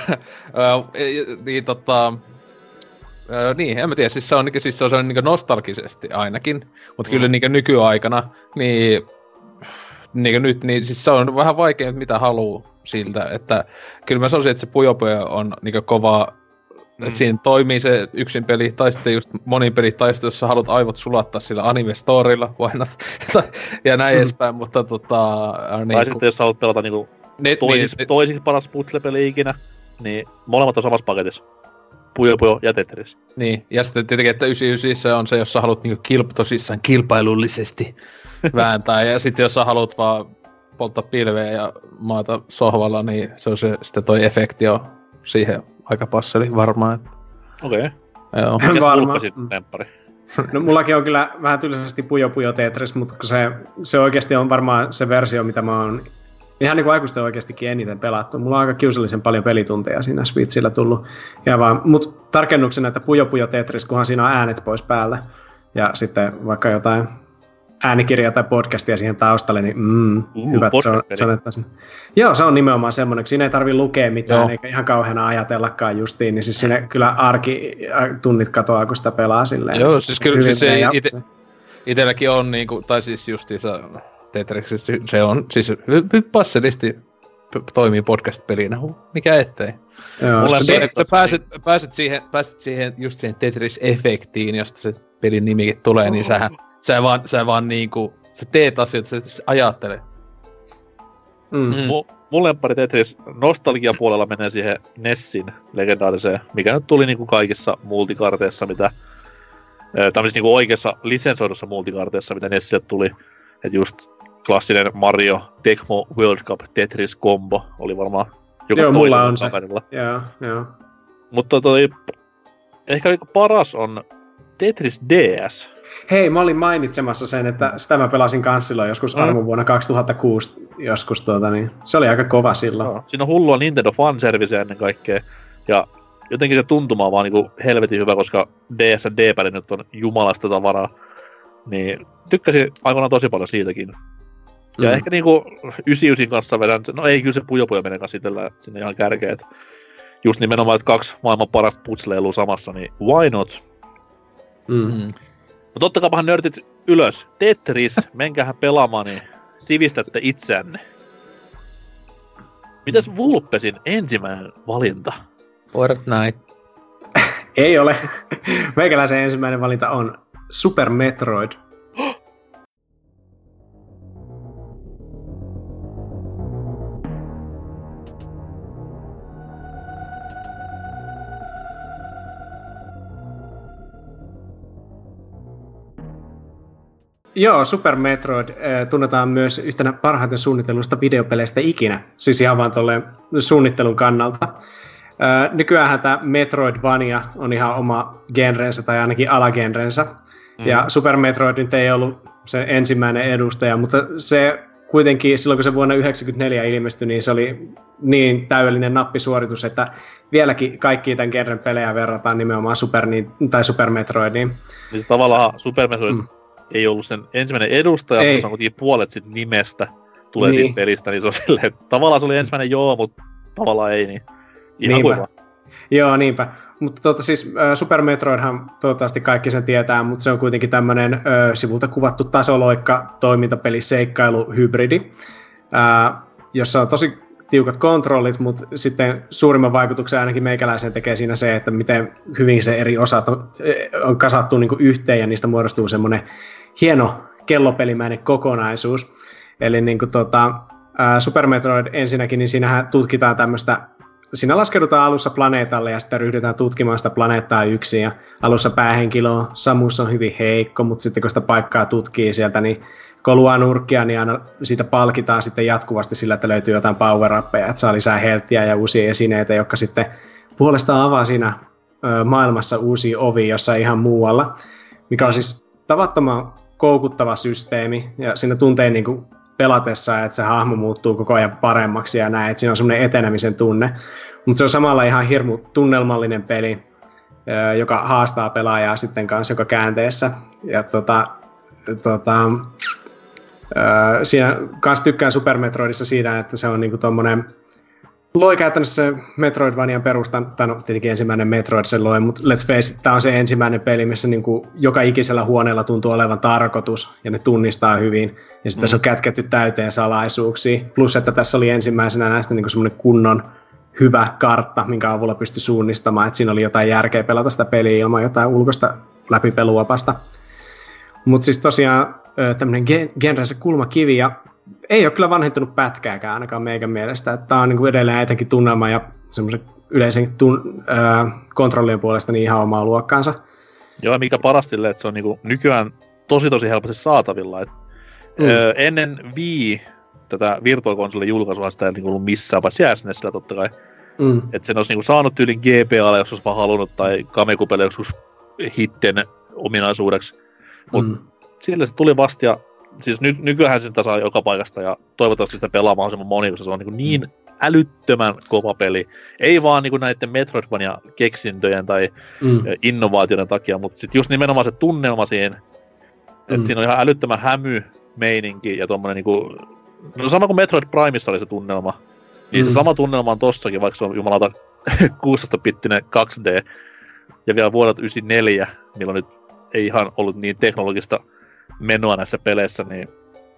niin tota... Öö, niin, en mä tiedä, siis se on, siis se on, se on niin nostalgisesti ainakin, mutta mm. kyllä niin nykyaikana, niin, niin nyt, niin siis se on vähän vaikea, mitä haluu siltä, että kyllä mä sanoisin, että se Puyo Puyo on niin kova, mm. että siinä toimii se yksin peli, tai sitten just monin peli, tai sitten jos sä haluat aivot sulattaa sillä anime-storilla, vainat, ja näin mm. edespäin, mutta tota... Niin, tai sitten jos sä haluat pelata niinku net, toisiksi, niin, toisiksi paras puzzle-peli ikinä, niin molemmat on samassa paketissa. Puyo Puyo ja Tetris. Niin, ja sitten tietenkin, että yhdeksänkymmentäyhdeksän on se, jos sä haluat niinku kilp- tosissaan kilpailullisesti vääntää, ja sitten jos sä haluat vaan polttaa pilveä ja maata sohvalla, niin se on se, sitten toi efekti on siihen aika passeli varmaan. Okei. Okay. Joo. Mikäs vulppasit temppari? No mullakin on kyllä vähän tylsästi Puyo Puyo Tetris, mutta se, se oikeasti on varmaan se versio, mitä mä oon ihan niinku aikuisten oikeastikin eniten pelattu. Mulla on aika kiusallisen paljon pelitunteja siinä Switchillä tullut. Ja vaan, mut tarkennuksena, että Puyo Puyo Tetris, kunhan siinä on äänet pois päällä. Ja sitten vaikka jotain äänikirjaa tai podcastia siihen taustalle, niin mm, uh, hyvät sanottaisiin. Joo, se on nimenomaan semmoinen, siinä ei tarvi lukea mitään, Joo. eikä ihan kauheana ajatellakaan justiin, niin siis siinä kyllä arkitunnit katoaa, kun sitä pelaa silleen. Joo, siis kyllä siis se ite, itelläkin on niinku, tai siis justiinsa Tetris. Se on, siis Puzzleisti toimii podcast-pelinä, mikä ettei. Joo, se, se, että sä pääset, pääset, siihen, pääset siihen, just siihen Tetris-efektiin, josta se pelin nimikin tulee, niin sähän, sä vaan, sä vaan niinku, sä teet asioita, sä, sä ajattelet. Mm. Mm. Mun lemppari Tetris nostalgiapuolella menee siihen Nessin legendaariseen, mikä nyt tuli niinku kaikissa multikarteissa, mitä tämmöisissä niinku oikeassa lisensoidussa multikarteissa, mitä Nessille tuli. Et just klassinen Mario Tecmo World Cup Tetris Combo oli varmaan joka joo, mulla on se. Joo, joo. Mutta toi ehkä paras on Tetris D S. Hei, mä olin mainitsemassa sen, että sitä mä pelasin kans silloin joskus mm. arvon vuonna kaksituhattakuusi joskus tuota, niin se oli aika kova silloin. No, siinä on hullua Nintendo fanservice ennen kaikkea, ja jotenkin se tuntuma on vaan niinku helvetin hyvä, koska D S ja D-peli nyt on jumalasta tavaraa, niin tykkäsin aikoinaan tosi paljon siitäkin. Ja mm. ehkä niinku yhdeksänkymmentäyhdeksän kanssa vedän, no ei kyllä se Puyo Puyo menee kanssa itsellä sinne ihan kärkeen, että just nimenomaan, että kaksi maailman parasta putsleilua samassa, niin why not? Mm. Mutta ottakaapahan nörtit ylös. Tetris, menkähän pelaamaan, niin sivistätte itseänne. Mitäs Vulpesin ensimmäinen valinta? Fortnite. Ei ole. Meikäläisen ensimmäinen valinta on Super Metroid. Joo, Super Metroid äh, tunnetaan myös yhtenä parhaiten suunnitellusta videopeleistä ikinä, siis ihan vaan tolleen suunnittelun kannalta. Äh, nykyäänhän tämä Metroidvania on ihan oma genrensä tai ainakin alagenrensä, mm. ja Super Metroid nyt ei ollut se ensimmäinen edustaja, mutta se kuitenkin silloin kun se vuonna yhdeksänkymmentäneljä ilmestyi, niin se oli niin täydellinen nappisuoritus, että vieläkin kaikki tämän genren pelejä verrataan nimenomaan Super, tai Super Metroidiin. Siis tavallaan Super Metroid mm. ei ollut sen ensimmäinen edustaja, ei. Mutta se on kuitenkin puolet sit nimestä tulee niin. Siitä pelistä, niin se on silleen, tavallaan se oli ensimmäinen joo, mutta tavallaan ei, niin ihan kuivaa. Joo, niinpä. Mutta tuota, siis äh, Super Metroidhan toivottavasti kaikki sen tietää, mutta se on kuitenkin tämmöinen äh, sivulta kuvattu tasoloikka toimintapeli seikkailu hybridi, äh, jossa on tosi tiukat kontrollit, mutta sitten suurimman vaikutuksen ainakin meikäläisen tekee siinä se, että miten hyvin se eri osat on, on kasattu niin kuin yhteen ja niistä muodostuu semmoinen hieno kellopelimäinen kokonaisuus. Eli niin kuin tota, ää, Super Metroid ensinnäkin, niin siinähän tutkitaan tämmöistä, siinä laskeudutaan alussa planeetalle ja sitten ryhdytään tutkimaan sitä planeettaa yksin ja alussa päähenkilö on, Samus on hyvin heikko, mutta sitten kun sitä paikkaa tutkii sieltä, niin koluaa nurkkia, niin aina siitä palkitaan sitten jatkuvasti sillä, että löytyy jotain power-uppeja, että saa lisää helttiä ja uusia esineitä, jotka sitten puolestaan avaa siinä ö, maailmassa uusia ovia jossain ihan muualla, mikä on siis tavattoman koukuttava systeemi, ja siinä tuntee niin kuin pelatessa, että se hahmo muuttuu koko ajan paremmaksi ja näin, että siinä on semmoinen etenemisen tunne, mutta se on samalla ihan hirmu tunnelmallinen peli, ö, joka haastaa pelaajaa sitten kanssa joka käänteessä, ja tota, tota Öö, siinä kans tykkään Super Metroidissa siinä, että se on niinku tommonen, loi käytännössä Metroidvanian perustan, tai no tietenkin ensimmäinen Metroid se loi, mutta let's face it, tää on se ensimmäinen peli, missä niinku joka ikisellä huoneella tuntuu olevan tarkoitus, ja ne tunnistaa hyvin, ja sitten mm. se on kätketty täyteen salaisuuksia, plus että tässä oli ensimmäisenä näistä niinku semmonen kunnon hyvä kartta, minkä avulla pystyi suunnistamaan, että siinä oli jotain järkeä pelata sitä peliä ilman jotain ulkoista läpipeluopasta. Mutta siis tosiaan tämmöinen genrensä kulmakivi, ja ei ole kyllä vanhentunut pätkääkään ainakaan meikän mielestä. Että tää on niinku edelleen etenkin tunnelma ja semmoisen yleisen tun, äh, kontrollien puolesta niin ihan omaa luokkaansa. Joo, mikä parastille, että se on niinku nykyään tosi tosi helposti saatavilla. Et, mm. ö, ennen Wii, tätä Virtual Consolen julkaisua, sitä ei niinku ollut missään, paitsi S N E S:llä totta kai. Mm. Että sen olisi niinku saanut tyylin G P A:lle, jos olisi vaan halunnut, tai Kamekupelle joskus hitten ominaisuudeksi. Mutta mm. sillä se tuli vasta, ja siis ny, nykyään sen saa joka paikasta, ja toivottavasti sitä pelaa mahdollisimman moni, koska se on niin, niin älyttömän kova peli. Ei vaan niin näiden Metroidvania-keksintöjen tai mm. innovaatioiden takia, mutta sitten just nimenomaan se tunnelma siihen, että mm. siinä on ihan älyttömän hämy-meininki, ja tommonen niinku, no sama kuin Metroid Primeissa oli se tunnelma, niin mm. se sama tunnelma on tossakin, vaikka se on jumalauta kuusitoista-bittinen kaksi D, ja vielä vuodelta yhdeksänkymmentäneljä, milloin nyt ei ihan ollut niin teknologista menoa näissä peleissä, niin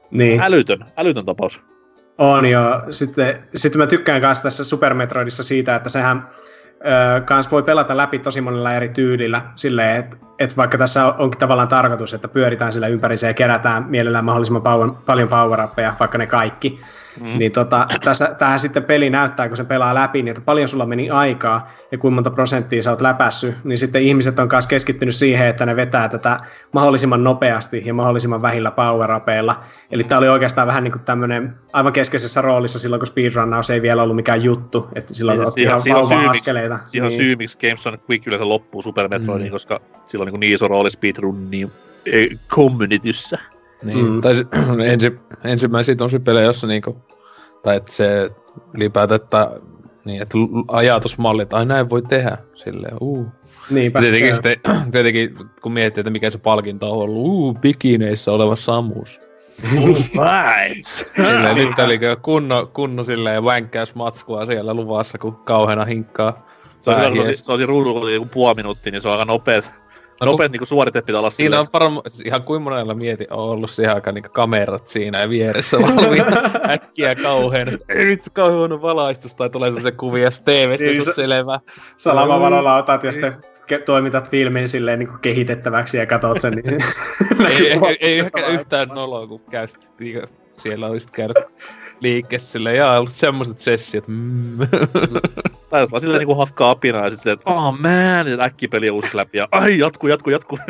Niin. Älytön, älytön tapaus. On joo. Sitten, sitten mä tykkään kanssa tässä Super Metroidissa siitä, että sehän ö, kans voi pelata läpi tosi monella eri tyylillä silleen, että et vaikka tässä onkin tavallaan tarkoitus, että pyöritään sillä ympärissä ja kerätään mielellään mahdollisimman pauan, paljon power-uppeja, vaikka ne kaikki, mm. niin tota, tässä, tähän sitten peli näyttää, kun se pelaa läpi, niin että paljon sulla meni aikaa ja kuinka monta prosenttia sä oot läpässyt, niin sitten ihmiset on kanssa keskittynyt siihen, että ne vetää tätä mahdollisimman nopeasti ja mahdollisimman vähillä power-upeilla. Eli tää oli oikeastaan vähän niin kuin tämmönen aivan keskeisessä roolissa silloin, kun speedrunnaus ei vielä ollut mikään juttu, että silloin otti ihan vauva-askeleita. Siihen on syy, miksi Games on Quick yleensä loppuu Super Metroidiin, mm. koska sillä on niin, niin iso rooli speedrunniin communityssä. Niin, mm. tai ensi, ensimmäisiä tommosia pelejä, jossa niinku, tai että se ylipäätään, että, niin, että ajatusmalli, että ai näin voi tehdä, silleen, uu. Niinpä. Tietenkin, sitten, tietenkin, kun miettii, että mikä se palkinto on ollut, uu, bikineissä oleva Samus. Right. Silleen, nyt olikö kunno, kunno silleen vänkkäysmatskua siellä luvassa, kun kauheena hinkkaa. Se on hyvä, se olisi ruudulla joku puoli minuuttia, niin se on aika nopeet. Nopeet niinku suorite pitää olla siinä on varmaan, ihan kuin monella mieti on ollut siihen aikaan niinku kamerat siinä ja vieressä valmiina äkkiä kauheena. Ei nyt se kauhean huono valaistus tai tulee se kuvia T V:stä, niin, se on selvä. Salamavalolla otat ja sitten ke- toimitat filmin silleen niinku kehitettäväksi ja katot sen. Niin ei, ei, ei ehkä yhtään noloa, kun käy sitten siellä on just käynyt liikkeessä silleen, jaa, ollut semmoset sessiot. Mm. Tai jos vaan silleen niinku hakkaa apinaa ja sit silleen, että oh man, ja äkkipeli uusiksi läpi ja ai jatku, jatku, jatku.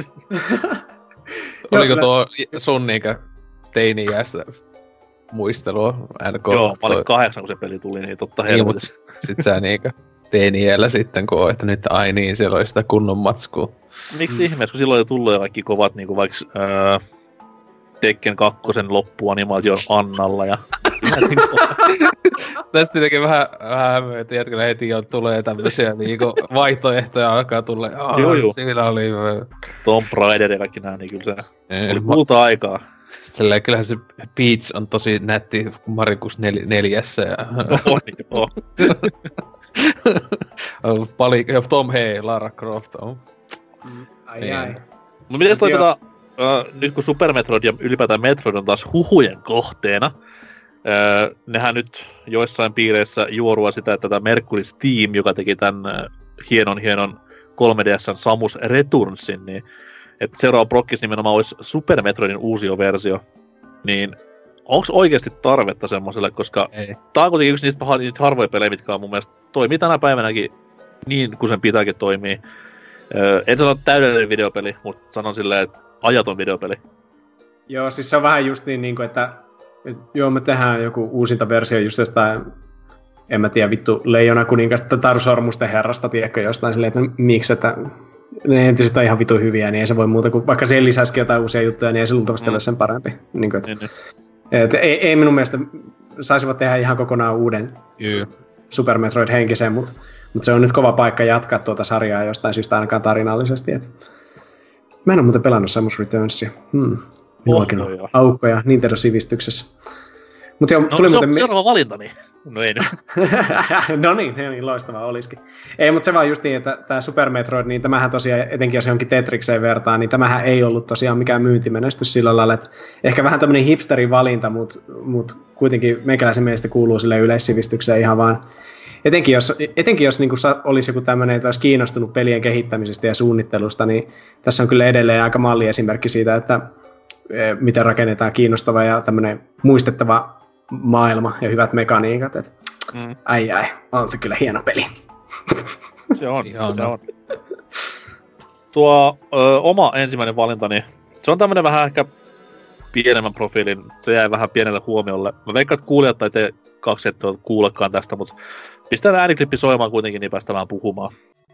Oliko tuo sun niinkö teini-iästä muistelua N K? Joo, mä olin kahdeksan kun se peli tuli, niin totta helvetissä. Niin, sit sä niinkö teini-iällä sitten kun on, että nyt ai niin, siellä oli sitä kunnon matskua. Miksi ihmeessä, kun silloin on jo tullut jo kaikki kovat niinku vaiks öö, Tekken kakkosen loppuanimaation Annalla ja... Tästä tietenkin vähän, vähän hämöä, että jätkällä heti jo tulee tämmösiä niinku vaihtoehtoja alkaa tulla. Oh, joo, joo. Siinä oli... Tomb Raider ja kaikki nää, niin kyllä se ei, oli multa aikaa. Silleen kyllähän se Peach on tosi nätti Marikus nel- neljässä ja... On, joo. Pali... Tom Hey, Lara Croft on. Ai ai. No mites toi tota... Uh, nyt kun Super Metroid ja ylipäätään Metroid on taas huhujen kohteena, uh, nehän nyt joissain piireissä juorua sitä, että tämä Mercury Steam, joka teki tämän uh, hienon hienon kolme D S:n Samus Returnsin, niin että seuraava prokkis nimenomaan olisi Super Metroidin uusioversio, niin onko oikeasti tarvetta semmoselle, koska ei. Tää on kuitenkin yksi niistä, niitä harvoja pelejä, mitkä on mun mielestä toimii tänä päivänäkin niin kuin sen pitääkin toimii. Uh, en sano täydellinen videopeli, mutta sanon silleen, että ajaton videopeli. Joo, siis se on vähän just niin, niin että, että joo, me tehdään joku uusinta versio just jostain, en mä tiedä, vittu Leijona kuningasta, Taru Sormusten herrasta, tiedätkö, jostain silleen, että miksi, että ne entiset on ihan vittu hyviä, niin ei se voi muuta kuin, vaikka se lisäisikin jotain uusia juttuja, niin ei se luultavasti mm. ole sen parempi. Niin kuin, että, niin, niin. Että, ei, ei minun mielestä saisivat tehdä ihan kokonaan uuden yeah. Super Metroid henkisen, mutta, mutta se on nyt kova paikka jatkaa tuota sarjaa jostain syystä ainakaan tarinallisesti. Että... Mä en ole muuten pelannut Samus Returnsia. Hmm. Minullakin on oh, aukkoja Nintendo-sivistyksessä. Mut joo, no, tuli se muuten... on seuraava valintani. No ei nyt. no niin, niin, loistavaa olisikin. Ei, mutta se vaan just niin, että tämä Super Metroid, niin tämähän tosiaan, etenkin jos johonkin Tetrikseen vertaa, niin tämähän ei ollut tosiaan mikään myyntimenestys sillä lailla, että ehkä vähän tämmöinen hipsterin valinta, mutta mut kuitenkin meikäläisen mielestä kuuluu sille yleissivistykseen ihan vaan. Etenkin jos, etenkin jos niin olisi joku tämmöinen, että olisi kiinnostunut pelien kehittämisestä ja suunnittelusta, niin tässä on kyllä edelleen aika malliesimerkki siitä, että e, miten rakennetaan kiinnostava ja tämmöinen muistettava maailma ja hyvät mekaniikat. Et, mm. Ai ai, on se kyllä hieno peli. Se on, se on. Tuo ö, oma ensimmäinen valintani, se on tämmöinen vähän ehkä pienemmän profiilin, se jäi vähän pienelle huomiolle. Mä veikkaan, että kuulijat tai te kaksi ette ole kuullekaan tästä, mutta pistään ääniklippi soimaan kuitenkin, niin päästään vähän puhumaan.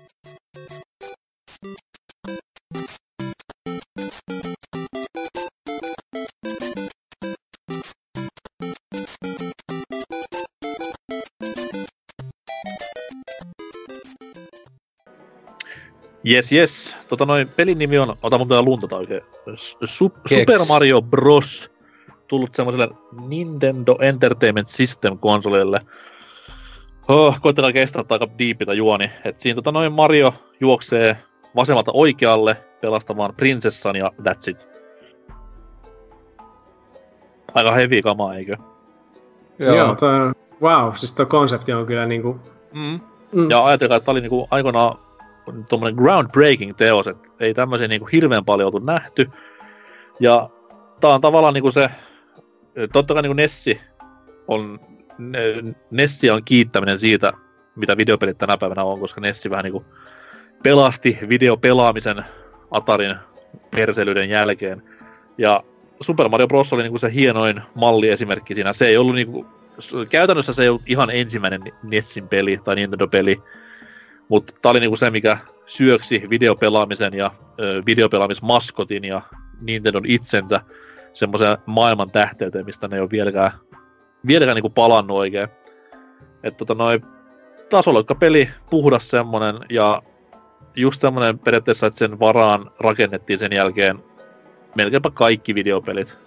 Jes, jes. Tota noin, pelin nimi on, ota mun pitää luntata oikein, Su- Super Mario Bros. Tullut semmoiselle Nintendo Entertainment System-konsolille. Oh, koittakaa kestää aika diipitä juoni. Et siinä tota noin Mario juoksee vasemmalta oikealle pelastamaan prinsessan ja that's it. aika heavy kamaa, eikö? Joo, Joo toi, wow, siis tuo konsepti on kyllä niinku... Mm. Mm. Ja ajatellaan, että tää oli niinku aikoinaan tommonen groundbreaking teos, että ei tämmöisiä niinku hirveän paljon oltu nähty. Ja tää on tavallaan niinku se, totta kai niinku Nessi on, Nessi on kiittäminen siitä, mitä videopelit tänä päivänä on, koska Nessi vähän niinku pelasti videopelaamisen Atarin perseilyiden jälkeen. Ja Super Mario Bros. Oli niinku se hienoin malliesimerkki siinä. Se ei ollut niinku, käytännössä se ei ollut ihan ensimmäinen Nessin peli tai Nintendo-peli, mutta tää oli niinku se, mikä syöksi videopelaamisen ja ö, videopelaamismaskotin ja Nintendon itsensä semmoisen maailman tähteyteen, mistä ne ei ole vieläkään, vieläkään niinku palannut oikein. Että tota noin tasoloikkapeli, puhdas semmonen, ja just semmonen periaatteessa, että sen varaan rakennettiin sen jälkeen melkeinpä kaikki videopelit.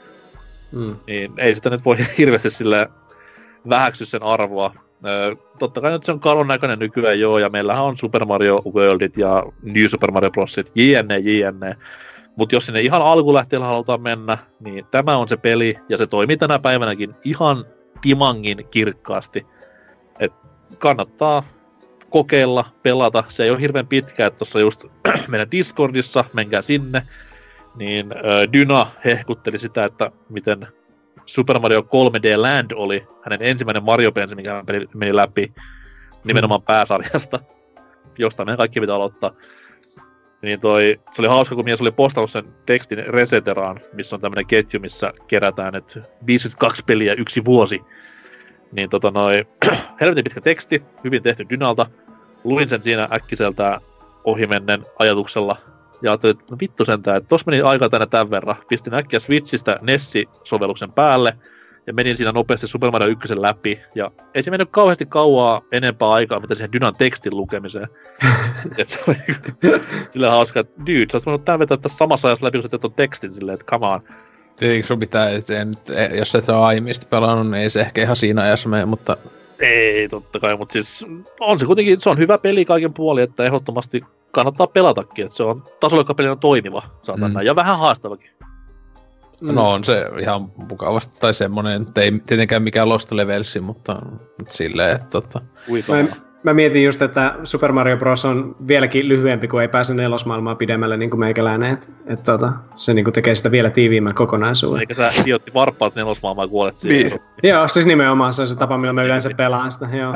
Mm. Niin ei sitä nyt voi hirveästi silleen vähäksy sen arvoa. Öö, totta kai nyt se on kalon näköinen nykyään joo, ja meillähän on Super Mario Worldit ja New Super Mario Brosit, jne, jne. Mut jos sinne ihan alkulähteellä halutaan mennä, niin tämä on se peli, ja se toimii tänä päivänäkin ihan timangin kirkkaasti. Et kannattaa kokeilla, pelata. Se ei ole hirveän pitkä, että tuossa just meidän Discordissa, menkää sinne, niin äh, Dyna hehkutteli sitä, että miten Super Mario kolme D Land oli hänen ensimmäinen Mario-pelinsä, mikä hän meni läpi nimenomaan pääsarjasta, josta meidän kaikki pitää aloittaa. Niin toi, se oli hauska, kun mies oli postannut sen tekstin Reseteraan, missä on tämmönen ketju, missä kerätään, että viisikymmentäkaksi peliä yksi vuosi. Niin tota noi, helvetin pitkä teksti, hyvin tehty Dynalta. Luin sen siinä äkkiseltään ohimennen ajatuksella. Ja ajattelin, että no vittu sentään, että tossa meni aikaa tänne tämän verran. Pistin äkkiä Switchistä Nessi-sovelluksen päälle. Ja menin siinä nopeasti Super Mario yksi läpi. Ja ei se mennyt kauheasti kauaa enempää aikaa, mitä siihen Dynan tekstin lukemiseen. Et se oli silleen hauska, että dude, sä oot voinut tän vetää tässä samassa ajassa läpi, kun sä teet ton tekstin silleen, että come on. Tietenkin sun pitää, jos et ole aiemmin sitä pelannut, niin ei se ehkä ihan siinä ajassa mene, mutta... Ei, totta kai, mutta siis on se kuitenkin, se on hyvä peli kaiken puolin, että ehdottomasti kannattaa pelatakin, että se on tasoloikkapeli on toimiva, saatan mm. näin, ja vähän haastavakin. Mm. No on se ihan mukavasti, tai semmonen, että ei tietenkään mikään Lost Levelsi, mutta, mutta silleen, että tota... Mä, mä mietin just, että Super Mario Bros. On vieläkin lyhyempi, kun ei pääse nelosmaailmaa pidemmälle niin kuin meikäläinen, että et, tota, se niin kuin tekee sitä vielä tiiviimmän kokonaisuuden. Eikä sä idiootti varppaat nelosmaailmaa ja kuolet siihen. Joo, siis nimenomaan se on se tapa, millä mä yleensä pelaan sitä, joo.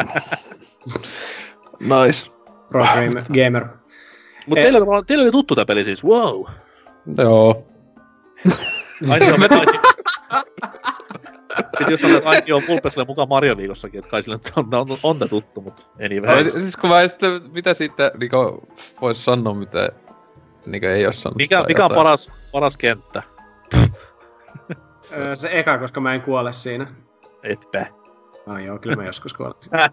Nice. Pro gamer. Mut teille, teille oli tuttu tää peli siis, wow! Joo. Aini on kaikki... Piti jos sanoa, että Aini on Pulpesille mukaan Mario-viikossakin, että kai sille on, on, on tää tuttu, mut anyway. No, siis kun mä sitten, mitä siitä niinku vois sanoa, mitä niinku ei oo sanonut. Mikä, mikä on paras, paras kenttä? Se eka, koska mä en kuole siinä. Etpä. No joo, kyllä mä joskus kuolen siinä.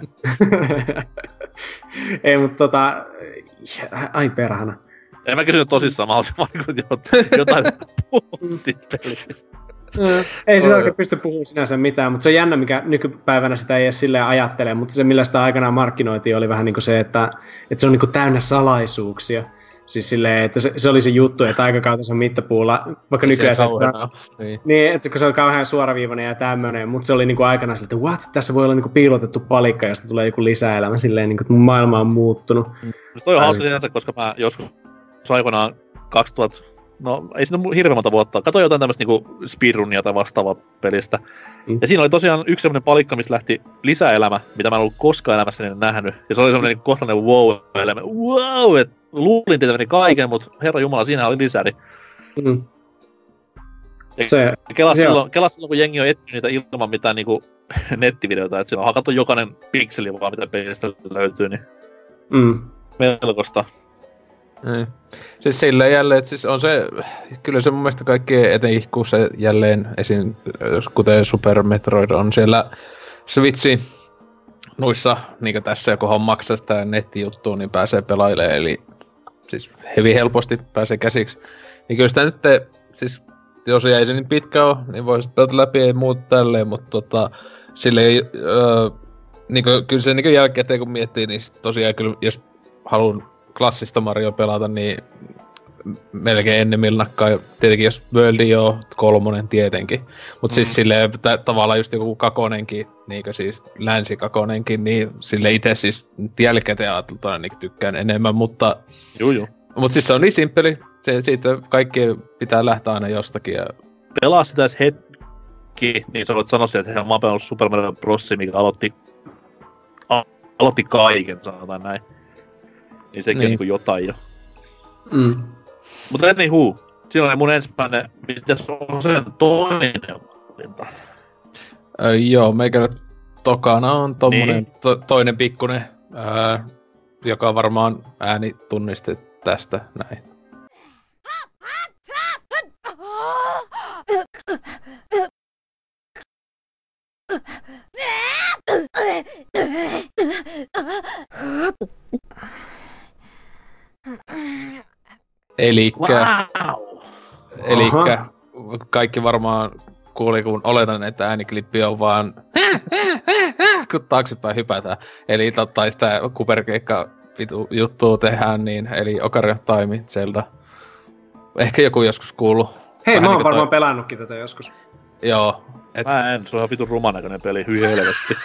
Ei, mut tota... Ai perhana. En mä kysynyt tosissaan, mä haluaisin vaan jotain puhua siitä pelistä. Ei sitä oikein pysty puhumaan sinänsä mitään, mutta se on jännä, mikä nykypäivänä sitä ei edes silleen ajattele, mutta se millä sitä aikanaan markkinoitiin oli vähän niin kuin se, että, että se on niin kuin täynnä salaisuuksia. Siis silleen, että se, se oli se juttu, että aikakautensa mittapuulla, vaikka nykyään se... Niin. niin, että kun se oli kauhean suoraviivainen ja tämmöinen, mutta se oli niin kuin aikanaan silleen, että what, tässä voi olla niin kuin piilotettu palikka, josta tulee joku lisäelämä silleen, niin kuin, että mun maailma on muuttunut. Mm. Se toi on hauska sinänsä, koska mä joskus aikoinaan kaksituhatta, no ei siinä ole hirveän monta vuotta, katsoin jotain tämmöistä niinku speedrunia tai vastaavaa pelistä. Mm. Ja siinä oli tosiaan yksi semmoinen palikka, missä lähti lisäelämä, mitä mä en ollut koskaan elämässäni nähnyt. Ja se oli semmoinen niinku kohtalainen wow-elämä. Wow! Et luulin tietäväni kaiken, mutta herra jumala, siinä oli lisäri. Mm. Se, Kelas silloin, kelas silloin, kun jengi on etsinyt niitä ilman mitään niinku nettivideoita, että siinä on hakattu jokainen pikseli vaan, mitä pelistä löytyy, niin mm. melkoista. Mm. Siis silleen jälleen, että siis on se, kyllä se mun mielestä kaikkien etenkin, kun se jälleen esiin, kuten Super Metroid on siellä Switchi nuissa, niin kuin tässä, kun maksaa sitä nettijuttua, niin pääsee pelailemaan, eli siis hyvin helposti pääsee käsiksi. Niin kyllä sitä nyt, te, siis jos ei se niin pitkä ole, niin voisi pelata läpi, ei muuta tälleen, mutta tota, silleen, öö, niin kuin, kyllä se niin jälkikäteen kun miettii, niin tosiaan kyllä, jos haluan klassista Mario pelata, niin melkein ennemmin nakkaa, tietenkin jos Worldi joo, kolmonen tietenkin. Mut mm. siis silleen t- tavallaan just joku kakonenkin, niinkö siis länsikakonenkin, niin sille ite siis jälkikäteen ajateltuna niin tykkään enemmän, mutta... Juu, juu. Mut siis se on niin simppeli, se, siitä kaikki pitää lähteä aina jostakin ja... Pelaa sitä edes hetki, niin sä voit sanoa että he on vaan pelannut Super Mario Bros, mikä aloitti... A- aloitti kaiken, sanotaan näin. Niin sekin niin. On niinku jotain jo. Mm. Mutta anywho, siinä oli mun ensimmäinen, mitäs on sen toinen valinta? Öö, joo, meikä tokana on tommonen niin. to, toinen pikkunen, öö, joka varmaan ääni tunnisti tästä näin. Elikkä, wow. elikkä kaikki varmaan kuuli, kun oletan, että ääniklippi on vaan kun taaksepäin hypätään. Eli totta sitä kuperkeikka juttua tehdään, niin eli Ocarina of Time, Zelda. Ehkä joku joskus kuuluu. Hei, Vähän mä oon niin varmaan toi... pelannutkin tätä joskus. Joo. Et... Mä en, se on ihan vitun rumanäköinen peli, hyi helvetti.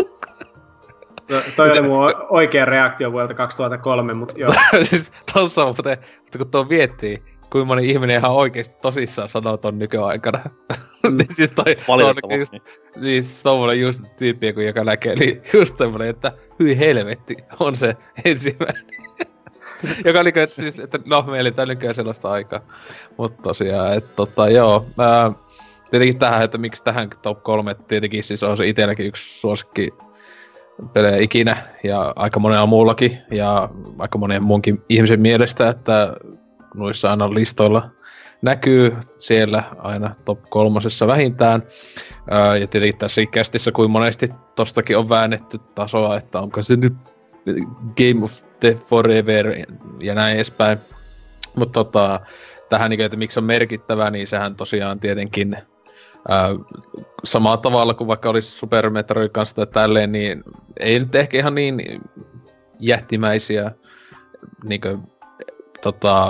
To, toi oli mun oikea reaktio vuodelta kaksituhattakolme, mut joo. Siis tossa, mutta, mutta kun tuo viettii, kuinka moni ihminen ihan oikeesti tosissaan sanoo ton nykyaikana. Mm. siis toi, valitettavasti. Niin siis tommonen just tyyppiä, kun joka näkee, niin just tommonen, että hyi helvetti, on se ensimmäinen. joka oli, että, siis, että no, me elitään nykyään sellaista aikaa. Mut tosiaan, että tota joo. Ää, tietenkin tähän, että miksi tähän top kolme, tietenkin siis on se itselläkin yksi suosikki pelejä ikinä ja aika monella muullakin ja aika monen muunkin ihmisen mielestä, että noissa aina listoilla näkyy siellä aina top kolmosessa vähintään. Ää, ja tietenkin tässä kästissä kuin monesti tostakin on väännetty tasoa, että onko se nyt Game of the Forever ja näin edespäin. Mutta tota, tähän, että miksi on merkittävä, niin sehän tosiaan tietenkin ää, samalla tavalla kuin vaikka olisi Super Metroid kanssa tai tälleen, niin ei nyt ehkä ihan niin jättimäisiä niinkö, tota,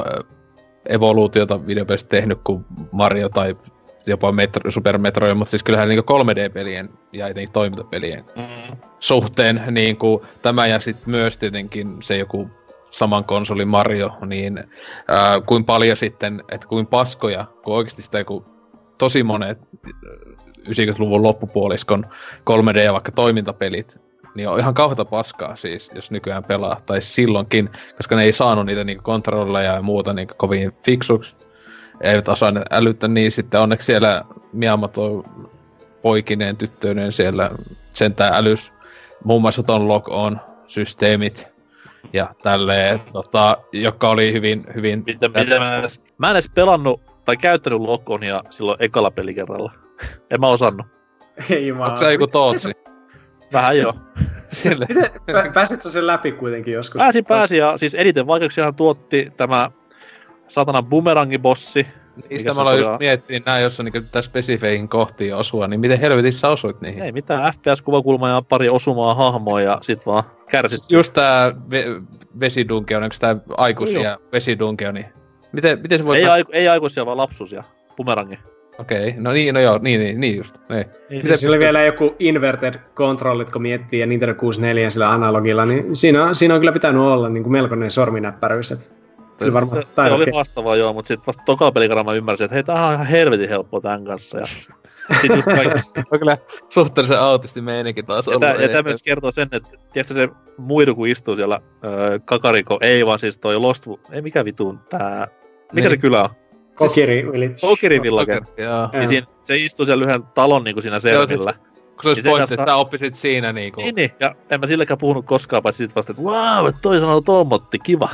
evoluutiota videopelistä tehnyt kuin Mario tai jopa Metro, Super Metroid, mutta siis kyllähän niin kolme D-pelien ja etenkin toimintapelien mm. suhteen niin kuin tämä ja sitten myös tietenkin se joku saman konsolin Mario, niin ää, kuin paljon sitten, että kuin paskoja, kun oikeasti sitä kun tosi monet yhdeksänkymmentäluvun loppupuoliskon kolme D ja vaikka toimintapelit, niin on ihan kauheata paskaa siis, jos nykyään pelaa, tai silloinkin, koska ne ei saanut niitä niinku kontrolleja ja muuta niinku kovin fiksuksi. Eivät osaa ne älyttää, niin sitten onneksi siellä Miyamoto poikineen tyttöinen siellä sentään älys muun muassa ton lock-on-systeemit ja tälleen, tota, joka oli hyvin, hyvin... Mitä, mitä mä, en edes, mä en edes pelannut tai käyttänyt lock-onia silloin ekalla pelikerralla. En mä osannut. Ei vaan. Onko se joku Tootsi? Vähän joo. Miten, pä, pääsit sä sen läpi kuitenkin joskus? Pääsin, pääsin ja siis eniten vaikeuksiahan tuotti tämä satana bumerangibossi. Niistä mä aloin just miettiä nää, jos on niinku tässä spesifeihin kohtiin osua, niin miten helvetissä osuit niihin? Ei mitään, F P S-kuvakulma ja pari osumaa hahmoa ja sit vaan kärsit. Just tää ve- vesidunkeon, onks tää aikuisia no, vesidunkeon, niin miten, miten se voi... Ei, päästä... aiku, ei aikuisia, vaan lapsusia. Bumerangi. Okei, okay. No niin, no joo, niin, niin, niin just. Niin. Niin, siis oli vielä joku inverted controllit, kun miettii ja Nintendo kuusikymmentäneljä sillä analogilla, niin siinä on, siinä on kyllä pitänyt olla niin kuin melkoinen sorminäppäryys. Että se, se, se oli haastavaa joo, mutta sitten vasta tokalla pelikerralla mä ymmärsin, että hei, tää on ihan helvetin helppoa tän kanssa. Ja sit just kaikki... on kyllä suhteellisen autisti meininki taas ollut. Ja, ja tämä myös kertoo sen, että tiedätkö se muidu, kun istuu siellä äh, Kakariko, ei vaan siis toi Lost... Ei mikä vitun tää... Mikä niin. Se kylä on? Kokiri Village. Kokiri Village. Niin siinä, se istuu siellä yhden talon niinku siinä servillä. Joo, siis, kun se olisi niin pointti, että sä oppisit siinä niinku. Niin, niin. Ja en mä sillekään puhunut koskaan, paitsi sit vasta, että vau, että toi sanoo tommotti, kiva.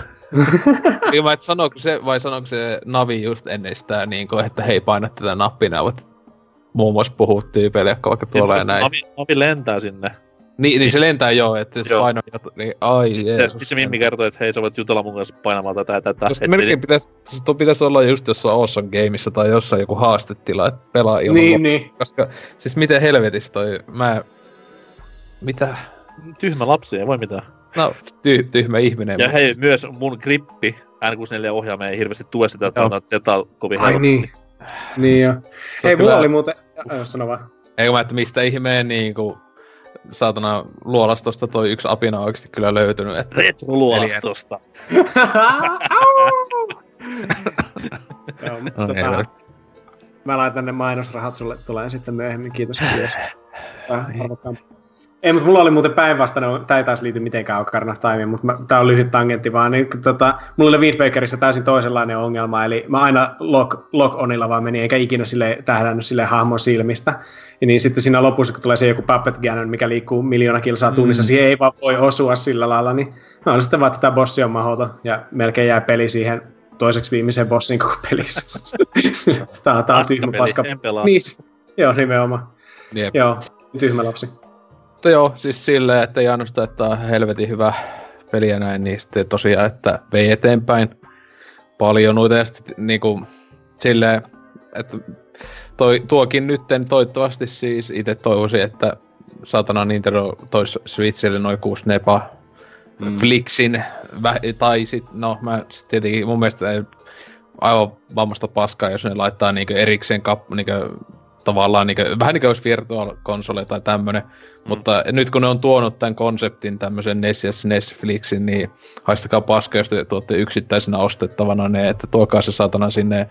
Niin mä et sanooko se, vai sanooko se Navi just ennen sitä niinku, että hei paina tätä nappina, että muun muassa puhut tyypeille, jotka vaikka tuolla ja näin. Navi, Navi lentää sinne. Niin, niin se lentää joo, että jos painaa jotain, niin ai jeesus. Sitten se Mimmi kertoo, että hei sä voit jutella mun kanssa painamaan tätä ja tätä. Koska melkein pitäis, tuo pitäis olla just jossain Awesome Gameissa tai jossain joku haastetila, että pelaa ilman niin, loppuun. Niin, koska siis miten helvetissä toi, mä... Mitä? Tyhmä lapsi, ei voi mitään. No, ty- tyhmä ihminen. Ja hei, myös mun grippi N kuusikymmentäneljä-ohjaama ei hirveästi tue sitä, että on Zeta kovin Ai helposti. niin. Niin jo. Ei, mulla kyllä... oli muuten... Äh, sano vaan. Eikö mä, että mistä ihmeen niinku... Saatana luolastosta toi yksi apina on oikeesti kyllä löytynyt, että... Retro-luolastosta. Joo, mutta tota... Mä laitan ne mainosrahat sulle, tulee sitten myöhemmin, kiitos. kiitos. Äh, Ei, mutta mulla oli muuten päinvastainen, tää ei taas liity mitenkään Ocarina of Timeen, mutta mä, tää on lyhyt tangentti vaan, niin tota, mulla oli Wind Wakerissa täysin toisenlainen ongelma, eli mä aina lock, lock onilla vaan menin, eikä ikinä sille tähdännyt sille hahmon silmistä. Ja niin sitten siinä lopussa, kun tulee se joku Puppet Ganon, mikä liikkuu miljoona kilsaa tunnissa, mm. siihen ei vaan voi osua sillä lailla, niin mä olin sitten vaan, että tää bossi on mahdoton, ja melkein jäi peli siihen toiseksi viimeiseen bossiin koko pelissä. tää, tää on tyhmä paska. Niin, joo, nimenomaan. Jep. Joo, tyhmä lapsi. Mutta joo, siis silleen, että ei ainoastaan, että on helvetin hyvä peli ja näin, niin sitten tosiaan, että vei eteenpäin paljon noita ja sitten niinku silleen, että toi, tuokin nytten toivottavasti siis itse toivoisin, että saatana Nintendo tois Switchille noin kuusi nepa mm. Flixin, vä- tai sit, no mä sit tietenkin mun mielestä ei aivan vammasta paskaa, jos ne laittaa niinku erikseen kap, niinku tavallaan niinku, vähän niinku olisi Virtual Console tai tämmönen, mm. mutta nyt kun ne on tuonut tämän konseptin tämmösen N E S ja S N E S Flixin, niin haistakaa paskaa, jos te tuotte yksittäisenä ostettavana ne, että tuokaa se saatana sinne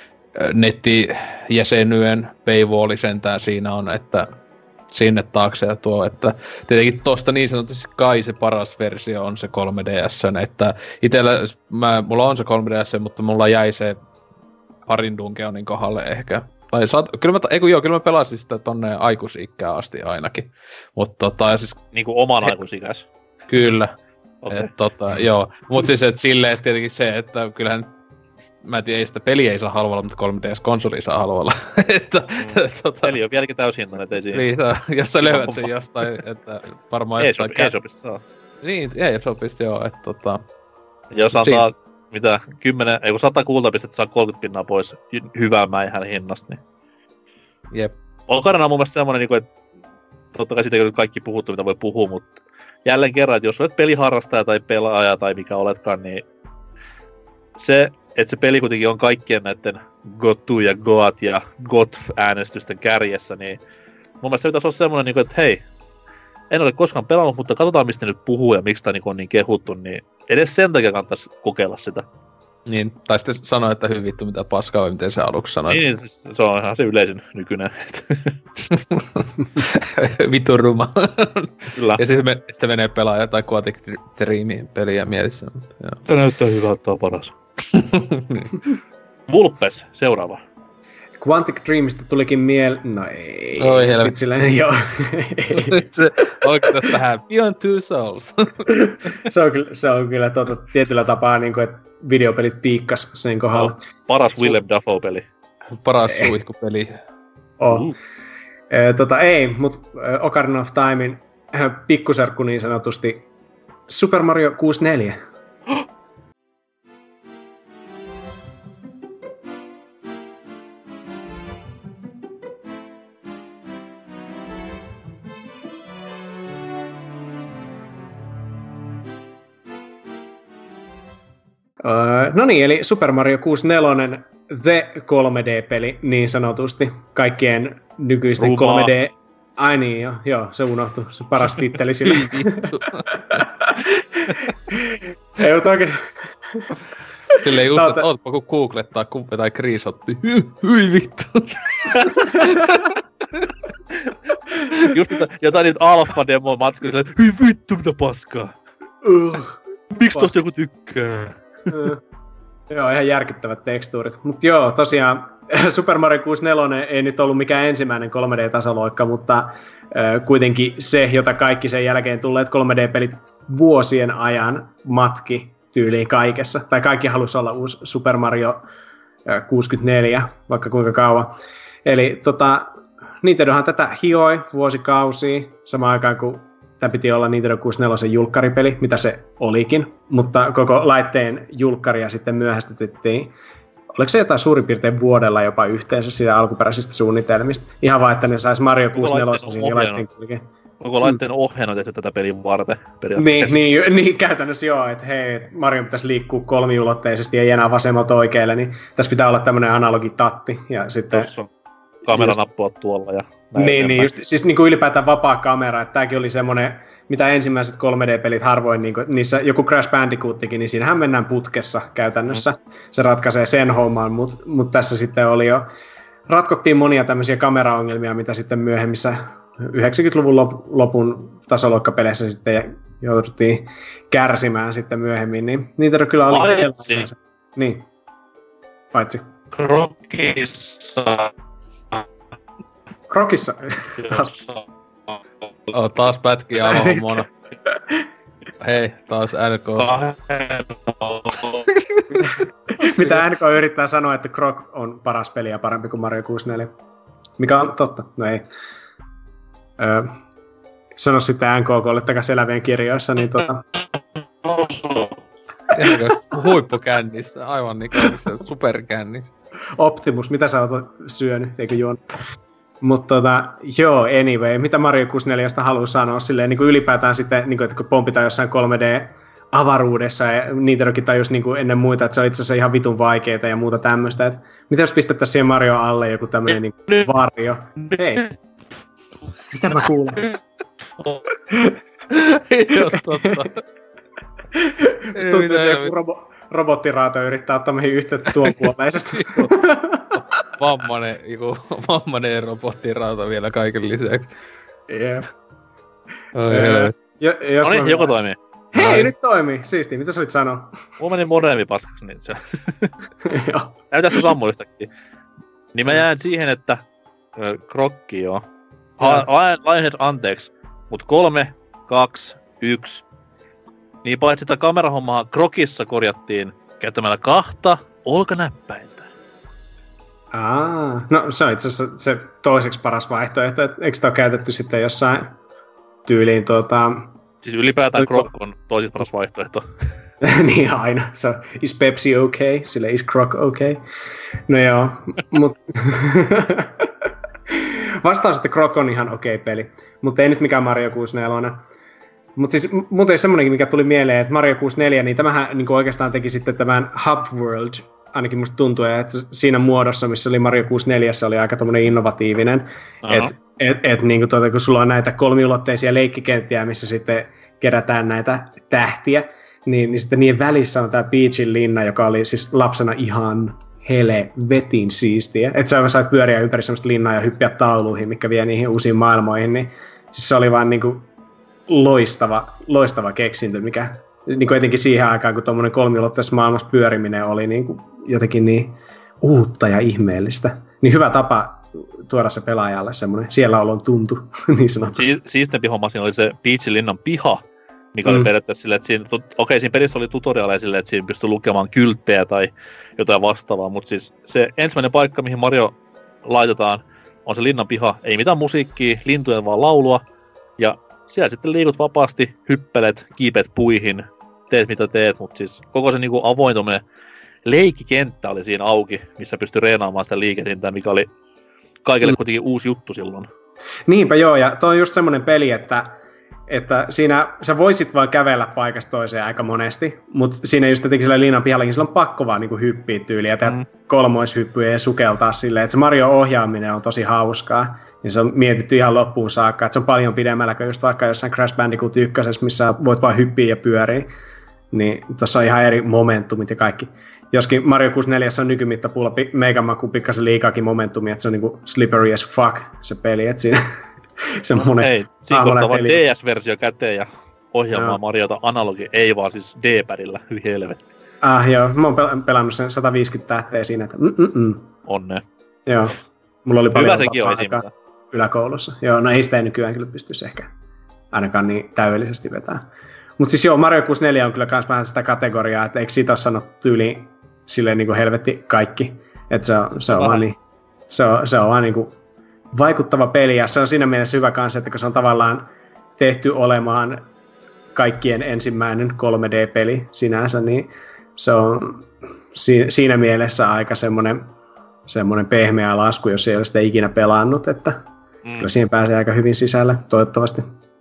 nettijäsenyyden paywalli sentään siinä on, että sinne taakse ja tuo, että tietenkin tosta niin sanotusti kai se paras versio on se kolme D S, että itellä, mä, mulla on se kolme D S, mutta mulla jäi se parin Dungeonin kohdalle ehkä. Tai saat, kyllä mä, eiku joo, kyllä mä pelasin sitä tonne aikuisikään asti ainakin. Mutta tota, siis... Niinku oman he, aikuisikäs? Kyllä. Okay. Et, tota, joo. Mut siis et silleen, että tietenkin se, että kyllähän mä en tiedä, ei sitä peliä ei saa halvalla, mutta kolme D S-konsoli saa halvalla. että, mm. tota... Peli on vieläkin täyshintainen, ettei siinä... Niin, saa, jos sä löydät sen jostain, että varmaan... E-shopista saa. Niin, E-shopista joo, että tota... Jos antaa, siin... mitä, kymmenen, ei kun sata kultapistettä saa kolmekymmentä pinnaa pois hyvää mäihän hinnasta, niin... Jep. Ocarina on mun mielestä semmonen, että totta kai siitä ei kaikki puhuttu, mitä voi puhua, mutta jälleen kerran, että jos olet peliharrastaja tai pelaaja tai mikä oletkaan, niin se, että se peli kuitenkin on kaikkien näiden G O T Y ja G O A T ja G O T-äänestysten kärjessä, niin mun mielestä se pitäisi olla semmonen, että hei, en ole koskaan pelannut, mutta katsotaan mistä nyt puhuu ja miksi tämä on niin kehuttu, niin edes sen takia kannattaisi kokeilla sitä. Niin, tai sitten sanoa, että hyvin vittu mitä paskaa, vai miten se aluksi sanoit. Niin, siis se on ihan se yleisin nykyinen. Vitun ruma. Kyllä. Ja sitten me, sit menee pelaa jotain Quantic Dreamin peliä mielessä. Tämä näyttää hyvältä, tämä on paras. Vulpes, seuraava. Quantic Dreamista tulikin miel... No ei... Oi helvetti. Joo. Onko tästä tähän Beyond Two Souls? se on kyllä, se on kyllä tuota, tietyllä tapaa, niin kuin, että videopelit piikkas sen kohdalla. No, paras Willem Dafoe-peli. Paras suihkupeli. Oh. Uh. E, tota, ei, mutta Ocarina of Timein pikkuserkku niin sanotusti Super Mario kuusikymmentäneljä. Öö, no niin, eli Super Mario kuusikymmentäneljä, The kolme D-peli niin sanotusti, kaikkien nykyisten Rumaa. kolme D... Ai niin, joo, joo se unohtui, se paras titteli sille. Ei, mutta oikein... Silleen just, että ootpa kun googlettaa kumpi tai kriisotti. Hyi vittu! Just jotain niitä alfa-demo-matskuja, hyi vittu mitä paskaa! Uh, Miksi tosta joku tykkää? Joo, ihan järkyttävät tekstuurit. Mut joo, tosiaan Super Mario kuusikymmentäneljä ei nyt ollut mikään ensimmäinen kolme D-tasoloikka, mutta äh, kuitenkin se, jota kaikki sen jälkeen tulleet kolme D-pelit vuosien ajan matki tyyliin kaikessa. Tai kaikki halusi olla uusi Super Mario äh, kuusikymmentäneljä, vaikka kuinka kauan. Eli tota, Nintendohan tätä hioi vuosikausia, samaan aikaan kuin tämä piti olla Nintendo kuusikymmentäneljä julkkaripeli, mitä se olikin, mutta koko laitteen julkkaria sitten myöhästytettiin. Oliko se jotain suurin piirtein vuodella jopa yhteensä siitä alkuperäisistä suunnitelmista? Ihan vaan, että ne sais Mario kuusikymmentäneljä siihen laitteen kuitenkin. koko laitteen mm. ohjeen on tehty tätä pelin varten niin, niin, niin, käytännössä joo, että hei, Mario pitäisi liikkua kolmiulotteisesti ja ei enää vasemmalta oikealle, niin tässä pitää olla tämmönen analogitatti ja sitten... Tossa on kameranappula tuolla ja... Niin, niin just, siis niin kuin ylipäätään vapaa kamera, että tääkin oli semmonen, mitä ensimmäiset kolme D-pelit harvoin, niin kuin, niissä joku Crash Bandicootikin, niin siinähän mennään putkessa käytännössä, mm. se ratkaisee sen homman, mutta mut tässä sitten oli jo, ratkottiin monia tämmöisiä kameraongelmia, mitä sitten myöhemmissä yhdeksänkymmentäluvun lopun tasoloikkapeleissä sitten jouduttiin kärsimään sitten myöhemmin, niin niitä kyllä oli... Paitsi. Niin. Paitsi. Krokissa. Krokissa? taas. Oh, taas pätkii alohomona. Hei, taas N K. Mitä N K yrittää sanoa, että Krok on paras peli ja parempi kuin Mario kuusikymmentäneljä. Mikä on totta? No ei. Öö, sano sitten N K, kun olet takaisin elävien kirjoissa, niin tota... Huippukännissä, aivan niin kuin superkännissä. Optimus, mitä sä oot syönyt, eikö juonut? Mutta tota, joo, anyway, mitä Mario kuusikymmentäneljä haluaa sanoa silleen niin kuin ylipäätään sitten, niin kuin, että kun pompitaan jossain kolme D-avaruudessa ja Nintendokin tajus niin kuin ennen muita, että se on itse asiassa ihan vitun vaikeeta ja muuta tämmöistä, että mitä jos pistettäisiin siihen Mario alle joku tämmönen niin kuin varjo? Hei, mitä mä kuulen? Ei oo totta. Tuntuu, että joku robo- robottiraato yrittää ottaa meihin yhteyttä tuon puoleisesti. Vammanen, joku vammanen robottirauta vielä kaiken lisäksi. Jep. Oi helvetti. No niin, joko toimii. Hei, Ai. Nyt toimii. Siistiä, mitä sä olit sanoa? Mulla meni modemi paskaksi, niin se... Joo. Näytä sun sammulistakin. Niin mä jään siihen, että... Krokki joo. Lionhead anteeksi. Mut kolme, kaksi, yksi. Niin paitsi sitä kamerahommaa Krokissa korjattiin käyttämällä kahta olkanäppäintä. Aa, no se on itse asiassa se toiseksi paras vaihtoehto, et eikö sitä ole käytetty sitten jossain tyyliin tuota... Siis ylipäätään Krok on toiseksi paras vaihtoehto. Niin aina, so, is Pepsi okay? Sille is Krok okay? No joo, mut... Vastaus, että Krok on ihan okei okay peli, mutta ei nyt mikään Mario kuusikymmentäneljä. Mutta siis muuten semmonenkin, mikä tuli mieleen, että Mario kuusikymmentäneljä, niin tämähän niin oikeastaan teki sitten tämän Hub World, ainakin musta tuntuu, että siinä muodossa, missä oli Mario kuusikymmentäneljä, se oli aika tommonen innovatiivinen. Että et, et, niin tuota, kun sulla on näitä kolmiulotteisia leikkikenttiä, missä sitten kerätään näitä tähtiä, niin, niin sitten niiden välissä on tää Peachin linna, joka oli siis lapsena ihan helvetin siistiä. Että sä sait pyöriä ympäri semmoista linnaa ja hyppiä tauluihin, mikä vie niihin uusiin maailmoihin, niin siis se oli vaan niinku loistava, loistava keksintö, mikä niin kuin etenkin siihen aikaan, kun tuommoinen kolmiulotteisessa maailmassa pyöriminen oli niin kuin jotenkin niin uutta ja ihmeellistä. Niin hyvä tapa tuoda se pelaajalle semmoinen sielläolon tuntu, niin sanotusti. Si- Siistempi homma siinä oli se Peachin linnan piha, mikä oli mm. periaatteessa silleen, että siinä, okei, okay, siinä pelissä oli tutoriaaleja silleen, että siinä pystyi lukemaan kylttejä tai jotain vastaavaa, mutta siis se ensimmäinen paikka, mihin Mario laitetaan, on se linnan piha, ei mitään musiikkia, lintujen vaan laulua, ja siellä sitten liikut vapaasti, hyppelet, kiipeät puihin, teet mitä teet, mutta siis koko se niinku avoin tommonen leikkikenttä oli siinä auki, missä pystyi reenaamaan sitä liikehdintää, mikä oli kaikille mm. kuitenkin uusi juttu silloin. Niinpä joo, ja toi on just semmonen peli, että, että siinä sä voisit vaan kävellä paikasta toiseen aika monesti, mutta siinä just jotenkin sillä linnan pihallakin sillä on pakko vaan niinku hyppiä tyyliä ja tehdä mm. kolmoishyppyjä ja sukeltaa silleen, että se Mario-ohjaaminen on tosi hauskaa. Ja se on mietitty ihan loppuun saakka, että se on paljon pidemmällä kuin just vaikka jossain Crash Bandicoot ykkösessä, missä voit vaan hyppiä ja pyöriä. Niin tossa on ihan eri momentumit ja kaikki. Joskin Mario kuusikymmentäneljä on nykymittapuulla Megan Maku pikkasen liikaakin momentumia, että se on niinku slippery as fuck se peli, että siinä semmonen... No, hei, siinä kohtaa vaan D S-versio käteen ja ohjaamaan no. Mariota analogi, ei vaan siis D-padillä, hyi helvetti. Ah joo, mä oon pel- pelannut sen sata viisikymmentä tähteä siinä, että mm-mm. Onne. Joo, mulla oli paljon hyvä sekin on aikaa yläkoulussa. Joo, no ei sitä nykyään kyllä pystyisi ehkä ainakaan niin täydellisesti vetää. Mutta siis joo, Mario kuusikymmentäneljä on kyllä kans vähän sitä kategoriaa, että eikö siitä ole sanottu tyyli silleen niinku helvetti kaikki. Että se on, se on vaan niin, se on, se on vaan niinku vaikuttava peli ja se on siinä mielessä hyvä kanssa, että kun se on tavallaan tehty olemaan kaikkien ensimmäinen kolme D-peli sinänsä, niin se on si- siinä mielessä aika semmoinen semmoinen pehmeä lasku, jos ei ole sitä ikinä pelannut, että mm. kyllä siihen pääsee aika hyvin sisälle, toivottavasti.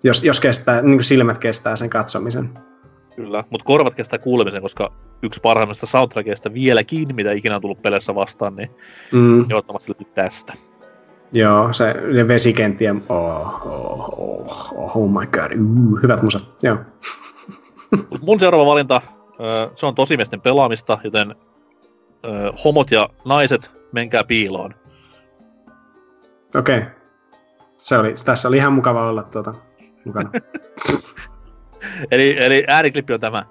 jos, jos kestää, niin kuin silmät kestää sen katsomisen. Kyllä, mutta korvat kestää kuulemisen, koska yksi parhaimmista soundtrackista vieläkin, mitä ikinä on tullut peleissä vastaan, niin mm. ehdottomasti löytyy tästä. Joo, se vesikenttien, oh, oh, oh, oh, oh my god, uh, hyvät musat, joo. Mun seuraava valinta, se on tosimiesten pelaamista, joten homot ja naiset, menkää piiloon. Okei. Okay. Se oli, tässä oli ihan mukava olla tuota, mukana. eli, eli ääniklippi on tämä.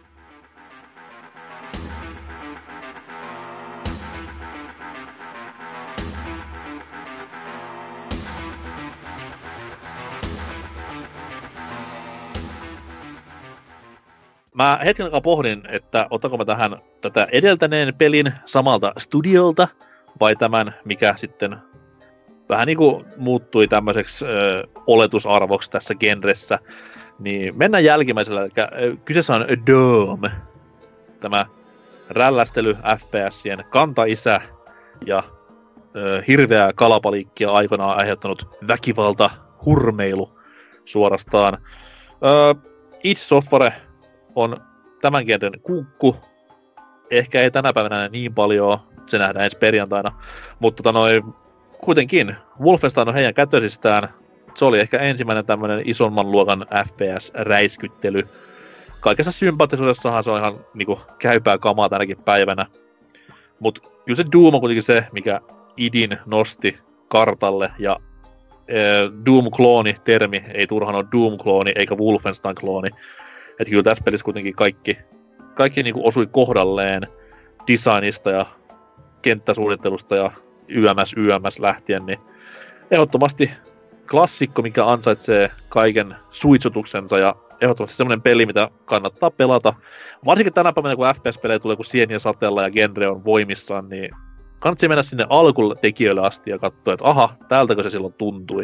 Mä hetken aikaa pohdin, että otako mä tähän tätä edeltäneen pelin samalta studiolta, vai tämän, mikä sitten vähän niinku muuttui tämmöiseksi ö, oletusarvoksi tässä genressä. Niin mennään jälkimmäisellä, eli kyseessä on Doom, tämä rällästely F P S:ien kantaisä ja ö, hirveää kalapaliikkia aikanaan aiheuttanut väkivalta, hurmeilu suorastaan. Ö, id Software on tämän genren kunkku. Ehkä ei tänä päivänä niin paljon, se nähdään ensi perjantaina, mutta tota noin, kuitenkin Wolfenstein on heidän kätösistään. Se oli ehkä ensimmäinen tämmönen isomman luokan F P S-räiskyttely. Kaikessa sympaattisuudessahan se on ihan niinku käypää kamaa tänäkin päivänä. Mut kyllä se Doom on kuitenkin se, mikä idin nosti kartalle, ja e, Doom-klooni-termi ei turhaan ole Doom-klooni eikä Wolfenstein-klooni. Että kyllä tässä pelissä kuitenkin kaikki, kaikki niinku osui kohdalleen designista ja kenttäsuunnittelusta ja Y M S Y M S lähtien, niin ehdottomasti klassikko, mikä ansaitsee kaiken suitsutuksensa ja ehdottomasti semmoinen peli, mitä kannattaa pelata. Varsinkin tänä päivänä, kun F P S-pelejä tulee kuin sieniä sateella ja genre on voimissaan, niin kannattaa mennä sinne alkutekijöille asti ja katsoa, että aha, täältäkö se silloin tuntui.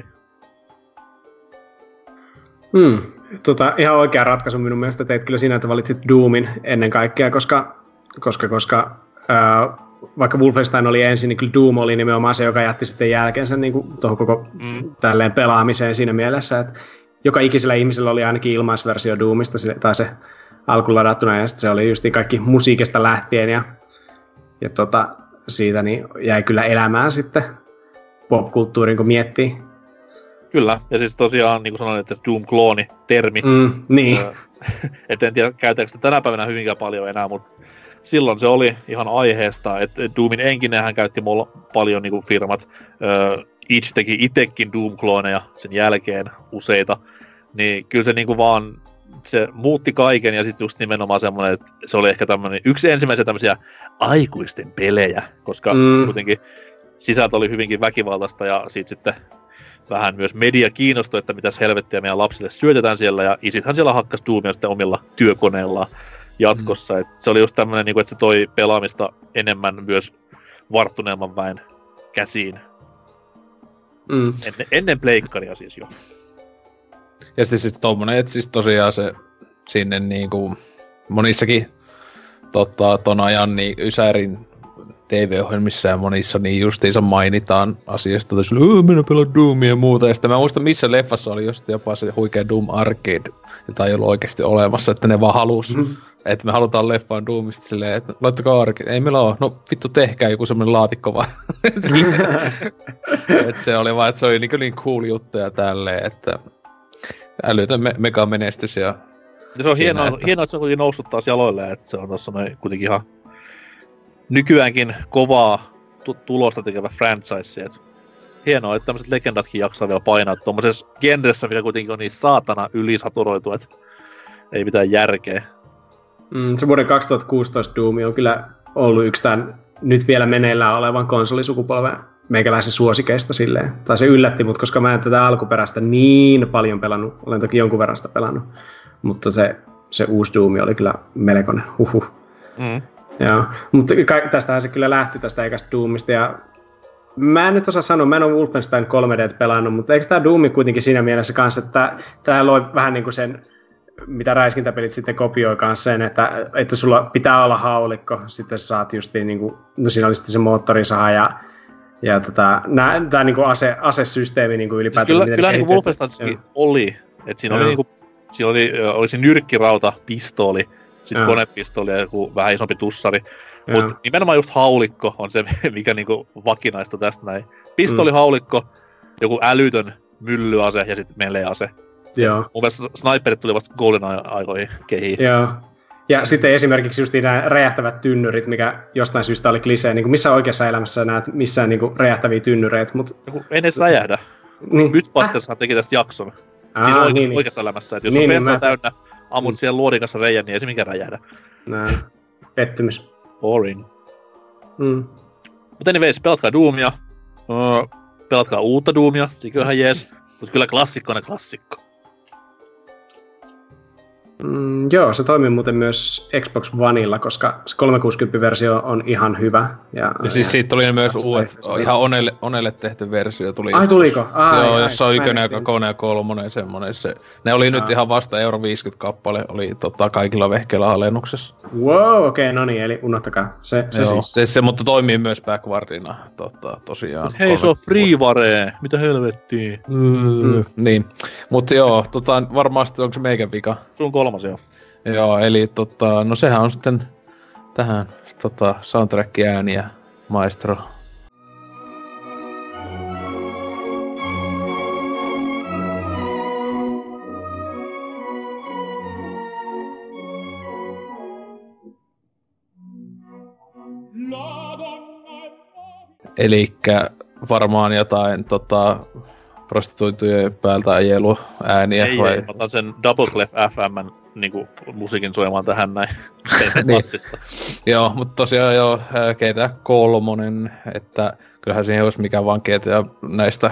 Hmm. Tota, ihan oikea ratkaisu minun mielestä teit kyllä siinä, että valitsit Doomin ennen kaikkea, koska, koska, koska ää, vaikka Wolfenstein oli ensin, niin kyllä Doom oli nimenomaan se, joka jätti sitten jälkeensä niin kuin tuohon koko mm. tälleen pelaamiseen siinä mielessä, että joka ikisellä ihmisellä oli ainakin ilmaisversio Doomista tai se alkuladattuna, ja sitten se oli just kaikki musiikista lähtien, ja, ja tota, siitä niin jäi kyllä elämään sitten popkulttuuriin, kun miettii. Kyllä, ja siis tosiaan, niin kuin sanoin, että Doom-klooni-termi. Mm, niin. Et en tiedä, käytetäänkö sitä tänä päivänä hyvinkään paljon enää, mutta silloin se oli ihan aiheesta, että Doomin enkinenhän käytti mulla paljon niin kuin firmat. id teki itsekin Doom-klooneja sen jälkeen useita, niin kyllä se niin kuin vaan, se muutti kaiken, ja sitten just nimenomaan semmoinen, että se oli ehkä tämmöinen yksi ensimmäisiä tämmöisiä aikuisten pelejä, koska mm. kuitenkin sisältö oli hyvinkin väkivaltaista, ja siitä sitten vähän myös media kiinnostui, että mitäs helvettiä meidän lapsille syötetään siellä, ja isithän siellä hakkas Doomia sitten omilla työkoneillaan jatkossa. Mm. Et se oli just tämmönen, että se toi pelaamista enemmän myös varttuneemman väen käsiin. Mm. Ennen, ennen pleikkaria siis jo. Ja sitten siis tommonen, että siis tosiaan se sinne niinku monissakin tota, ton ajan niin Ysärin T V-ohjelmissa ja monissa niin justiinsa mainitaan asiasta, että mennä pelaa Doomia ja muuta. Ja sitten mä muistan, missä leffassa oli just jopa se huikea Doom Arcade, jota ei ollut oikeasti olemassa, että ne vaan halus, mm. että me halutaan leffaan Doomista silleen, että laittakaa Arcade. Ei meillä oo, no vittu tehkää joku semmonen laatikko vaan. Että se oli vaan, että se oli niin, niin cool juttu ja tälleen, että älytön me- mega menestys ja... Ja se on hienoa, että... hienoa, että se on kuitenkin noussut taas jaloille, että se on tossa noin kuitenkin ihan nykyäänkin kovaa tu- tulosta tekevä franchise. Et hienoa, että tämmöiset legendatkin jaksaa vielä painaa tuommoisessa genressä, mikä kuitenkin on niin saatana ylisaturoitu, että ei mitään järkeä. Mm, se vuoden kaksituhattakuusitoista Doom on kyllä ollut yksi tämän nyt vielä meneillään olevan konsolisukupolven meikäläisen suosikeista silleen. Tai se yllätti mut, koska mä en tätä alkuperäistä niin paljon pelannut. Olen toki jonkun verran sitä pelannut. Mutta se, se uusi Doom oli kyllä melkoinen. Huhhuh. Mm. Joo, mutta tästähän se kyllä lähti tästä eikästä Doomista, ja mä en nyt osaa sanoa, mä en ole Wolfenstein kolme D pelannut, mutta eikö tää Doom kuitenkin siinä mielessä kanssa, että tää loi vähän niinku sen, mitä räiskintäpelit sitten kopioi kanssa sen, että, että sulla pitää olla haulikko, sitten sä saat justiin niinku, no siinä oli sitten se moottorisaha ja ja tota, nää, tää niinku ase, asesysteemi niinku ylipäätään. Kyllä, kyllä niinku Wolfensteinissakin oli Et siinä, oli niinku, siinä oli, oli se nyrkkirauta, pistooli, sitten konepistooli ja joku vähän isompi tussari. Mutta nimenomaan just haulikko on se, mikä niinku vakinaista tästä näin. Pistooli, mm. haulikko, joku älytön myllyase ja sitten melease. Joo. Mun mielestä sniperit tuli vasta GoldenEye-aikoihin kehiin. Joo. Ja sitten esimerkiksi just nämä räjähtävät tynnyrit, mikä jostain syystä oli klisee. Niin kuin missä oikeassa elämässä näet missään niin kuin räjähtäviä tynnyreitä. Mut... Ei edes räjähdä. Niin. Mythbustershan teki tästä jakson. Aa, siis oikeassa, niin, oikeassa elämässä. Että jos niin, on bensaa niin, täynnä, ammut mm. siihen luodikassa reijän, niin ei se mikään räjähdä. Nää. Pettymys. Boring. Mm. Mutta anyways, pelatkaa Doomia. Uh, pelatkaa uutta Doomia, sekin on ihan jees. Mut kyllä klassikkona klassikko. Mm, joo, se toimii muuten myös Xbox Oneilla, koska se kolmesataakuusikymmentä-versio on ihan hyvä. Ja, ja siis siitä tuli myös uudet, ihan Onelle, Onelle tehty versio. Tuli ai tuliko? Ai, joo, ai, jossa on ykönen ja kakonen ja kolmonen semmonen. Se, ne oli ai. nyt ihan vasta euro viisikymmentä kappale, oli tota, kaikilla vehkeillä alennuksessa. Wow, okei, okay, no niin, eli unohtakaa. Se, se joo, siis. Se, mutta toimii myös backwardina, tota, tosiaan. Mut hei, se on freeware, mitä helvettiä. Mm, niin, mutta joo, tota, varmasti onko se meikän vika? Sun kolmas joo. Joo, eli tota, no sehän on sitten tähän tota, soundtrack-ääniä, maestro. Elikkä varmaan jotain tota, prostituitujen päältä ajelu ääniä. Ei, vai? ei, mä otan sen Double Clef F M:n niinku musiikin soimaan tähän näin. Klassista. Joo, mutta tosiaan joo, G T A kolmonen, että kyllähän siihen olisi mikä vaan G T A näistä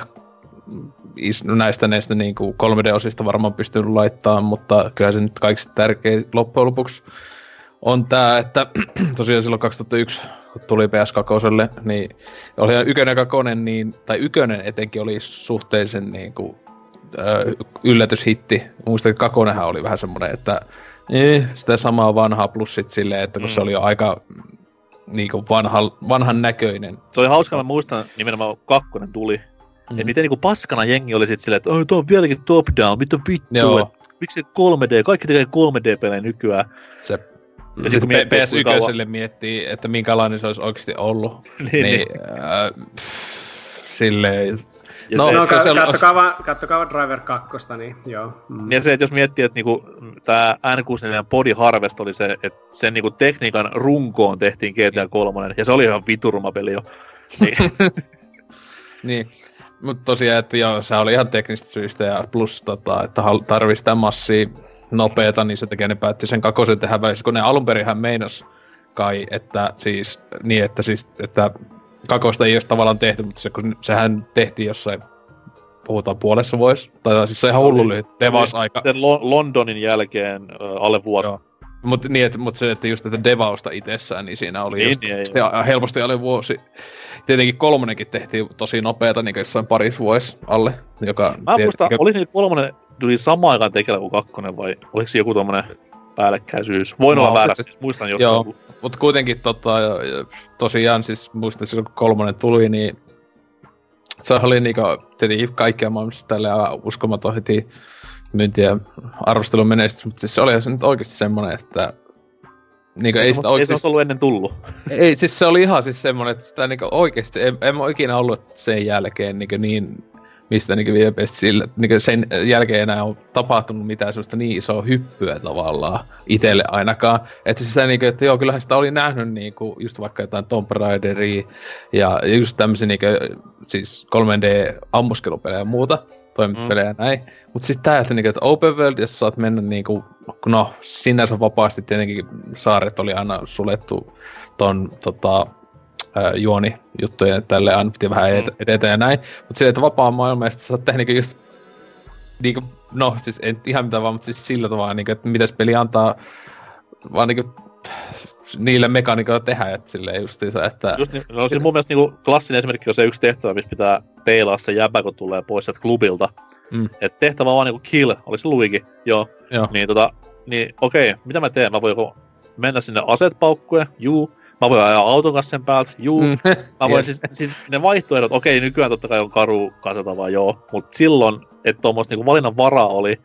näistä näistä niinku kolme D-osista varmaan pystynyt laittamaan, mutta kyllä se nyt kaikista tärkein loppujen lopuksi on tää, että tosiaan silloin kaksituhattayksi, kun tuli P S kaksi, niin oli ykönen ja kakonen, niin, tai ykönen etenkin oli suhteellisen niinku, ö, yllätyshitti. Muistan, että kakonenhan oli vähän semmonen, että eh, sitä samaa vanhaa plus sit silleen, että kun mm. se oli jo aika niinku vanha, vanhan näköinen. Se oli hauska, mä muistan nimenomaan kun kakkonen tuli. Mm. Et miten niinku paskana jengi oli sit silleen, että oh, tuo on vieläkin top down, mitä vittu, et miksi se kolme D, kaikki tekee kolme D-pelejä nykyään. Se ja sitten P S yksi miettii, että minkälainen se olisi oikeesti ollut. niin, niin. Äh, pff, silleen. Ja no, se, no se, se, kattokaa, vaan, kattokaa Driver kaksi, niin joo. Mm. Ja se, että jos miettii, että niinku, tää N kuusikymmentäneljä Body Harvest oli se, että sen niinku tekniikan runkoon tehtiin G T A kolme, ja se oli ihan vituruma peli jo. Niin. niin. Mutta tosiaan, että joo, se oli ihan teknistä syistä, ja plus tota, että tarvii sitä massia nopeeta, niin se tekee ne päätti sen kakosen tehdä välissä, kun ne alunperinhän meinas kai, että siis, niin että siis, että kakosta ei olisi tavallaan tehty, mutta se, kun sehän tehtiin jossain, puhutaan puolessa vuodessa, tai siis se ihan hullu lyhyt devausaika. Sen Lo- Londonin jälkeen äh, alle vuosi. Mutta niin, että, mut se, että just tätä devausta itsessään, niin siinä oli niin, just niin, niin, helposti alle vuosi. Tietenkin kolmonenkin tehtiin tosi nopeeta, niin jossain parissa vuodessa alle. Joka mä muistan, mikä... oliko niitä kolmonen tuli samaan aikaan tekellä kuin kakkonen, vai oliko se joku tommonen päällekkäisyys? Voin no, olla väärässä, siis muistan jostain. Joo, mutta kuitenkin tota, tosiaan siis muistan silloin kun kolmonen tuli, niin se oli niinku tietenkin kaikkea maailmassa tälle aivan uskomaton heti myynti- ja arvostelun menestys, mutta siis se oli se nyt oikeesti semmonen, että niinku ei, ei sitä oikeesti... Ei se ollut ennen tullut. Ei, siis se oli ihan siis semmonen, että sitä niinku oikeesti, en, en mä ikinä ollut sen jälkeen niinku niin, mistä niinku vilpeästi sillä, niinku sen jälkeen enää on tapahtunut mitään semmoista niin isoa hyppyä tavallaan itelle ainakaan. Että sitä niinku, että joo, kyllähän sitä oli nähnyt niinku just vaikka jotain Tomb Raideria ja just tämmösiä niinku siis kolme D-ammuskelupelejä ja muuta. Toimintapelejä mm. ja näin. Mut sit tää, että, niinku, että open world, jos saat mennä niinku, no sinänsä vapaasti tietenkin saaret oli aina suljettu ton tota, ää, juonijuttujen tälleen aina piti vähän mm. edetä ja näin. Mut silleen, että vapaa maailma ja sit sä saat tehdä niinku just niinku, no siis en ihan mitään vaan, mut siis sillä tavalla niinku, että mitäs peli antaa vaan niinku niille mekaniikoilla tehdä, että silleen justiinsa, että... Just niin, no siis mun mielestä niinku klassinen esimerkki on se yksi tehtävä, missä pitää peilaa se jäbä, kun tulee pois sieltä klubilta. Mm. Et tehtävä on vaan niinku kill, oliko se Luigi? Joo. Joo. Niin tota, niin okei, mitä mä teen? Mä voin mennä sinne aseet paukkuja? Juu. Mä voin ajaa auton kanssa sen päältä? Juu. Mm. Mä voin siis, siis ne vaihtoehdot, okei nykyään totta kai on karu kasata vaan joo, mut silloin, että tuommoista niinku valinnan varaa oli,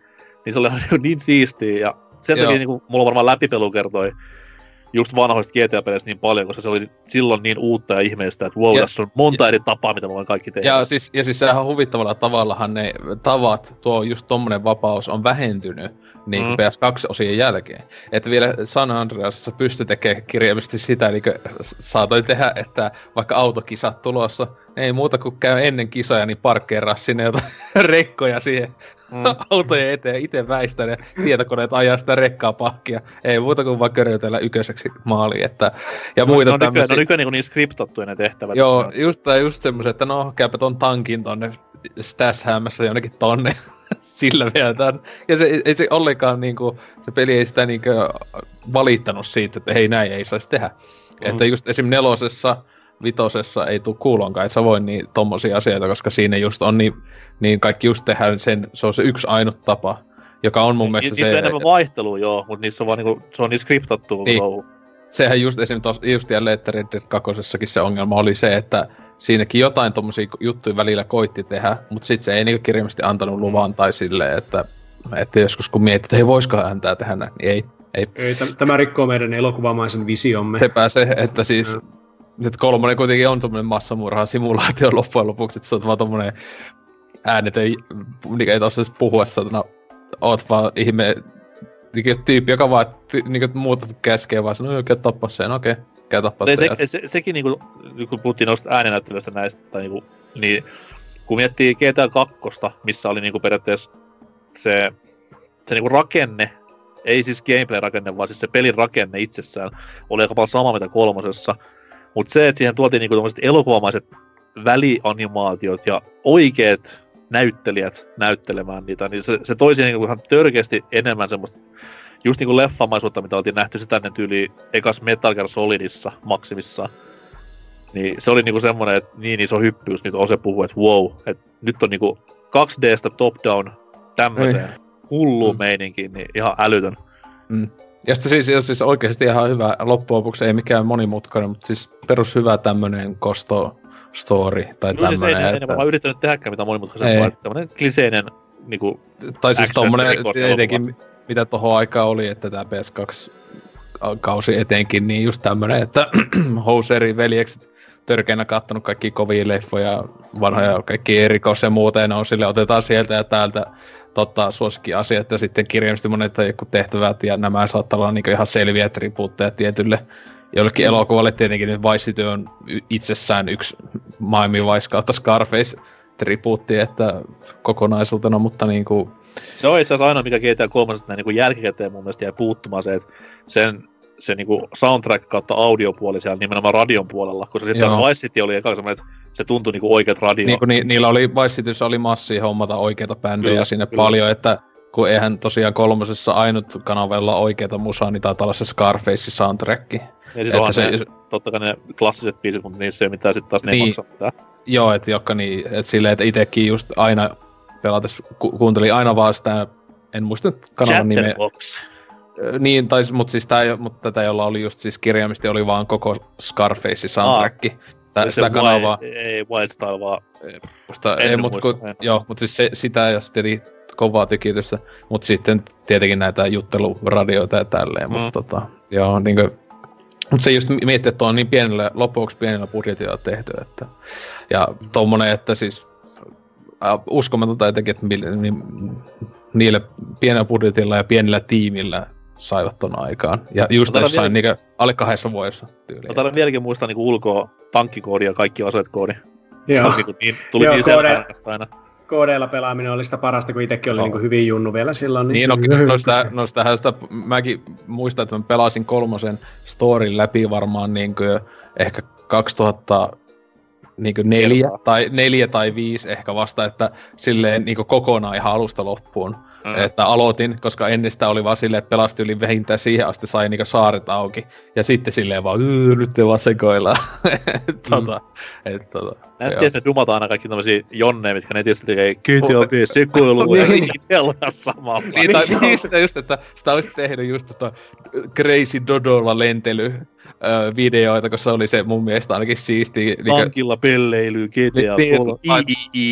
niin se oli niin siistiä, ja sen Joo. takia niin kuin, mulla varmaan läpipelu kertoi just vanhoista G T A-peleistä niin paljon, koska se oli silloin niin uutta ja ihmeellistä, että wow, ja, tässä on monta ja, eri tapaa, mitä mä voin kaikki tehdä. Ja siis, ja siis sehän huvittavalla tavallahan ne tavat, tuo just tommonen vapaus on vähentynyt niin kuin mm. P S kaksi-osien jälkeen. Että vielä San Andreasissa pystyi tekemään kirjaimisesti sitä, eli saatoin tehdä, että vaikka autokisat tulossa, ei muuta kuin käy ennen kisoja, niin parkkeeraa sinne jotain rekkoja siihen mm. autojen eteen, itse väistän ja tietokoneet ajaa sitä rekkaa pakkia. Ei muuta kuin vaan körötellä yköiseksi maaliin, että ja no, muita no, tämmöisiä. No nykyään niin, niin skriptattuja ne tehtävät. Joo, just, just semmoset, että no käypä ton tankin tonne Stashhamassa jonnekin tonne. Sillä vietään. Ja se ei se ollenkaan niinku, se peli ei sitä niinku valittanut siitä, että hei näin ei saisi tehdä. Mm. Että just esim. Nelosessa, vitosessa ei tuu kuulonkaan, et sä voi niin tommosia asioita, koska siinä just on niin, niin kaikki just tehdään sen, se on se yksi ainut tapa, joka on mun Ni, mielestä niissä se... on enemmän vaihtelua joo, mutta niissä on vaan niinku, se on niin skriptattua niin. touhu. Sehän just esim. Tos, just jälleen, että Red Dead kakkosessakin se ongelma oli se, että siinäkin jotain tommosia juttuja välillä koitti tehdä, mutta sit se ei niinku kirjallisesti antanut luvan tai silleen, että, että joskus kun mietit, että hei voiskohan hän tää tehdä näin, niin ei. Ei, ei t- tämä rikkoo meidän elokuvamaisen visiomme. Sepä se, että siis että kolmonen kuitenkin on tommonen massamurha simulaatio loppujen lopuksi, että sä oot vaan tommonen äänetön, mikä ei tossa puhua, satana, oot vaan ihme tyyppi, joka vaan niinku muuta käskee vaan sanoo, käy tappaa sen, okei, käy tappaa se, sen. Se, se, sekin niinku, kun puhuttiin noista äänenäyttelyistä näistä, tai niinku, niin kun miettii G T A kaksi, missä oli niinku periaatteessa se, se niinku rakenne, ei siis gameplay-rakenne, vaan siis se pelin rakenne itsessään oli aika paljon sama mitä kolmosessa. Mutta se, että siihen tuotiin niinku tommoset elokuvamaiset välianimaatiot ja oikeet näyttelijät näyttelemään niitä, niin se, se toi siihen niinku ihan törkeästi enemmän semmoista just niinku leffamaisuutta, mitä oltiin nähty sitä ennen tyyliin ekas Metal Gear Solidissa maksimissaan. Niin se oli niinku semmonen, että niin iso hyppyys, mitä Ose puhui, että wow, että nyt on niinku kaksi D:stä top-down tämmöiseen hulluun mm. meininkiin, niin ihan älytön. Mm. Ja sitten siis, ja siis oikeesti ihan hyvä, loppujen lopuksi ei mikään monimutkainen, mutta siis perus hyvä tämmönen kosto story tai no, tämmönen. Siis ei, että... ei ne vaan yrittänyt tehdäkään mitään monimutkaisempaa, että tämmönen kliseinen niinku tai siis tommonen etenkin, mitä tohon aikaan oli, että tää P S kaksi kausi etenkin, niin just tämmönen, että Houserin veljekset törkeänä kattonut kaikki kovia leffoja, vanhoja kaikki rikos ja muuta, ja ne on sille otetaan sieltä ja täältä tota, suosikkiasiat, ja sitten kirjaimisesti monet joku tehtävät, ja nämä saattaa olla niinku ihan selviä tribuutteja tietylle jollekin mm. elokuvalle. Tietenkin nyt Vice City on itsessään yksi Miami Vice kautta Scarface tribuutti, että kokonaisuutena, mutta niinku... Se on itse asiassa ainoa, mikä G T A kolme näin niinku jälkikäteen mun mielestä jäi puuttumaan se, että sen se niinku soundtrack kautta audiopuoli siellä nimenomaan radion puolella, koska sitten taas Vice City oli eka semmoinen, että se tuntui niinku oikeat radio. Niin ni, niillä oli, Vice Cityssä oli massia hommata oikeita bändejä kyllä, sinne kyllä. paljon, että kun eihän tosiaan kolmosessa ainut kanavella oikeita musaa, niin taitaa olla se Scarface soundtrack. Ja siis onhan se, ne, totta kai ne klassiset biisit, mutta niissä ei mitään sit taas ne niin, maksaa mitään. Joo, et jokka niin, et silleen, että itekin just aina pelates, ku, kuuntelin aina vaan sitä, en muista kanavan nimeä. Chatterbox. Niin, tai, mut siis tää, mut tätä jolla oli just siis kirjaimisesti oli vaan koko Scarface soundtrack. Tää, sitä kanavaa. Ei, Wildstyle vaan. Musta, ei, mut, muista, ku, joo, mut siis se, sitä ja sitten kovaa tykitystä, mut sitten tietenkin näitä jutteluradioita ja tälleen, mm. mut tota, joo, niinkö. Mut se just miettii, että on niin pienellä, loppuksi pienellä budjetilla tehty, että ja tommonen, että siis äh, uskomatonta jotenkin, että mille, ni, niille pienellä budjetilla ja pienellä tiimillä saivat ton aikaan. Ja just jossain vielä... niinku alle kahdessa vuodessa tyyliin. Mä taidan vieläkin muistaa niinku ulkoa tankkikoodi ja kaikki aseetkoodi. Joo. Niinku, niin, tuli Joo, niin selvästä aina. Koodeilla pelaaminen oli sitä parasta, kun itsekin oli no. niinku hyvin junnu vielä silloin. Niin, niin no, no, sitä, no sitähän sitä, mäkin muistan, että mä pelasin kolmosen storyn läpi varmaan niinku ehkä kaksituhattaneljä tai neljä tai viisi ehkä vasta, että silleen niinku kokonaan ihan alusta loppuun. Mm. Että aloitin, koska ennen sitä oli vaan silleen, että pelasti yli vähintään siihen asti sai niinku saaret auki. Ja sitten silleen vaan, nyt ei vaan sekoillaan. tota, et, tota, näytti, että ne dumataan aina kaikki tommosia jonneja, mitkä ne tietysti tekee G T A V sekoilua ja itsellä samalla. Niin, tai niistä just, että sitä olisi tehnyt just tota Crazy Dodolla lentely öö, videoita, koska se oli se mun mielestä ainakin siistiä. Tankilla pelleily, G T A kolme, I I I.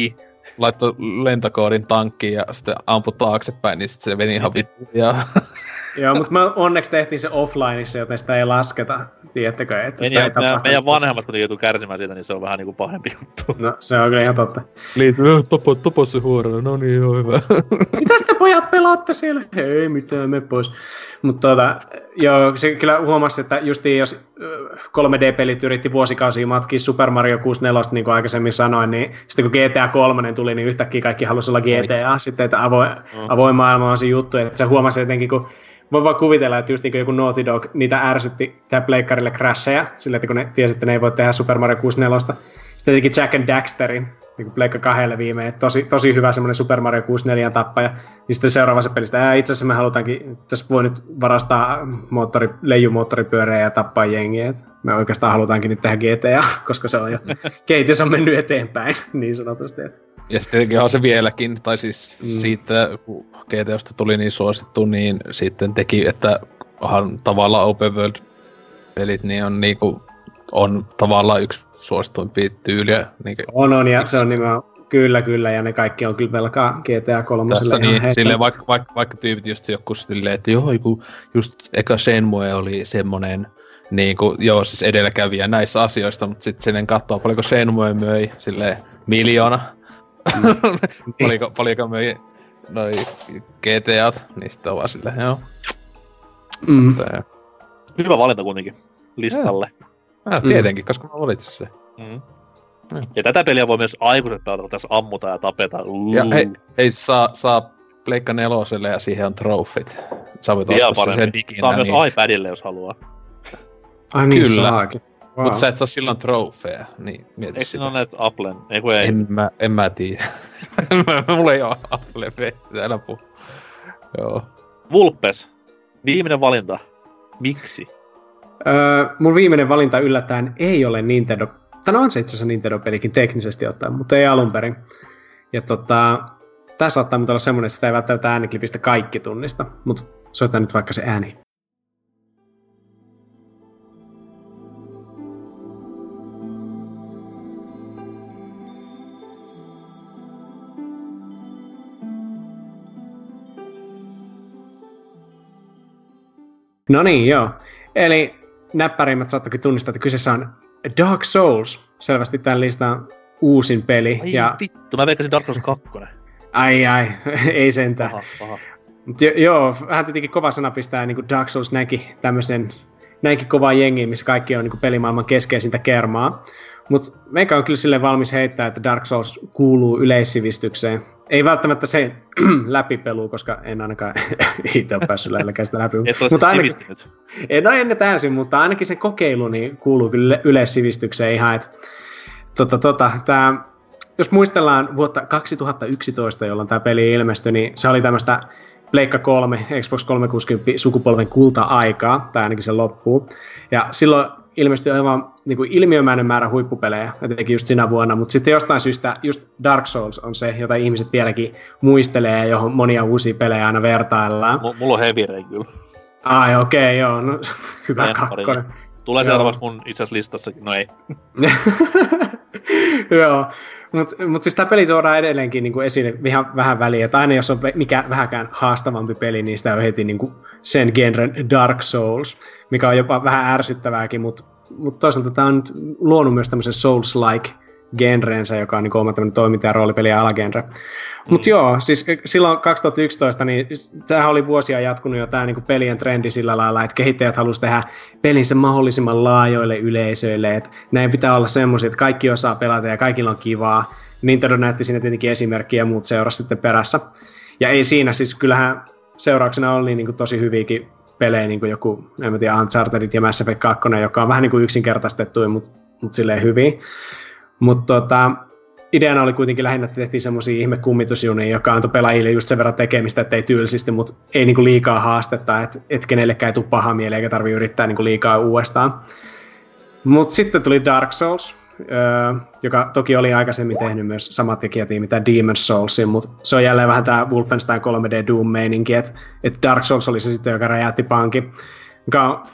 laittoi lentokoodin tankkiin ja sitten ampui taaksepäin, niin sitten se meni ihan vittu. Joo, mutta me onneksi tehtiin se offlineissa, joten sitä ei lasketa. Tiedättekö, että sitä ei, ei tapahtunut. Meidän vanhemmat kuitenkin joutuu kärsimään siitä, niin se on vähän niinku pahempi juttu. No, se on kyllä ihan totta. Liittyy, topo, topo se huorella, no niin, joo hyvä. Mitäs te pojat pelaatte siellä? Ei mitään, me pois. Mutta tota, joo, se kyllä huomasi, että justiin jos kolme D-pelit yritti vuosikausia matkia Super Mario kuusikymmentäneljä, niin kuin aikaisemmin sanoin, niin sitten kun G T A kolme tuli, niin yhtäkkiä kaikki halusi olla G T A, sitten että avoin, avoin maailma on se juttu, että se huomasi jotenkin, kun voi vaan kuvitella, että just niin kuin joku Naughty Dog, niitä ärsytti tää pleikkarille crasheja, sillä että kun ne tiesi, että ne ei voi tehdä Super Mario kuusikymmentäneljä. Sitten teki Jack and Daxterin, niin pleikka kahdelle viimein, tosi, tosi hyvä semmoinen Super Mario kuusikymmentäneljä tappaja. Niin sitten seuraavassa pelissä, ää, itse asiassa me halutaankin, tässä voi nyt varastaa moottori, leijumoottoripyöreä ja tappaa jengiä. Et me oikeastaan halutaankin nyt tehdä G T A, koska se on jo, kehitys on mennyt eteenpäin, niin sanotusti. Ja sitten tietenkin on se vieläkin, tai siis mm. siitä, kun G T A:sta tuli niin suosittu, niin sitten teki, että onhan tavallaan open world-pelit, niin on niinku, on tavallaan yksi suosituimpia tyyliä. Niin on, on, ja se on nimenomaan, kyllä, kyllä, ja ne kaikki on kyllä velkaa G T A kolme. Tästä niin, silleen, vaikka, vaikka, vaikka tyypit just joku silleen, että joo, joku, just eka Shenmue oli semmonen, niinku, joo, siis edelläkävijä näissä asioissa, mutta sitten silleen katsoo, paljonko Shenmue möi, silleen, miljoona. paljonko, paljonko möi noi G T A:t, niin sitten on vaan silleen, joo. Mm. Mutta, hyvä valinta kuitenkin listalle. Ja, tietenkin, mm. koska mä valitsin sen. Mm. Mm. Ja tätä peliä voi myös aikuiset pelata, kun tässä ammutaan ja tapetaan. Uuu. Ja hei, hei saa, saa Pleikka neloselle ja siihen on trofit. Sä voit ostaa sen diginä. Saa myös niin... iPadille, jos haluaa. Ai niin, kyllä. Saakin. Wow. Mut sä et saa silloin trofeja, niin mieti Eikö sitä. siinä ole näitä Applen? Ei kun ei. En mä, en mä tiedä. Mulla ei oo Apple P, älä puhu. Joo. Vulpes. Viimeinen valinta. Miksi? Öö, mun viimeinen valinta yllättäen ei ole Nintendo. Tämä on se itse asiassa Nintendo-pelikin teknisesti ottaen, mutta ei alun perin. Ja tota, tää saattaa nyt olla semmonen, että sitä ei välttämättä ääniklipistä kaikki tunnista, mutta soitetaan nyt vaikka se ääni. No niin, joo. Eli näppärimmät saattokin tunnistaa, että kyseessä on Dark Souls. Selvästi tämän listan uusin peli. Ai ja... vittu, mä veikkasin Dark Souls kaksi. Ai ai, ei sentään. Paha, paha. Mut jo, joo, vähän tietenkin kova sana pistää, niin kuin Dark Souls näki tämmöisen, näinkin kovaa jengiä, missä kaikki on niin kuin pelimaailman keskeisintä kermaa. Mutta meikä on kyllä silleen valmis heittää, että Dark Souls kuuluu yleissivistykseen. Ei välttämättä se läpipelu, koska en ainakaan itse ole päässyt lähelläkään sitä läpi. Et ole mutta ainakin, sivistynyt. No en täysin, mutta ainakin se kokeilu niin kuuluu kyllä yleissivistykseen ihan. Et, tota, tota, tää, jos muistellaan vuotta kaksituhattayksitoista, jolloin tämä peli ilmestyi, niin se oli tämmöistä Pleikka kolme, Xbox kolmesataakuusikymmentä sukupolven kulta-aikaa, tai ainakin se loppuu. Ja silloin ilmestyi aivan niin kuin ilmiömäinen määrä huippupelejä, jotenkin just sinä vuonna, mutta sitten jostain syystä just Dark Souls on se, jota ihmiset vieläkin muistelee ja johon monia uusia pelejä aina vertaillaan. M- mulla on Heavy Rain kyllä. Ai okei, okay, joo, no hyvä En kakkonen. Tulee seuraavaksi mun itse asiassa listassakin, no ei. Joo, mutta mut siis tämä peli tuodaan edelleenkin niinku esille ihan vähän väliä, että aina jos on mikä vähäkään haastavampi peli, niin sitä on heti niinku sen genren Dark Souls, mikä on jopa vähän ärsyttävääkin, mutta mut toisaalta tämä on nyt luonut myös tämmöisen Souls-like genreensä, joka on niinku oma tämmöinen toiminta- ja roolipeli- ja alagenre. Mm. Mutta joo, siis silloin kaksituhattayksitoista, niin tämähän oli vuosia jatkunut jo tämä niinku pelien trendi sillä lailla, että kehittäjät halusivat tehdä pelinsä mahdollisimman laajoille yleisöille, että näin pitää olla semmoisia, että kaikki osaa pelata ja kaikilla on kivaa. Nintendo näytti siinä tietenkin esimerkkiä ja muut seurasi sitten perässä. Ja ei siinä, siis kyllähän seurauksena oli niinku tosi hyviäkin pelejä, niin kuin joku, en mä tiedä, Unchartedit ja Mass Effect kaksi, joka on vähän niin kuin yksinkertaistettu, mutta mut silleen hyvin. Mutta tota, ideana oli kuitenkin lähinnä, että tehtiin semmosia ihme kummitusjunia, joka antoi pelaajille just sen verran tekemistä, ettei tylsistä, mutta ei niinku liikaa haastetta, että et kenellekään ei tule paha mieli eikä tarvitse yrittää niinku liikaa uudestaan. Mutta sitten tuli Dark Souls, öö, joka toki oli aikaisemmin tehnyt myös samat tekijätiimi, tämä Demon's Soulsin, mutta se on jälleen vähän tämä Wolfenstein kolme D Doom-meininki, että et Dark Souls oli se sitten, joka räjäytti pankin, joka on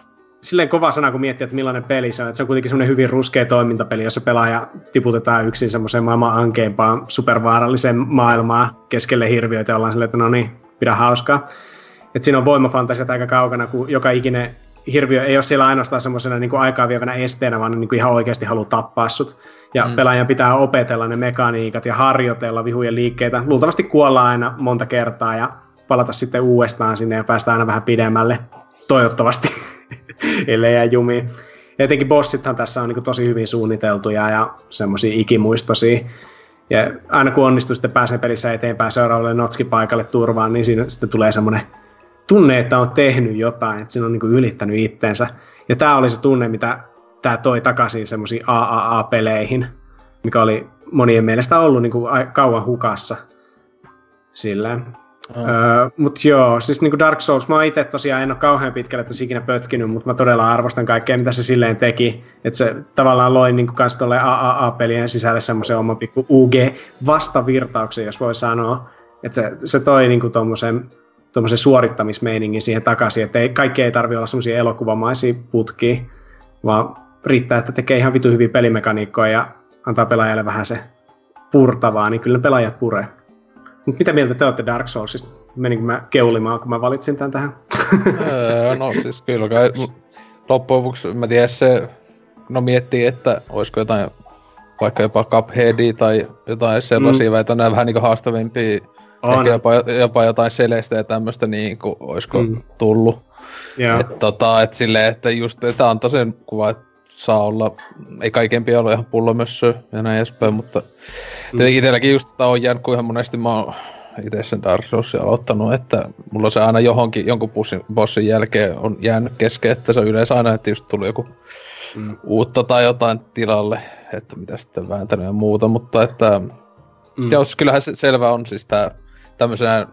silleen kova sana, kun miettii, että millainen peli se on. Että se on kuitenkin semmoinen hyvin ruskea toimintapeli, jossa pelaaja tiputetaan yksin semmoiseen maailman ankeimpaan supervaaralliseen maailmaan keskelle hirviöitä ja ollaan silleen, että no niin, pidä hauskaa. Että siinä on voimafantasiat aika kaukana, kun joka ikinen hirviö ei ole siellä ainoastaan semmoisena niin kuin aikaa vievänä esteenä, vaan niin kuin ihan oikeasti haluaa tappaa sut. Ja mm. pelaajan pitää opetella ne mekaniikat ja harjoitella vihujen liikkeitä. Luultavasti kuollaan aina monta kertaa ja palata sitten uudestaan sinne ja päästä aina vähän pidemmälle. Toivottavasti, ellei jää jumiin. Ja etenkin bossithan tässä on niin kuin tosi hyvin suunniteltuja ja semmoisia ikimuistoisia. Ja aina kun onnistuu sitten pääsee pelissä eteenpäin seuraavalle notskipaikalle turvaan, niin siinä sitten tulee semmoinen tunne, että on tehnyt jotain, että siinä on niin kuin ylittänyt itsensä. Ja tämä oli se tunne, mitä tämä toi takaisin semmoisiin A A A-peleihin, mikä oli monien mielestä ollut niin kuin kauan hukassa. Silleen. Oh. Öö, mut joo, siis niinku Dark Souls, mä itse tosiaan en ole kauhean pitkälle tosi ikinä pötkinyt, mutta mä todella arvostan kaikkea, mitä se silleen teki. Että se tavallaan loi niinku kans tolle A A A-pelien sisälle semmoisen oman pikku U G-vastavirtauksen, jos voi sanoa. Että se, se toi niinku tommosen, tommosen suorittamismeiningin siihen takaisin, että ei, kaikki ei tarvitse olla semmosia elokuvamaisia putkia, vaan riittää, että tekee ihan vitu hyviä pelimekaniikkoja ja antaa pelaajalle vähän se purtavaa, niin kyllä ne pelaajat puree. Mut mitä mieltä te olette Dark Soulsista? Meninkö mä keulimaan, kun mä valitsin tän tähän? Öö, no siis kyllä kai loppujen lopuksi mä tiedän se, no miettii, että olisiko jotain vaikka jopa Cupheadia tai jotain sellaisia, mm. väitä nää vähän niinku haastavimpia, oh, ehkä jopa, jopa jotain Celeste ja tämmöstä niinku oisko mm. tullut. Yeah. Et tota, et silleen, että just, että antaa sen kuva, että saa olla, ei kaikempia ole ihan pullomössö ja näin edespäin, mutta mm. tietenkin itselläkin just tätä on jäänyt, kun ihan monesti mä oon itse sen Dark Soulsin aloittanut, että mulla on se aina johonkin, jonkun bussin, bossin jälkeen on jäänyt kesken, että se on yleensä aina, että just tuli joku mm. uutta tai jotain tilalle, että mitä sitten vääntänyt ja muuta, mutta että mm. jos kyllähän se selvä on siis tää tämmöisenä,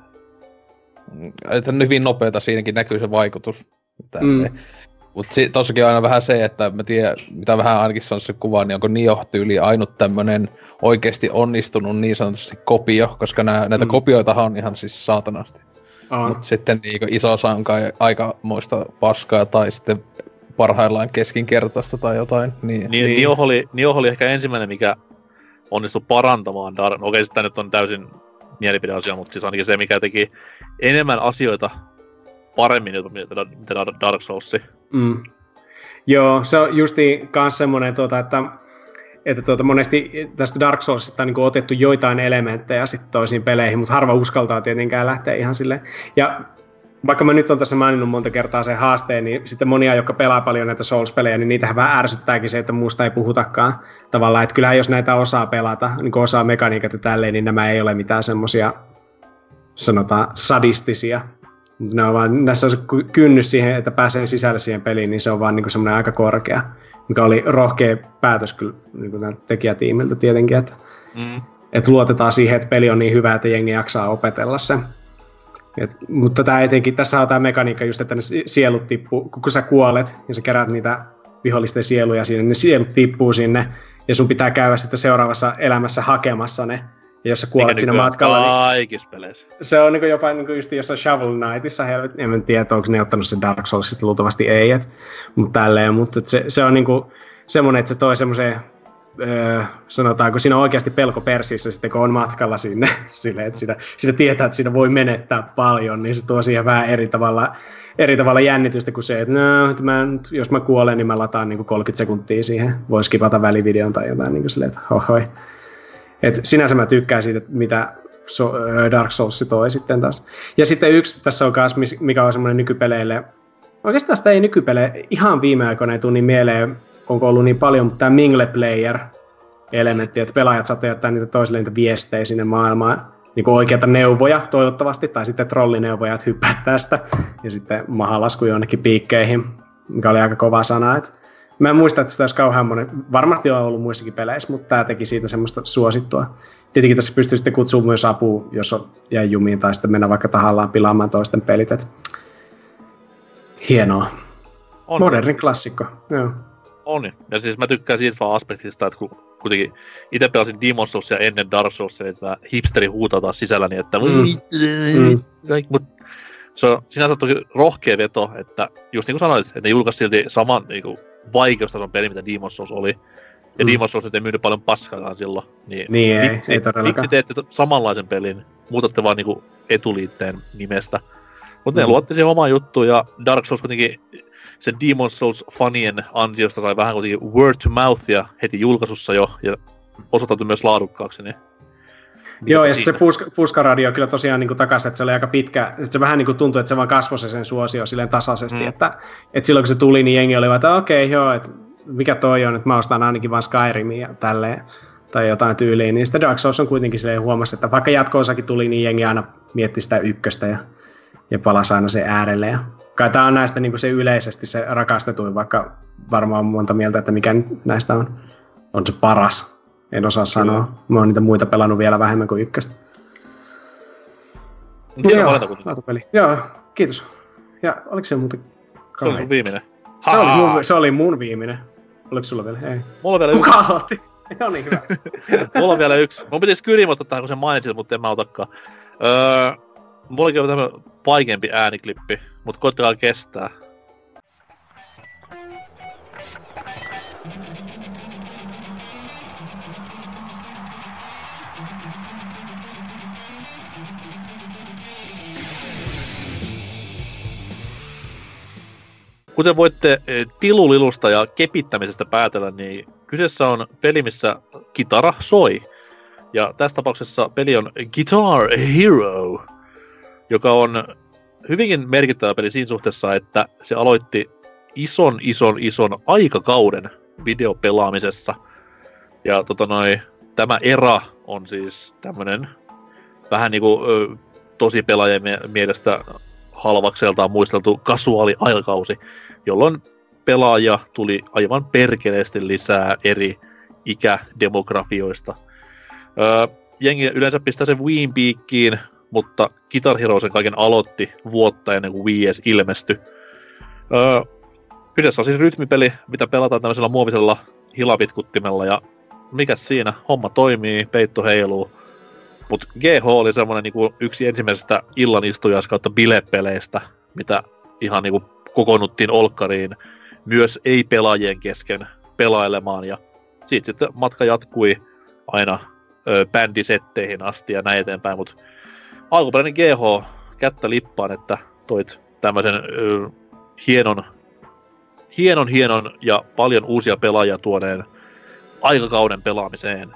että hyvin nopeeta siinäkin näkyy se vaikutus. Mm. Mutta tossakin on aina vähän se, että mä tiedän, mitä vähän ainakin se on se kuva, niin onko Nioh-tyyli ainut tämmönen oikeesti onnistunut niin sanotusti kopio, koska nää, näitä mm. kopioitahan on ihan siis saatanasti. Ah. Mut sitten niinku iso osa on kai aikamoista paskaa tai sitten parhaillaan keskinkertaista tai jotain. Niin, niin, niin. Nioh, oli, Nioh oli ehkä ensimmäinen, mikä onnistui parantamaan Dark... Okei, sitä nyt on täysin mielipideasia, mutta siis ainakin se, mikä teki enemmän asioita paremmin, mitä Dark Souls. Mm. Joo, se on justi kans semmonen, tuota, että, että tuota, monesti tästä Dark Soulsista on niin kuin otettu joitain elementtejä sitten toisiin peleihin, mutta harva uskaltaa tietenkään lähteä ihan silleen. Ja vaikka mä nyt on tässä maininnut monta kertaa sen haasteen, niin sitten monia, jotka pelaa paljon näitä Souls-pelejä, niin niitähän vähän ärsyttääkin se, että muusta ei puhutakaan tavallaan. Että kyllähän jos näitä osaa pelata, niin kuin osaa mekaniikat ja tälleen, niin nämä ei ole mitään semmosia, sanotaan, sadistisia. Ne on vaan, näissä on se kynnys siihen, että pääsee sisälle siihen peliin, niin se on vaan niin kuin semmoinen aika korkea, mikä oli rohkea päätös kyllä niin kuin näiltä tekijätiimiltä tietenkin, että, mm. että luotetaan siihen, että peli on niin hyvä, että jengi jaksaa opetella sen. Et, mutta tää etenkin, tässä on tämä mekaniikka just, että ne sielut tippuu, kun sä kuolet ja sä keräät niitä vihollisten sieluja sinne, ne sielut tippuu sinne ja sun pitää käydä sitten seuraavassa elämässä hakemassa ne. Ja jos sä kuolet siinä matkalla, niin se on niinku jopa niinku just jossain Shovel Knightissa, helvetti, en tiedä, onko ne ottanut sen Dark Soulsista, luultavasti ei, et, mutta tälleen, mutta se, se on niinku semmonen, että se toi semmoiseen, öö, sanotaanko siinä on oikeasti pelko persiissä sitten, kun on matkalla sinne, silleen, että siinä, siinä tietää, että siinä voi menettää paljon, niin se tuo siihen vähän eri tavalla, eri tavalla jännitystä kuin se, että no, että mä, jos mä kuolen, niin mä lataan niinku kolmekymmentä sekuntia siihen, vois skipata välivideon tai jotain niinku silleen, että hohoi. Et sinänsä mä tykkään siitä, mitä so, Dark Souls toi sitten taas. Ja sitten yksi tässä on kanssa, mikä on semmoinen nykypeleille, oikeastaan sitä ei nykypeleille ihan viime aikoina ei tule niin mieleen, onko ollut niin paljon, mutta tämä Mingle Player-elementti, että pelaajat saatte jättää niitä toisille niitä viestejä sinne maailmaan, niin kuin oikeita neuvoja toivottavasti, tai sitten trollineuvoja, että hyppää tästä, ja sitten mahalasku jonnekin piikkeihin, mikä oli aika kova sana, että mä en muista, että sitä olisi kauhean monen, varmasti on ollut muissakin peleissä, mutta tämä teki siitä semmoista suosittua. Tietenkin tässä pystyy sitten kutsumaan myös apua, jos on jäi jumiin, tai sitten mennä vaikka tahallaan pilaamaan toisten pelit. Et hienoa. On modernin se klassikko. Joo. On. Ja siis mä tykkään siitä vaan aspektista, että kun kuitenkin itse pelasin Demon's Soulsia ennen Dark Soulsia, niin tämä hipsteri huutaa taas sisälläni, että mm. Mm. Mut se on sinänsä toki rohkea veto, että just niin kuin sanoit, että ne julkaisi silti saman niin kuin vaikeustason peli, mitä Demon's Souls oli. Ja mm. Demon's Souls nyt ei myynyt paljon paskakaan silloin. Niin, niin ei, miksi, ei todellakaan. Miksi teette samanlaisen pelin? Muutatte vaan niinku etuliitteen nimestä. Mutta mm. ne luotti siihen omaan juttuun, ja Dark Souls kuitenkin sen Demon's Souls-fanien ansiosta sai vähän kuitenkin word to mouthia heti julkaisussa jo, ja osoittautui myös laadukkaaksi. Niin joo, ja sitten se puska, puskaradio kyllä tosiaan niin takaisin, että se oli aika pitkä, että se vähän niin kuin tuntui, että se vaan kasvoi se sen suosio silleen tasaisesti, mm. että, että silloin kun se tuli, niin jengi oli vaan, että okei, okay, joo, että mikä toi on, että mä ostan ainakin vaan Skyrimia ja tälleen, tai jotain tyyliin, niin sitten Dark Souls on kuitenkin silleen huomasi, että vaikka jatko-osakin tuli, niin jengi aina mietti sitä ykköstä ja, ja palasi aina sen äärelle. Ja kai tää on näistä niin kuin se yleisesti se rakastetuin, vaikka varmaan on monta mieltä, että mikä näistä on, on se paras. En osaa sanoa. Mä oon niitä muita pelannut vielä vähemmän kuin ykköstä. Joo, lautapeli. Joo, kiitos. Ja oliko se muuten Se oli sun viimeinen. Se oli, mun, se oli mun viimeinen. Oliko sulla vielä? Ei. Mulla on vielä Kuka yksi. Kuka aloitti? Joo niin, hyvä. Mulla on vielä yksi. Mun pitäis kyllä ilmoittaa tähän, kun sen mainitsit, mutta en mä otakaan. Öö, mullakin on tämmönen vaikeampi ääniklippi, mut koittakaa kestää. Kuten voitte tilulilusta ja kepittämisestä päätellä, niin kyseessä on peli, missä kitara soi. Ja tässä tapauksessa peli on Guitar Hero, joka on hyvinkin merkittävä peli siinä suhteessa, että se aloitti ison, ison, ison aikakauden videopelaamisessa. Ja tota noi, tämä era on siis tämmönen vähän niinku ö, tosi pelaajien mielestä halvakseltaan muisteltu kasuaali aikakausi, jolloin pelaaja tuli aivan perkeleesti lisää eri ikädemografioista. Öö, jengi yleensä pistää sen Wiin piikkiin, mutta Guitar Hero sen kaiken aloitti vuotta ennen kuin Wii edes ilmestyi. Öö, kyseessä on siis rytmipeli, mitä pelataan tämmöisellä muovisella hilavitkuttimella, ja mikäs siinä, homma toimii, peitto heiluu. Mut G H oli semmonen niinku yksi ensimmäisestä illanistujas kautta bilepeleistä, mitä ihan niinku kokoonnuttiin olkkariin myös ei-pelaajien kesken pelailemaan, ja siitä sitten matka jatkui aina ö, bändisetteihin asti ja näin eteenpäin, mut alkuperäinen G H kättä lippaan, että toit tämmösen ö, hienon, hienon, hienon ja paljon uusia pelaajia tuoneen aikakauden pelaamiseen.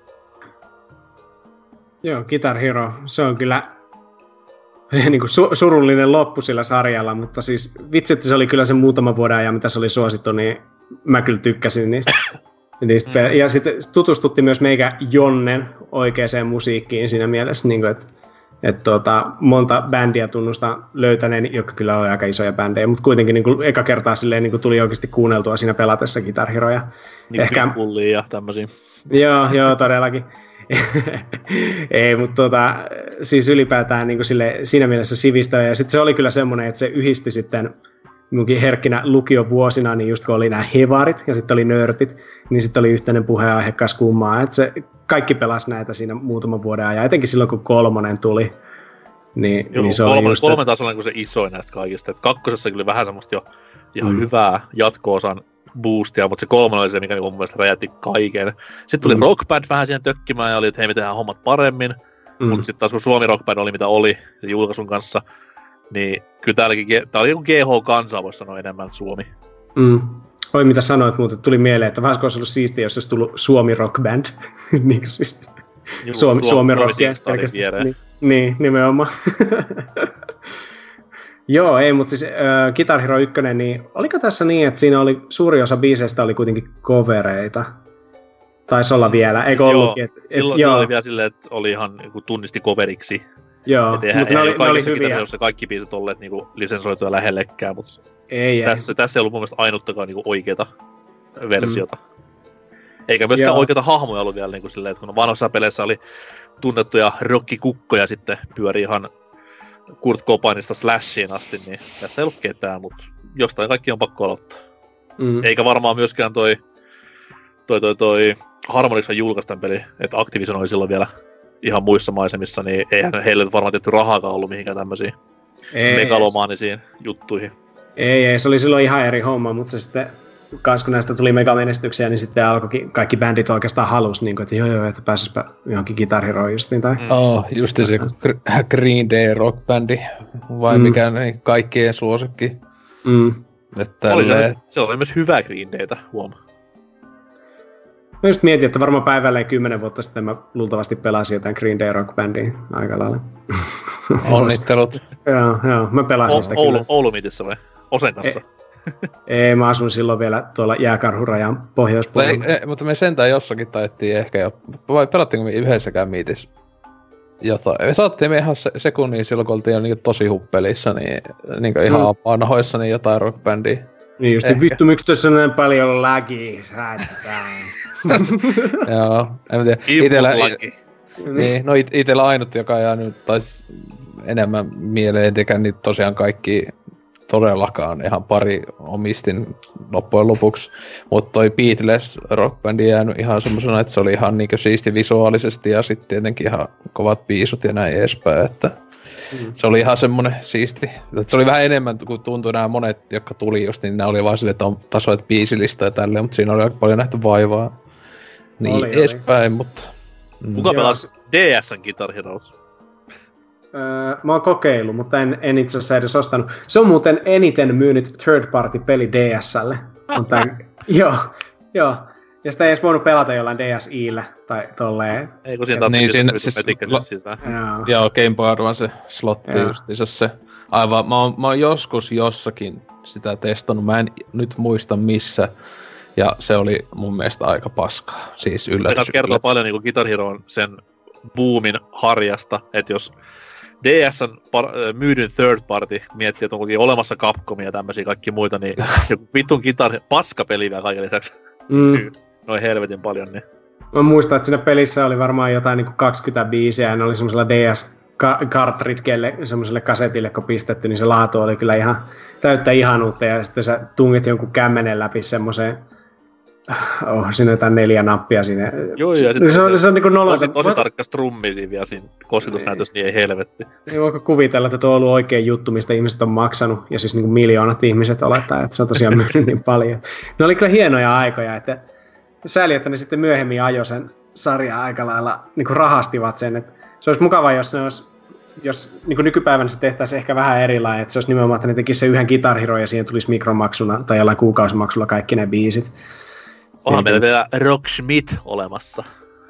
Joo, Guitar Hero, se on kyllä niin kuin su- surullinen loppu sillä sarjalla, mutta siis vitsi, että se oli kyllä sen muutaman vuoden ajan, mitä se oli suosittu, niin mä kyllä tykkäsin niistä. niistä mm. Ja sitten tutustutti myös meikä Jonnen oikeaan musiikkiin siinä mielessä, niin kuin, että, että tuota, monta bändiä tunnustan löytäneen, jotka kyllä oli aika isoja bändejä, mutta kuitenkin niin kuin, eka kertaa silleen, niin kuin tuli oikeasti kuunneltua siinä pelatessa Guitar Heroja. Niin ehkä Pitbullia ja tämmöisiä. Joo, joo, todellakin. Ei, mutta tota, siis ylipäätään niin kuin sille, siinä mielessä sivistävä. Ja sitten se oli kyllä semmoinen, että se yhdisti sitten minunkin herkkinä lukiovuosina, niin just kun oli nämä hevarit ja sitten oli nörtit, niin sitten oli yhteinen puheenaihe kas kummaa. Että se kaikki pelasi näitä siinä muutaman vuoden ajan, etenkin silloin kun kolmonen tuli. Niin, Joo, niin se kolme, oli just, kolme taas oli se isoin näistä kaikista. Et kakkosessa kyllä vähän semmoista jo ihan mm. hyvää jatko-osan boostia, mutta se kolmonen oli se, mikä mun mielestä räjäytti kaiken. Sitten tuli mm. Rock Band vähän siihen tökkimään ja oli, että hei, me tehdään hommat paremmin. Mm. Mutta sitten taas kun Suomi Rock Band oli mitä oli julkaisun kanssa, niin kyllä täälläkin, tää oli joku G H-kansaa, voisi sanoa enemmän Suomi. Mm. Oi mitä sanoit, mutta tuli mieleen, että vähän olisi ollut siistiä, jos olisi tullut Suomi Rock Band. niin siis Juu, Suomi, Suomi Rock Band. Niin, niin, nimenomaan. Joo, ei, mutta siis äh, Guitar Hero yksi, niin oliko tässä niin, että siinä oli suuri osa biiseistä oli kuitenkin covereita? Taisi olla vielä, eikö joo, ollutkin? Et, et, silloin, joo. silloin oli vielä silleen, että oli ihan niin tunnisti coveriksi. Joo, mutta eihän, ne oli, eihän ne oli Guitar hyviä. Herossa kaikki biisit olleet niin lisensoituja lähellekään, mutta ei, tässä, ei. tässä ei ollut mun mielestä ainuttakaan niin oikeeta versiota. Mm. Eikä myöskään joo. oikeita hahmoja ollut vielä, niin kuin silleen, että kun vanhoissa peleissä oli tunnettuja rockikukkoja sitten pyöri ihan Kurt Cobainista Slashiin asti, niin tässä ei ollut ketään, mutta jostain kaikki on pakko aloittaa. Mm. Eikä varmaan myöskään toi, toi, toi, toi Harmonixan julkaisten peli, että Activision oli silloin vielä ihan muissa maisemissa, niin eihän heille varmaan tietty rahaakaan ollut mihinkään tämmöisiin megalomaanisiin juttuihin. Ei, ei, se oli silloin ihan eri homma, mutta se sitten, kans kun näistä tuli megamenestyksiä, niin sitten alkoikin, kaikki bändit oikeastaan halus, niin kuin, että joo joo, että pääsispä johonkin Guitar Heroon justiin tai... Mm. Oh, justi se Green Day rockbändi, vai mm. mikä niin kaikkien suosikki. Mm. Että oli le... se, se oli myös hyvä Green Daytä, huom. Mä just mietin, että varmaan päivälleen kymmenen vuotta sitten mä luultavasti pelasin jotain Green Day rockbändiä aika lailla. Onnittelut. Joo, joo, mä pelasin o- sitä Oulu, kyllä. Oulumitissä vai? Osen kanssa? Ei, ei, mä asun silloin vielä tuolla Jääkarhurajan pohjoispuolella. Ei, ei, mutta me sentään jossakin taittiin ehkä jo, vai pelattiinko me yhdessäkään miitissä jotain. Me saattiin me ihan se, sekunnin silloin, kun oltiin jo niin tosi huppelissa, niin, niin ihan mm. vanhoissa niin jotain rockbändiä. Niin just, niin vittu, miksi tässä on näin paljon lagia? Joo, en tiedä. Itellä, niin, no it, itellä ainut, joka on jäänyt, tai enemmän mieleen, etenkään niin tosiaan kaikki todellakaan ihan pari omistin loppujen lopuksi. Mutta toi Beatles rockbändi jäänyt ihan semmosena, että se oli ihan niinkö siisti visuaalisesti ja sitten tietenkin ihan kovat biisut ja näin edespäin, että mm. se oli ihan semmonen siisti. Se oli vähän enemmän, kun tuntui nämä monet, jotka tuli just, niin nämä oli vaan silleen, että on tasoit biisilista ja tälleen, mutta siinä oli aika paljon nähty vaivaa. Niin oli, edespäin, oli. Mutta... Mm. Kuka pelasi D S:n Guitar Heroes? Öö, mä oon kokeillut, mutta en, en itse asiassa edes ostanut. Se on muuten eniten myynyt third party peli D S:lle. On tää, joo, joo. Ja sitä ei edes voinut pelata jollain D S I:llä tai tolleen. Ei kun siinä niin, siinä, siis, la, sisään. Joo, joo Game Boy Advance slotti justiinsa se. Aivan, mä oon, mä oon joskus jossakin sitä testannut, mä en nyt muista missä. Ja se oli mun mielestä aika paskaa. Siis yllätys. Se kanssa kertoo yllätys. paljon niinku Guitar Heroon sen boomin harjasta, että jos D S:n par- myydyn third party miettii, että onkokin olemassa Capcomia ja tämmösiä kaikki muita, niin joku vittun Guitar paskapeli vielä kaiken lisäksi. Mm. Noin helvetin paljon, niin... Mä muistan, että siinä pelissä oli varmaan jotain niinku kaksikymmentä biisiä ja ne oli semmosella D S-cartridgelle, semmoselle kasetille, kun pistetty, niin se laatu oli kyllä ihan täyttä ihanuutta ja sitten sä tungit jonkun kämmenen läpi semmoseen. Oh, siinä on jotain neljä nappia siinä. Joo, ja sitten se, se, se on niinku nolota. Tosi, tosi tarkka strummi siinä vielä siinä kosketusnäytössä, niin ei helvetti. Ei voiko kuvitella, että tuo on ollut oikein juttu, mistä ihmiset on maksanut, ja siis niinku miljoonat ihmiset olettaa, että se on tosiaan myynyt niin paljon. Ne oli kyllä hienoja aikoja, että sääli, että ne sitten myöhemmin ajoi sen sarjaa aika lailla, niinku rahastivat sen, että se olisi mukava, jos ne olisi, jos niin nykypäivänä se tehtäisiin ehkä vähän erilainen, että se olisi nimenomaan, että ne tekisi se yhden Guitar Hero ja siihen tulisi mikromaksuna tai jollain kuukausimaksulla kaikki ne biisit. Onhan meillä vielä Rock Schmidt olemassa.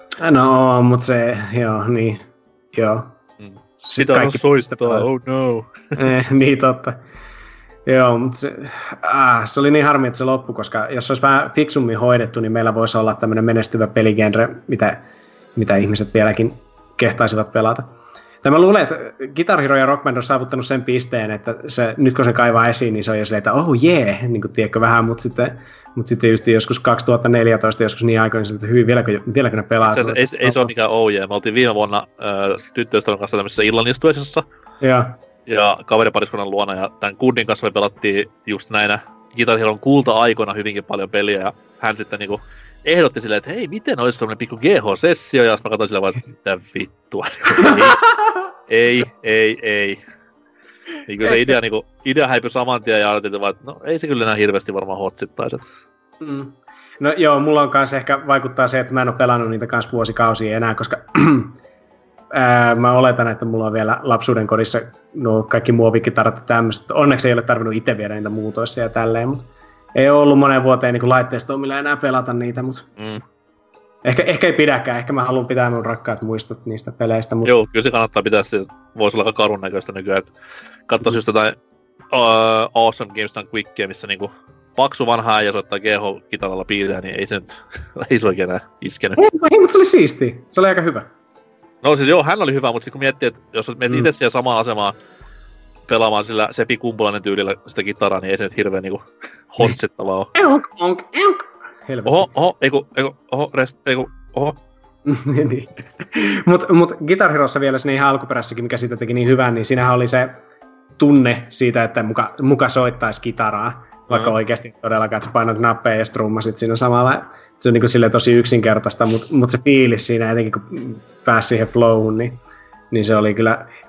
No, mutta se, joo, niin, joo. Mm. Sitä on soittaa, oh no. eh, niin totta. Joo, mutta se, ah, se oli niin harmi, että se loppui, koska jos se olisi vähän fiksummin hoidettu, niin meillä voisi olla tämmöinen menestyvä peligenre, mitä, mitä ihmiset vieläkin kehtaisivat pelata. Tai mä luulen, että Guitar Hero ja Rock Band on saavuttanut sen pisteen, että se, nyt kun se kaivaa esiin, niin se on jo silleen, että oh jee, yeah, niin kuin tiedätkö vähän, mutta sitten, mutta sitten just joskus kaksituhattaneljätoista, joskus niin aikoina, että hyvin, vieläkö, vieläkö ne pelaa? Se, ei, ei se ole mikään oh yeah. Me oltiin viime vuonna äh, tyttöystävän kanssa tämmöisessä illanistuisessa. Ja, ja kaveripariskunnan luona, ja tämän Kundin kanssa me pelattiin just näinä Guitar Heron kulta-aikoina hyvinkin paljon peliä, ja hän sitten niinku ehdotti silleen, että hei, miten olisi semmoinen pikku G H-sessio, ja mä katsoin silleen vaan, että mitä vittua. ei, ei, ei. Niin kyllä se idea, niinku, idea häipyi saman tien, ja ajattelin vaan, että no ei se kyllä enää hirveästi varmaan hotsittaisi. Mm. No joo, mulla on kanssa ehkä vaikuttaa se, että mä en ole pelannut niitä kanssa vuosikausia enää, koska ää, mä oletan, että mulla on vielä lapsuuden kodissa nuo kaikki muovikitarat ja tämmöiset. Onneksi ei ole tarvinnut itse viedä niitä muutoissa ja tälleen, mutta ei ole ollut moneen vuoteen niin laitteistoa millä enää pelata niitä, mutta mm. ehkä, ehkä ei pidäkään. Ehkä mä haluan pitää mun rakkaat muistot niistä peleistä. Mutta... Joo, kyllä se kannattaa pitää, se voisi olla aika karun näköistä nykyään. Katsoisi just jotain uh, Awesome Games Done Quickia, missä niinku paksu vanha äijä soittaa G H-kitaralla biilejä, niin ei se nyt ei se oikein enää iskenyt. Ei, ei, mutta se oli siisti. Se oli aika hyvä. No siis joo, hän oli hyvä, mutta kun miettii, että jos menet mm. itse siihen samaan asemaan pelaamaan sillä Sepi Kumpulainen tyylillä sitä kitaraa, niin ei se nyt hirveen niinku hotsittavaa oo. Euk, onk, euk. Helvetti. Oho, oho, eiku, eiku, oho, rest, eiku, oho. niin. Mut, mut Guitar Herossa vielä sinne ihan alkuperäisessäkin, mikä siitä teki niin hyvän, niin siinähän oli se tunne siitä, että muka, muka soittaisi kitaraa. Vaikka mm. oikeasti todellakaan, että sä painat nappeja ja strummasit siinä samalla. Se on niin kuin tosi yksinkertaista, mutta mut se fiilis siinä, etenkin kun pääsi siihen flowhun, niin, niin se oli kyllä...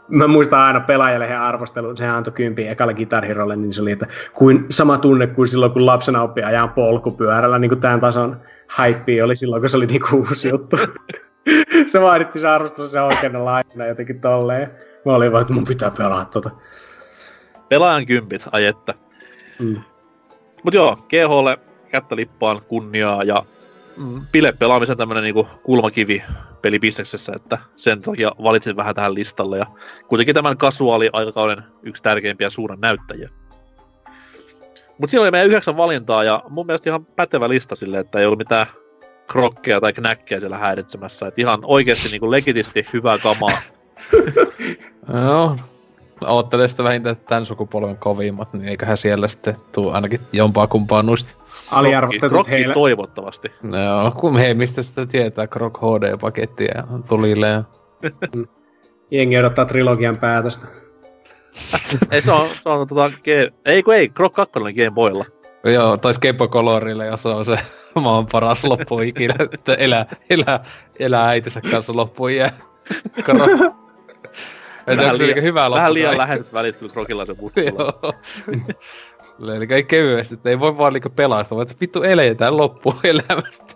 mä muistan aina pelaajalehen arvostelun, sehän antoi kympiä ekalle Guitar Herolle, niin se oli, että kuin sama tunne kuin silloin, kun lapsena oppi ajaa polkupyörällä, niin kuin tämän tason haippi oli silloin, kun se oli niin uusi juttu. Se vaaditti se arvostus se oikein laina jotenkin tolleen. Mä olin vaan, että mun pitää pelaa tota. Pelaajan kympit, ai että. Mm. Mut joo, G H:lle kättä lippaan kunniaa ja mm, bilepelaamisen tämmönen niinku kulmakivi pelibisneksessä, että sen takia valitsin vähän tähän listalle ja kuitenkin tämän kasuaali-aikakauden yksi tärkeimpiä suunnan näyttäjiä. Mut siinä oli meidän yhdeksän valintaa ja mun mielestä ihan pätevä lista silleen, että ei ollut mitään krokkeja tai knäkkejä siellä häiritsemässä, että ihan oikeesti niinku legitisti hyvää kamaa. Joo. Oottelee sitä vähintään tämän sukupolven kovimmat, niin eiköhän siellä sitten tuu ainakin jompaa kumpaa noista. Aliarvostetut Rokki heille. toivottavasti. Joo, kun hei, mistä sitä tietää, Krok H D-pakettia tulille ja... Jengi odottaa trilogian päätöstä. Ei se on, se on tota, G... ei kun ei, Krok kaksi oli Game Boylla. Joo, tai Skepo Colorille, jos on se maan paras loppu ikinä, että elää, elää, elää äitinsä kanssa loppuun jää. Krok. Vähän, liian, hyvä loppu, vähän liian tai... läheiset välit kyllä Krokilla se mutsulla. Eli ei kevyesti, että ei voi vaan niinku pelastaa, vaan että vittu eletään loppuun elämästä.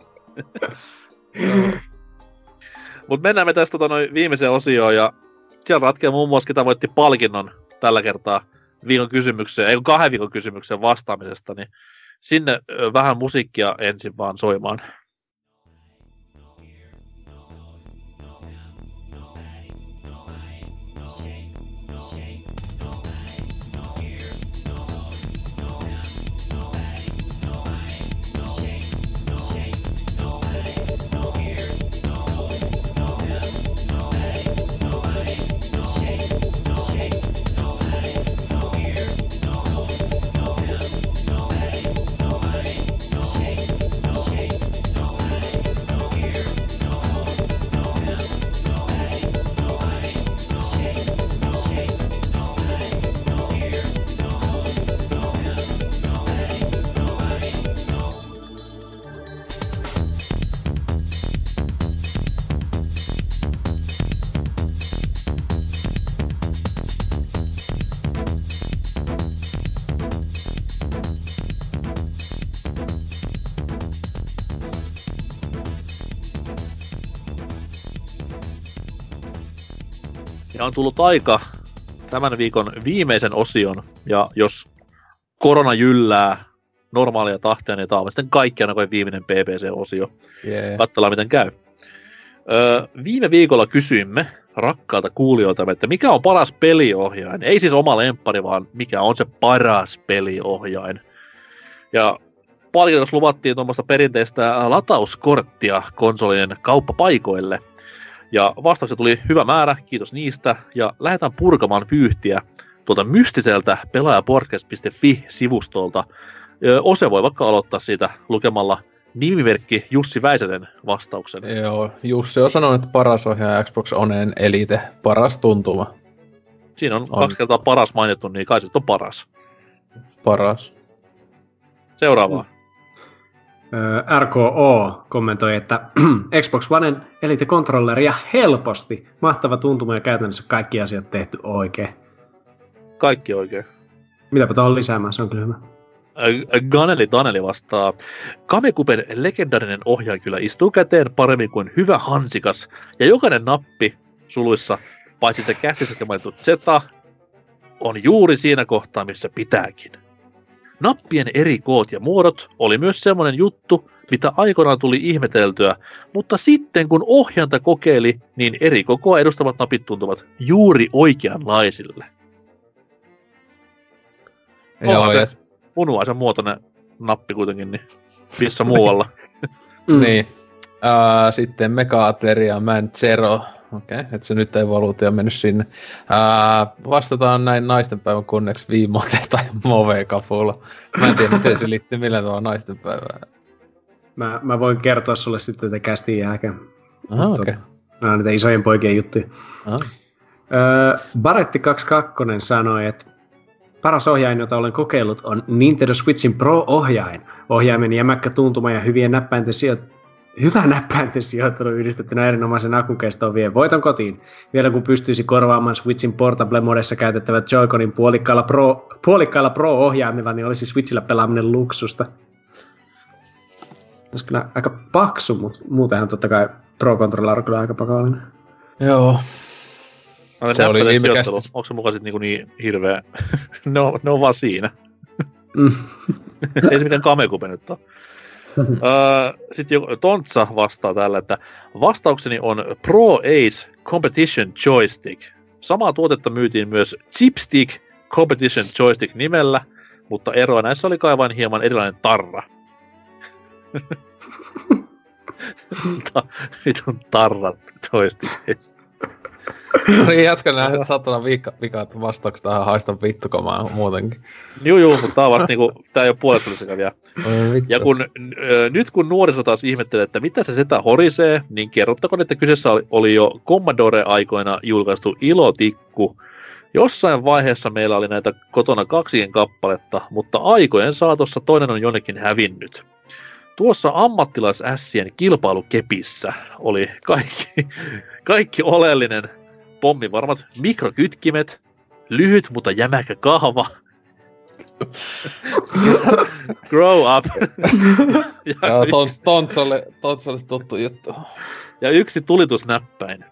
Mut mennään me tästä tota, noin viimeiseen osioon ja siellä ratkeaa muun muassa, ketä voitti palkinnon tällä kertaa viikon kysymykseen, ei kun kahden viikon kysymykseen vastaamisesta, niin sinne ö, vähän musiikkia ensin vaan soimaan. Ja on tullut aika tämän viikon viimeisen osion, ja jos korona jyllää normaalia tahtia, niin tämä on sitten kaikki aina kuin viimeinen P P C-osio. Yeah. Katsellaan miten käy. Öö, viime viikolla kysyimme rakkaalta kuulijoilta, että mikä on paras peliohjain. Ei siis oma lemppari, vaan mikä on se paras peliohjain. Ja paljon jos luvattiin tuommoista perinteistä latauskorttia konsolien kauppapaikoille. Ja vastauksia tuli hyvä määrä, kiitos niistä, ja lähdetään purkamaan vyyhtiä tuolta mystiseltä pelaajapodcast piste fi-sivustolta. Ose voi vaikka aloittaa siitä lukemalla nimimerkki Jussi Väisänen vastauksen. Joo, Jussi on sanonut, että paras ohjaaja Xbox Oneen Elite, paras tuntuma. Siinä on, on kaksi kertaa paras mainittu, niin kai se on paras. Paras. Seuraavaa. R K O kommentoi, että Xbox Onen Elite-kontrolleri ja helposti mahtava tuntuma ja käytännössä kaikki asiat tehty oikein. Kaikki oikein. Mitäpä tuohon lisäämään, se on kyllä hyvä. Ganeli Taneli vastaa. Kamekupen legendaarinen ohjaaja kyllä istuu käteen paremmin kuin hyvä hansikas, ja jokainen nappi suluissa, paitsi se käsissäkin mainittu Z, on juuri siinä kohtaa, missä pitääkin. Nappien eri koot ja muodot oli myös semmoinen juttu, mitä aikoinaan tuli ihmeteltyä, mutta sitten kun ohjanta kokeili, niin eri kokoa edustavat napit tuntuvat juuri oikeanlaisille. Onhan se yes. Munuaisen muotoinen nappi kuitenkin, niin missä muualla. mm. Niin. Uh, sitten Mega-Ateria Man Zero. Okei, okay, että se nyt evoluutio on mennyt sinne. Uh, vastataan näin naistenpäivän kunneksi viimote tai Move-kapulla. Mä en tiedä, miten se liittyy millä tavalla naistenpäivään. Mä, mä voin kertoa sulle sitten tätä kästin jälkeen. Aha, okei. Okay. Nämä on niitä isojen poikien juttuja. Aha. Öö, Baretti kaksikymmentäkaksi sanoi, että paras ohjain, jota olen kokeillut, on Nintendo Switchin Pro-ohjain. Ohjaimen jämäkkä tuntuma ja hyvien näppäinten sijo- Hyvä näppäinten sijoittelu yhdistettynä erinomaisen akkukestoon vie voiton kotiin. Vielä kun pystyisi korvaamaan Switchin Portable-modessa käytettävät Joy-Conin puolikkailla, Pro, puolikkailla Pro-ohjaimilla, niin olisi Switchillä pelaaminen luksusta. Olisi kyllä aika paksu, mutta muutenhan totta kai Pro-controller on kyllä aika pakollinen. Joo. No, se oli viime sijoittelu. Onko se mukaan sit niinku niin hirveä? no, ne on vaan siinä. Mm. Ei se mitään kamekupe nyt ole. Uh, Sitten Tontsa vastaa tällä, että vastaukseni on Pro Ace Competition Joystick. Samaa tuotetta myytiin myös Chipstick Competition Joystick nimellä, mutta eroa näissä oli kai vain hieman erilainen tarra. Vitun tarrat joystickeissa. Niin jatka nää satana vika, vikaat vastaukset tähän haista vittukomaan muutenkin. Juu juu, mutta tää on vasta niinku, tää ei oo puolet tulissakaan vielä. Ja kun, ö, nyt kun nuoriso taas ihmettelee, että mitä se setä horisee, niin kerrottakoon, että kyseessä oli, oli jo Commodore-aikoina julkaistu ilotikku. Jossain vaiheessa meillä oli näitä kotona kaksikin kappaletta, mutta aikojen saatossa toinen on jonnekin hävinnyt. Tuossa ammattilaisässien kilpailukepissä oli kaikki, kaikki oleellinen pommivarmat mikrokytkimet, lyhyt mutta jämäkä kahva, grow up, ja, Joo, yksi, Tontsalle, Tontsalle tuttu juttu. Ja yksi tulitusnäppäin.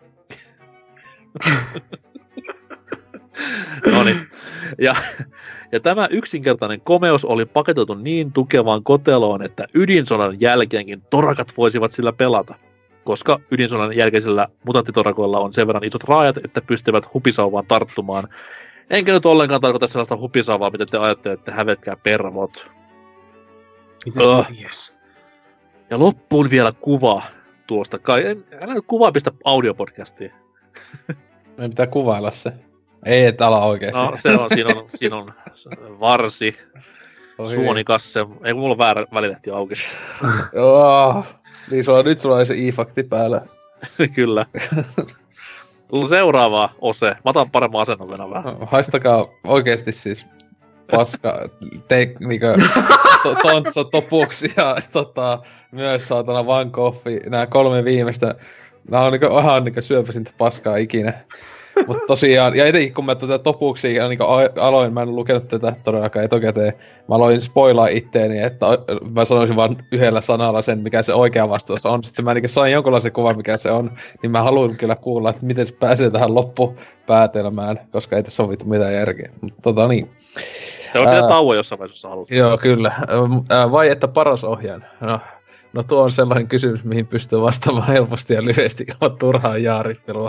Noniin. Ja, ja tämä yksinkertainen komeus oli paketoitu niin tukevaan koteloon, että ydinsodan jälkeenkin torakat voisivat sillä pelata. Koska ydinsodan jälkeisillä mutanttitorakoilla on sen verran isot raajat, että pystyvät hupisauvaan tarttumaan. Enkä nyt ollenkaan tarkoita sellaista hupisauvaa, mitä te ajattelette, että hävetkää pervot. Mitä uh. se yes. Ja loppuun vielä kuva tuosta. Kai, en, älä nyt kuvaa pistä audiopodcastiin. Me pitää kuvailla se. Ei, et ala oikeesti. No, se on, siinä on, siinä on varsi, Ohi. suonikasse. Ei, mulla on väärä välilehti auki. Joo. Niin sulla, nyt sulla on se i-fakti päällä. Kyllä. Seuraava ose. Mä otan paremman asennon vielä vähän. Haistakaa oikeesti siis paska, te, niinkö, to, Tontsa topuksi ja tota, myös saatana One Coffee. Nää kolme viimeistä, nää on niinkö ihan niinkö syöpäisintä paskaa ikinä. Mut tosiaan, ja etenkin kun mä tätä topuksia niin aloin, mä en lukenut tätä todellakaan etukäteen, mä aloin spoilaa itteeni, että mä sanoisin vaan yhdellä sanalla sen, mikä se oikea vastaus on. Sitten mä niin sain jonkunlaisen kuvan, mikä se on, niin mä haluan kyllä kuulla, että miten se pääsee tähän loppupäätelmään, koska ei tässä ole vittu mitään järkeä. Mutta tota niin. Se on pitää tauon jossain vaiheessa haluat. Joo, kyllä. Ää, vai että paras ohjaaja? No, no tuo on sellainen kysymys, mihin pystyy vastaamaan helposti ja lyhyesti ilman turhaa jaarittelua.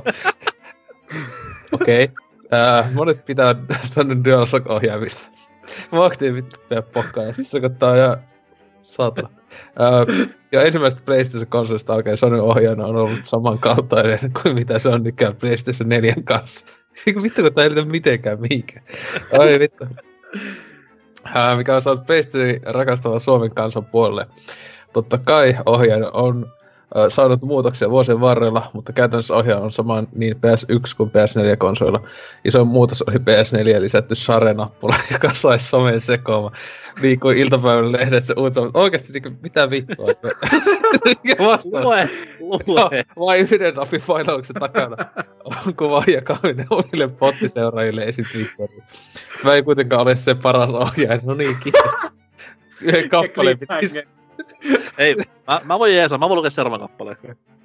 Okei. Okay. Uh, monet pitää Sony DualShock-ohjaimista. Mä aktiin vittu pidä pokkaa ja sit se kattaa ja saatana. Uh, ja ensimmäistä PlayStation-konsolista alkaen Sony ohjaajana on ollut samankaltainen kuin mitä se on nykyään PlayStation neljän kanssa. Vittu kun tää ei liity mitenkään mihinkään. Ai vittu. Uh, mikä on saanut PlayStationin rakastavan Suomen kansan puolelle. Totta kai ohjaaja on saanut muutoksia vuosien varrella, mutta käytännössä ohjaaja on sama niin P S yksi kuin P S neljä-konsoilla. Iso muutos oli P S neljä lisätty Share-nappula, joka sai someen sekoamaan. Viikon iltapäivän lehdet se uutisa, mutta oikeesti niin mitä vittua? Mikä vastaus? Lue, lue. Vai yhden napin painauksen takana on kuva jakaminen omille pottiseuraajille esitviikkoille. Mä ei kuitenkaan ole se paras ohjaaja, no niin, kiitos. Yhden kappaleen pitäisi. Ei, mä, mä voin jeesaa, mä voin lukea seuraavan kappaleen.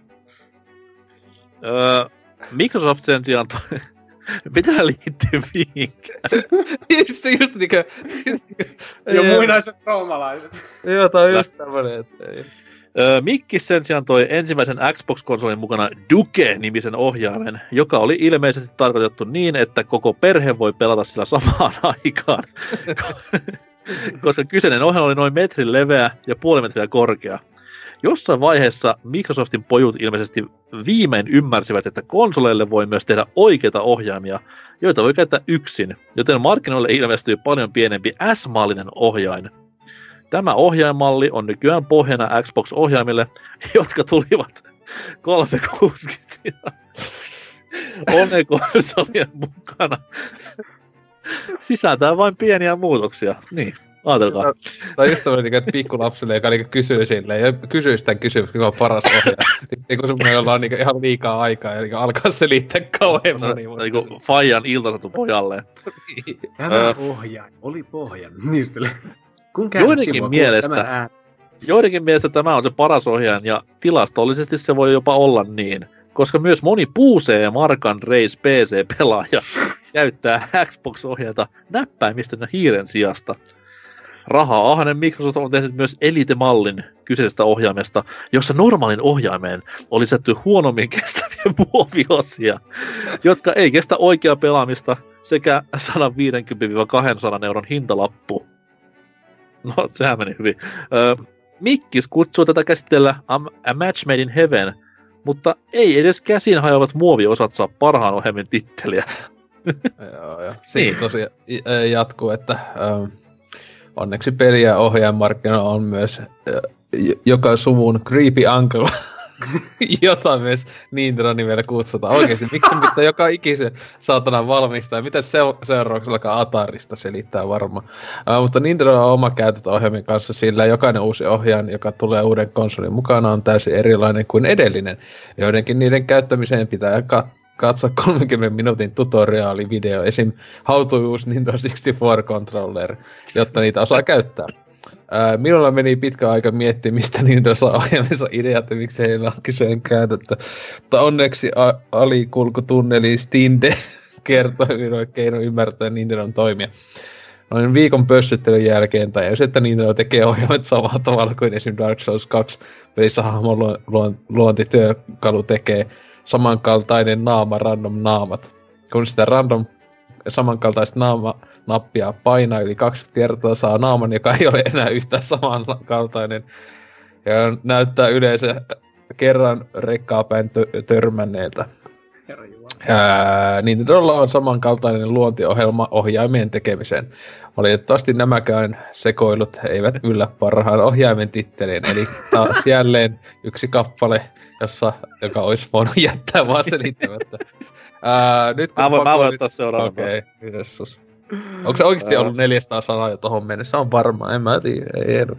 Öö, Microsoft sen sijaan toi... Mitä liittyy mihinkään? just, just niinkö... Jo muinaiset roomalaiset. Joo, tää on just tämmönen, että ei. Öö, Mikkis sen sijaan toi ensimmäisen Xbox-konsolin mukana Duke-nimisen ohjaimen, joka oli ilmeisesti tarkoitettu niin, että koko perhe voi pelata sillä samaan aikaan. Koska kyseinen ohjelma oli noin metrin leveä ja puoli metriä korkea. Jossain vaiheessa Microsoftin pojut ilmeisesti viimein ymmärsivät, että konsoleille voi myös tehdä oikeita ohjaimia, joita voi käyttää yksin, joten markkinoille ilmestyy paljon pienempi S-mallinen ohjain. Tämä ohjaimalli on nykyään pohjana Xbox-ohjaimille, jotka tulivat kolmesataakuusikymmentä ja One-konsolien mukana. Sisältää vain pieniä muutoksia. Niin. Ajatelkaa. Tai just tämmönen, että pikkulapselle, joka niinku kysyy silleen, ja kysyy sitä kysymystä, mikä on paras ohjaaja. Sitten kun semmoinen, jolla on niinku ihan liikaa aikaa, ja niinku alkaa selittää kauhean monimuotoisesti. Niinku Fajan iltasatu pojalleen. Tämä ohjaaja oli pohjan. Niistä kun joidenkin mielestä, joidenkin mielestä tämä on se paras ohjaaja, ja tilastollisesti se voi jopa olla niin. Koska myös moni puusee Markan Reis P C-pelaaja käyttää Xbox-ohjainta näppäimistönä hiiren sijasta. Rahaa ahnen Microsoft on tehnyt myös Elite-mallin kyseisestä ohjaimesta, jossa normaalin ohjaimeen oli lisätty huonommin kestäviä muoviosia, jotka ei kestä oikeaa pelaamista, sekä sata viisikymmentä kaksisataa euron hintalappu. No, sehän meni hyvin. Öö, Mikkis kutsuu tätä käsitellä A Match Made in Heaven, mutta ei edes käsin hajoavat muoviosat saa parhaan ohjelmin titteliä. Joo, joo. Siinä niin. Tosiaan jatkuu, että ähm, onneksi peli- ja ohjaajamarkkinoilla on myös äh, joka suvun Creepy Uncle, jota myös Nintendo-nimellä kutsutaan. Oikeesti, miksi pitää joka ikisen saatana valmistaa? Mitä se seuraavaksi alkaa Atarista selittää varmaan. Uh, mutta Nintendo on oma käytäntöohjelmien kanssa, sillä jokainen uusi ohjaaja, joka tulee uuden konsolin mukana, on täysin erilainen kuin edellinen. Joidenkin niiden käyttämiseen pitää kat- katsoa kolmenkymmenen minuutin tutoriaalivideo, esim. How to use Nintendo kuusikymmentäneljä controller, jotta niitä osaa käyttää. Ää, minulla meni pitkä aika miettimistä Nintendo saa ohjelmissa ideat, miksi heillä on kyseinen käytettä. Mutta onneksi a- alikulkutunnelin Stinde kertoi minulle keino ymmärtää Nintendon toimia. Noin viikon pössyttelyn jälkeen tajusin, että Nintendo tekee ohjelmat samalla tavalla kuin esim. Dark Souls kaksi pelissä hahmon lu- lu- luontityökalu tekee samankaltainen naama random naamat. Kun sitä random samankaltaista naama nappia painaa yli kaksikymmentä kertaa, saa naaman, joka ei ole enää yhtään samankaltainen. Ja näyttää yleensä kerran rekkaa päin tö- törmänneeltä. Nintendolla on samankaltainen luontiohjelma ohjaimien tekemiseen. Valitettavasti nämäkään sekoilut eivät yllä parhaan ohjaimen titteliin, eli taas jälleen yksi kappale, jossa, joka olisi voinut jättää vaan selittämättä. Ää, nyt kun mä voin, pako... mä voin ottaa seuraavan. Okei, okay, jessus. Onko se oikeesti ollut neljäsataa sanaa jo tohon mennessä? On varmaan, en mä tiedä, ei edu.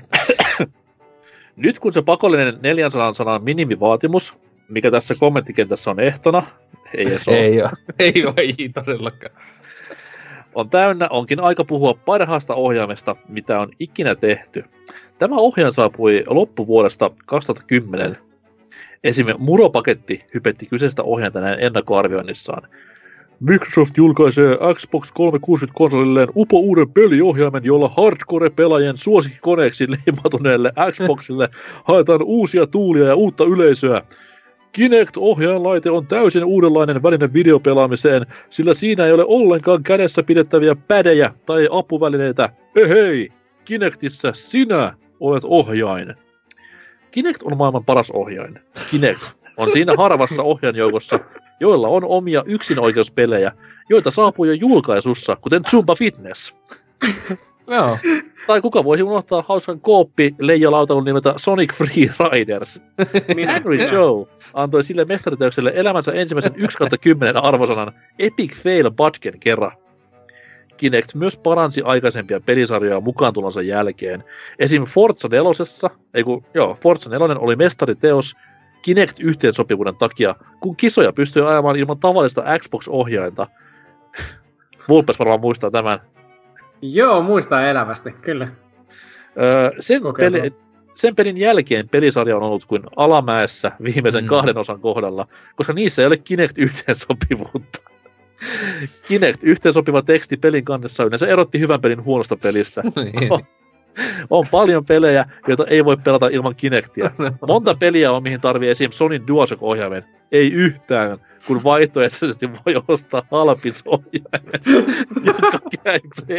Nyt kun se pakollinen neljänsadan sanan minimivaatimus, mikä tässä kommenttikentässä on ehtona, ei edes ole. Ei oo, ei oo, ei todellakaan. On täynnä, onkin aika puhua parhaasta ohjaimesta, mitä on ikinä tehty. Tämä ohjain saapui loppuvuodesta kaksituhattakymmenen. Esimerkiksi Muro-paketti hypetti kyseistä ohjainta näin ennakkoarvioinnissaan. Microsoft julkaisee Xbox kolmesataakuusikymmentä-konsolilleen upo uuden peliohjaimen, jolla hardcore-pelaajien suosikkikoneeksi leimatuneelle Xboxille haetaan uusia tuulia ja uutta yleisöä. Kinect-ohjainlaite on täysin uudenlainen väline videopelaamiseen, sillä siinä ei ole ollenkaan kädessä pidettäviä pädejä tai apuvälineitä. Ehei, Kinectissä sinä olet ohjain. Kinect on maailman paras ohjain. Kinect on siinä harvassa ohjainjoukossa, joilla on omia yksinoikeuspelejä, joita saapuu jo julkaisussa, kuten Zumba Fitness. Joo. Tai kuka voisi unohtaa hauskan kooppi-leijalautalun nimeltä Sonic Free Riders. Henry Show antoi sille mestariteokselle elämänsä ensimmäisen yksi kautta kymmenen arvosanan Epic Fail Budgen kerran. Kinect myös paransi aikaisempia pelisarjoja mukaantulonsa jälkeen. Esim. Forza nelosessa, ei kun, joo, Forza nelonen oli mestariteos Kinect-yhteensopivuuden takia, kun kisoja pystyy ajamaan ilman tavallista Xbox-ohjainta. Vulpes varmaan muistaa tämän. Joo, muistaa elävästi, kyllä. Öö, sen, peli, sen pelin jälkeen pelisarja on ollut kuin alamäessä viimeisen mm. kahden osan kohdalla, koska niissä ei ole Kinect-yhteensopivuutta. Kinect-yhteensopiva teksti pelin kannessa yleensä erotti hyvän pelin huonosta pelistä. on, on paljon pelejä, joita ei voi pelata ilman Kinectia. Monta peliä on, mihin tarvii esim. Sonyn DualShock-ohjaimen. Ei yhtään, kun vaihtoehtoisesti voi ostaa halpisohjaimen, joka käy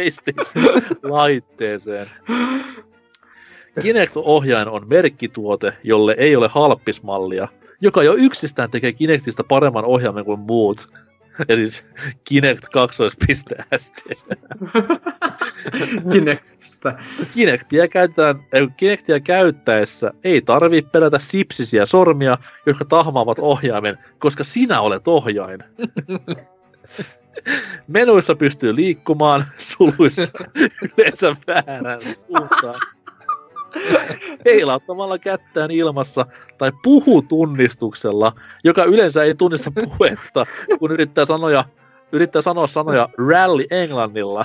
PlayStation-laitteeseen. Kinect-ohjain on merkkituote, jolle ei ole halppismallia, joka jo yksistään tekee Kinectistä paremman ohjaimen kuin muut. Ja siis Kinect kaksi piste S T. Kinectistä. Kinectia, käytetään, Kinectia käyttäessä ei tarvii pelätä sipsisiä sormia, jotka tahmaavat ohjaimen, koska sinä olet ohjain. Menuissa pystyy liikkumaan suluissa yleensä väärään suuntaan. Heilauttamalla kättään ilmassa tai puhutunnistuksella, joka yleensä ei tunnista puhetta, kun yrittää sanoja, yrittää sanoa sanoja rally englannilla.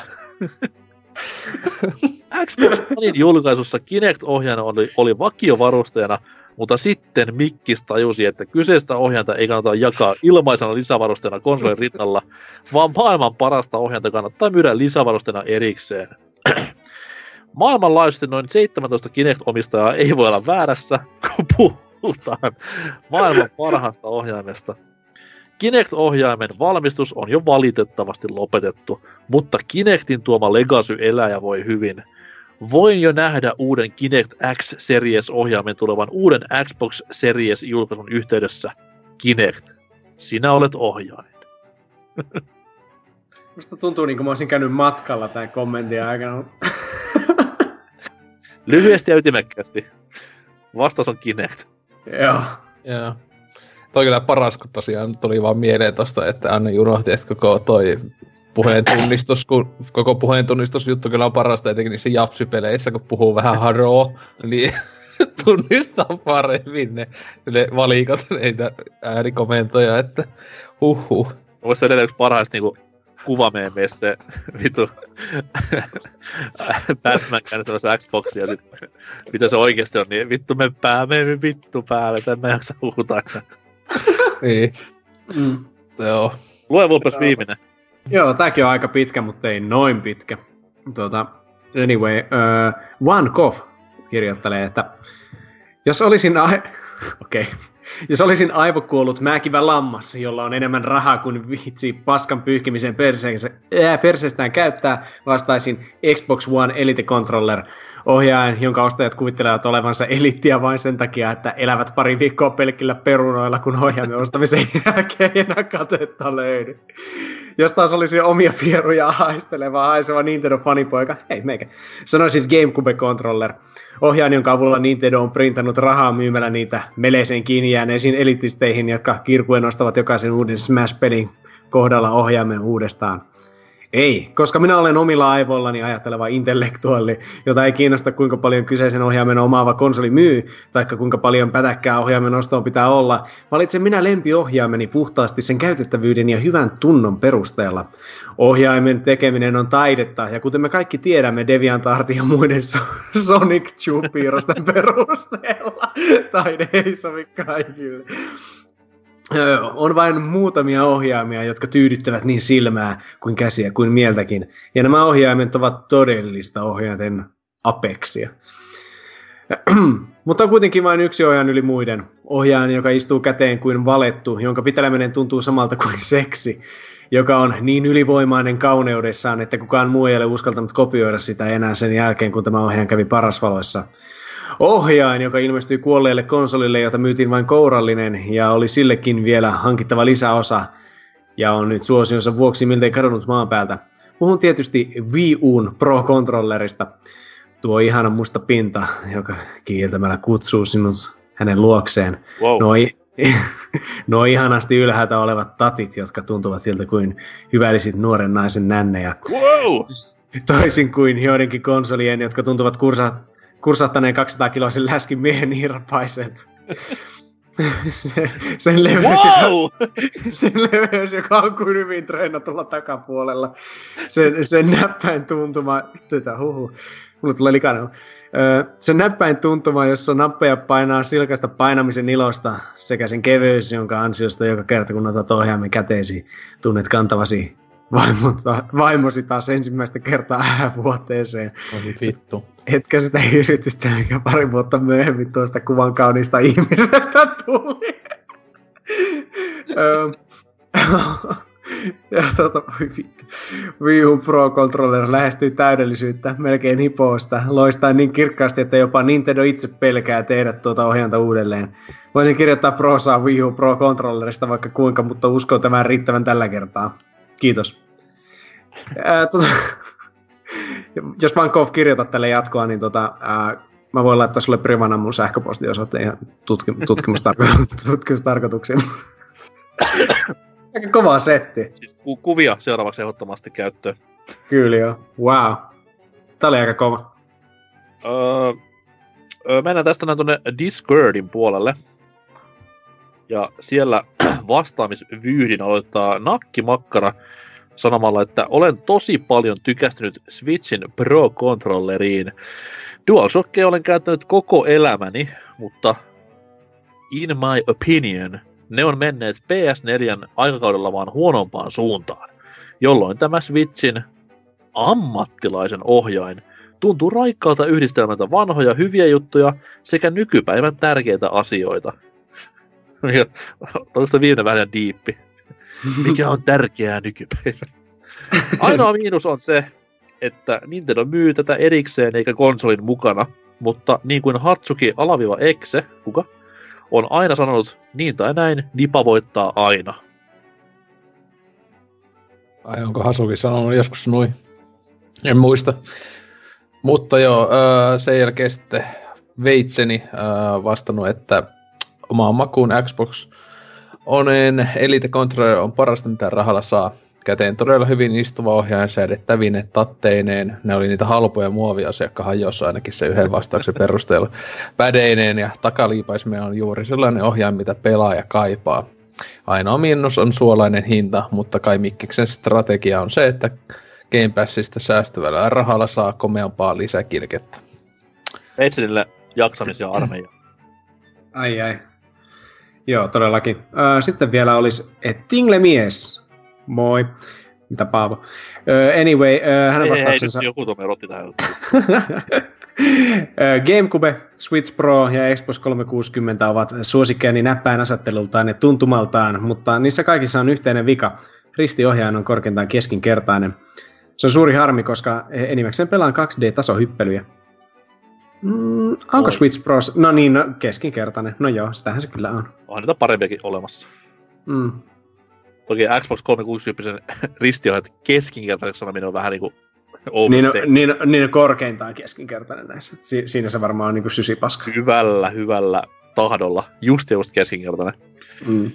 Xbox Onein julkaisussa Kinect-ohjain oli, oli vakiovarusteena, mutta sitten Mikkis tajusi, että kyseistä ohjainta ei kannata jakaa ilmaisena lisävarusteena konsolin rinnalla, vaan maailman parasta ohjainta kannattaa myydä lisävarusteena erikseen. Maailmanlaajuisesti noin seitsemäntoista Kinect-omistajaa ei voi olla väärässä, kun puhutaan maailman parhaasta ohjaimesta. Kinect-ohjaimen valmistus on jo valitettavasti lopetettu, mutta Kinectin tuoma Legacy elää ja voi hyvin. Voin jo nähdä uuden Kinect X Series-ohjaimen tulevan uuden Xbox Series-julkaisun yhteydessä. Kinect, sinä olet ohjain. Musta tuntuu niin kuin mä olisin käynyt matkalla tämän kommentin aikana. Lyhyesti ja ytimekkäästi. Vastaus on Kinect. Joo. Joo. Toi kyllä paras, kun tosiaan tuli vaan mieleen tosta, että Anne unohti, että koko toi puheentunnistus, kun koko puheentunnistusjuttu kyllä on parasta, etenkin niissä japsipeleissä, kun puhuu vähän haroo, niin tunnistaa paremmin ne, ne valikat, niitä äänikomentoja, että huhhuh. Voisi edelleen yksi parhaista niinku kuvameemeissä se vitu Batman käännettävässä Xboxia ja sit mitä se oikeesti on, niin vittu me päämeemi vittu päälle, että en mä jaksa huutaa. Niin. Mm. Joo. Lue vulpas viimeinen. Joo, tääkin on aika pitkä, mutta ei noin pitkä. Tuota, anyway, uh, One Cough kirjoittelee, että jos olisin... A- Okei. Okay. Jos olisin aivokuollut määkivä lammas, jolla on enemmän rahaa kuin vitsi paskan pyyhkimiseen ää, perseestään käyttää, vastaisin Xbox One Elite Controller, ohjaajan, jonka ostajat kuvittelevat olevansa elittiä vain sen takia, että elävät pari viikkoa pelkillä perunoilla, kun ohjaamme ostamisen jälkeen ei enää katetta löydy. Jos taas olisi omia pieruja haisteleva, haiseva Nintendo-fanipoika, hei meikä, sanoisin GameCube Controller, ohjaajan, jonka avulla Nintendo on printannut rahaa myymällä niitä meleeseen kiinni jääneisiin elitisteihin, jotka kirkuen ostavat jokaisen uuden Smash-pelin kohdalla ohjaamme uudestaan. Ei, koska minä olen omilla aivoillani ajatteleva intellektuaali, jota ei kiinnosta kuinka paljon kyseisen ohjaimen omaava konsoli myy, taikka kuinka paljon pätäkkää ohjaimen ostoon pitää olla, valitsen minä lempiohjaimeni puhtaasti sen käytettävyyden ja hyvän tunnon perusteella. Ohjaimen tekeminen on taidetta, ja kuten me kaikki tiedämme DeviantArtin ja muiden Sonic Chup-piirrosten perusteella, taide ei sovi kaikille. On vain muutamia ohjaimia, jotka tyydyttävät niin silmää kuin käsiä kuin mieltäkin. Ja nämä ohjaimet ovat todellista ohjainten apeksia. Mutta on kuitenkin vain yksi ohjaajan yli muiden. Ohjaajan, joka istuu käteen kuin valettu, jonka piteleminen tuntuu samalta kuin seksi. Joka on niin ylivoimainen kauneudessaan, että kukaan muu ei ole uskaltanut kopioida sitä enää sen jälkeen, kun tämä ohjaaja kävi Parasvaloissa. Ohjaajan, joka ilmestyi kuolleelle konsolille, jota myytiin vain kourallinen ja oli sillekin vielä hankittava lisäosa ja on nyt suosionsa vuoksi miltei kadonnut maan päältä. Puhun tietysti Wii U:n Pro-kontrollerista. Tuo ihana musta pinta, joka kiiltämällä kutsuu sinut hänen luokseen. Wow. Noi, no ihanasti ylhäältä olevat tatit, jotka tuntuvat siltä kuin hyvällisit nuoren naisen nännejä. Wow. Toisin kuin joidenkin konsolien, jotka tuntuvat kursa kursahtaneen kaksisataa kiloisen läskin miehen irpaiselta. se, sen, leveys, wow! joka, sen leveys, joka on kuin hyvin treenatulla takapuolella. Sen, sen näppäin tuntuma... Tätä, huhu. Mulle tulee likainen. Sen näppäin tuntuma, jossa nappeja painaa silkasta painamisen ilosta, sekä sen keveys, jonka ansiosta joka kerta kun otat ohjaimen käteesi, tunnet kantavasi vaimota, vaimosi taas ensimmäistä kertaa äävuoteeseen. Oli vittu. Etkä sitä hirvitystä, mikä pari vuotta myöhemmin tuosta kuvan kauniista ihmisestä tuli. Ja tota, oi vittu. Wii U Pro Controller lähestyy täydellisyyttä, melkein hipoosta, loistaa niin kirkkaasti, että jopa Nintendo itse pelkää tehdä tuota ohjainta uudelleen. Voisin kirjoittaa prosaa Wii U Pro Controllerista vaikka kuinka, mutta uskon tämän riittävän tällä kertaa. Kiitos. Ää, tota, jos vaan Kof kirjoitat tälle jatkoa, niin tota, ää, mä voin laittaa sulle privana mun sähköpostiosoitteen ihan tutkim- tutkimustarko- tutkimustarkoituksiin. Aika kova setti. Siis ku- kuvia seuraavaksi ehdottomasti käyttöön. Kyllä joo. Wow. Tää oli aika kova. Öö, öö, mennään tästä näin tuonne Discordin puolelle. Ja siellä vastaamisvyyhdin aloittaa Nakkimakkara sanomalla, että olen tosi paljon tykästynyt Switchin Pro-kontrolleriin. DualShockia olen käyttänyt koko elämäni, mutta in my opinion, ne on menneet P S neljän aikakaudella vaan huonompaan suuntaan, jolloin tämä Switchin ammattilaisen ohjain tuntuu raikkaalta yhdistelmältä vanhoja hyviä juttuja sekä nykypäivän tärkeitä asioita. Toista viimeinen vähän diippi. Mikä on tärkeää nykypäivänä? Ainoa miinus on se, että Nintendo myy tätä erikseen eikä konsolin mukana, mutta niin kuin Hatsuki alaviva Exe, kuka, on aina sanonut, niin tai näin, Nipa voittaa aina. Ai onko Hasuki sanonut joskus noin? En muista. Mutta joo, öö, sen jälkeen sitten veitseni öö, vastannut, että omaan makuun Xbox Onen Elite Controller on parasta mitä rahalla saa. Käteen todella hyvin istuva ohjaaja säädettävine tatteineen. Ne oli niitä halpoja muoviasia, jotka hajosi ainakin se yhden vastauksen perusteella. Pädeineen ja takaliipaismeen on juuri sellainen ohjaaja, mitä pelaaja kaipaa. Ainoa miinus on suolainen hinta, mutta kai Mikkiksen strategia on se, että Game Passista säästyvällä rahalla saa komeampaa lisäkilkettä. Veitsenille jaksamisia armeija. Ai ai. Joo, todellakin. Sitten vielä olisi Tinglemies. Moi. Mitä Paavo? Uh, anyway, uh, hänen vastauksensa... Ei, joku tuomme rotti tähän. GameCube, Switch Pro ja Xbox kolmesataakuusikymmentä ovat suosikkeeni näppäin asettelultaan ja tuntumaltaan, mutta niissä kaikissa on yhteinen vika. Ristiohjaajan on korkeintaan keskinkertainen. Se on suuri harmi, koska enimmäkseen pelaan kaksi D-tasohyppelyjä. Mm, onko Ois. Switch Pro... No niin, no, keskinkertainen. No joo, sitähän se kyllä on. Onhan niitä parempiakin olemassa. Mm. Toki Xbox kolmesataakuusikymmentä ristiohjat keskinkertaisesti sanominen on vähän niinku niin, no, niin, niin korkeintaan keskinkertainen näissä. Si- siinä se varmaan on niinku sysipaska. Hyvällä, hyvällä tahdolla. Just ja just keskinkertainen. Mm.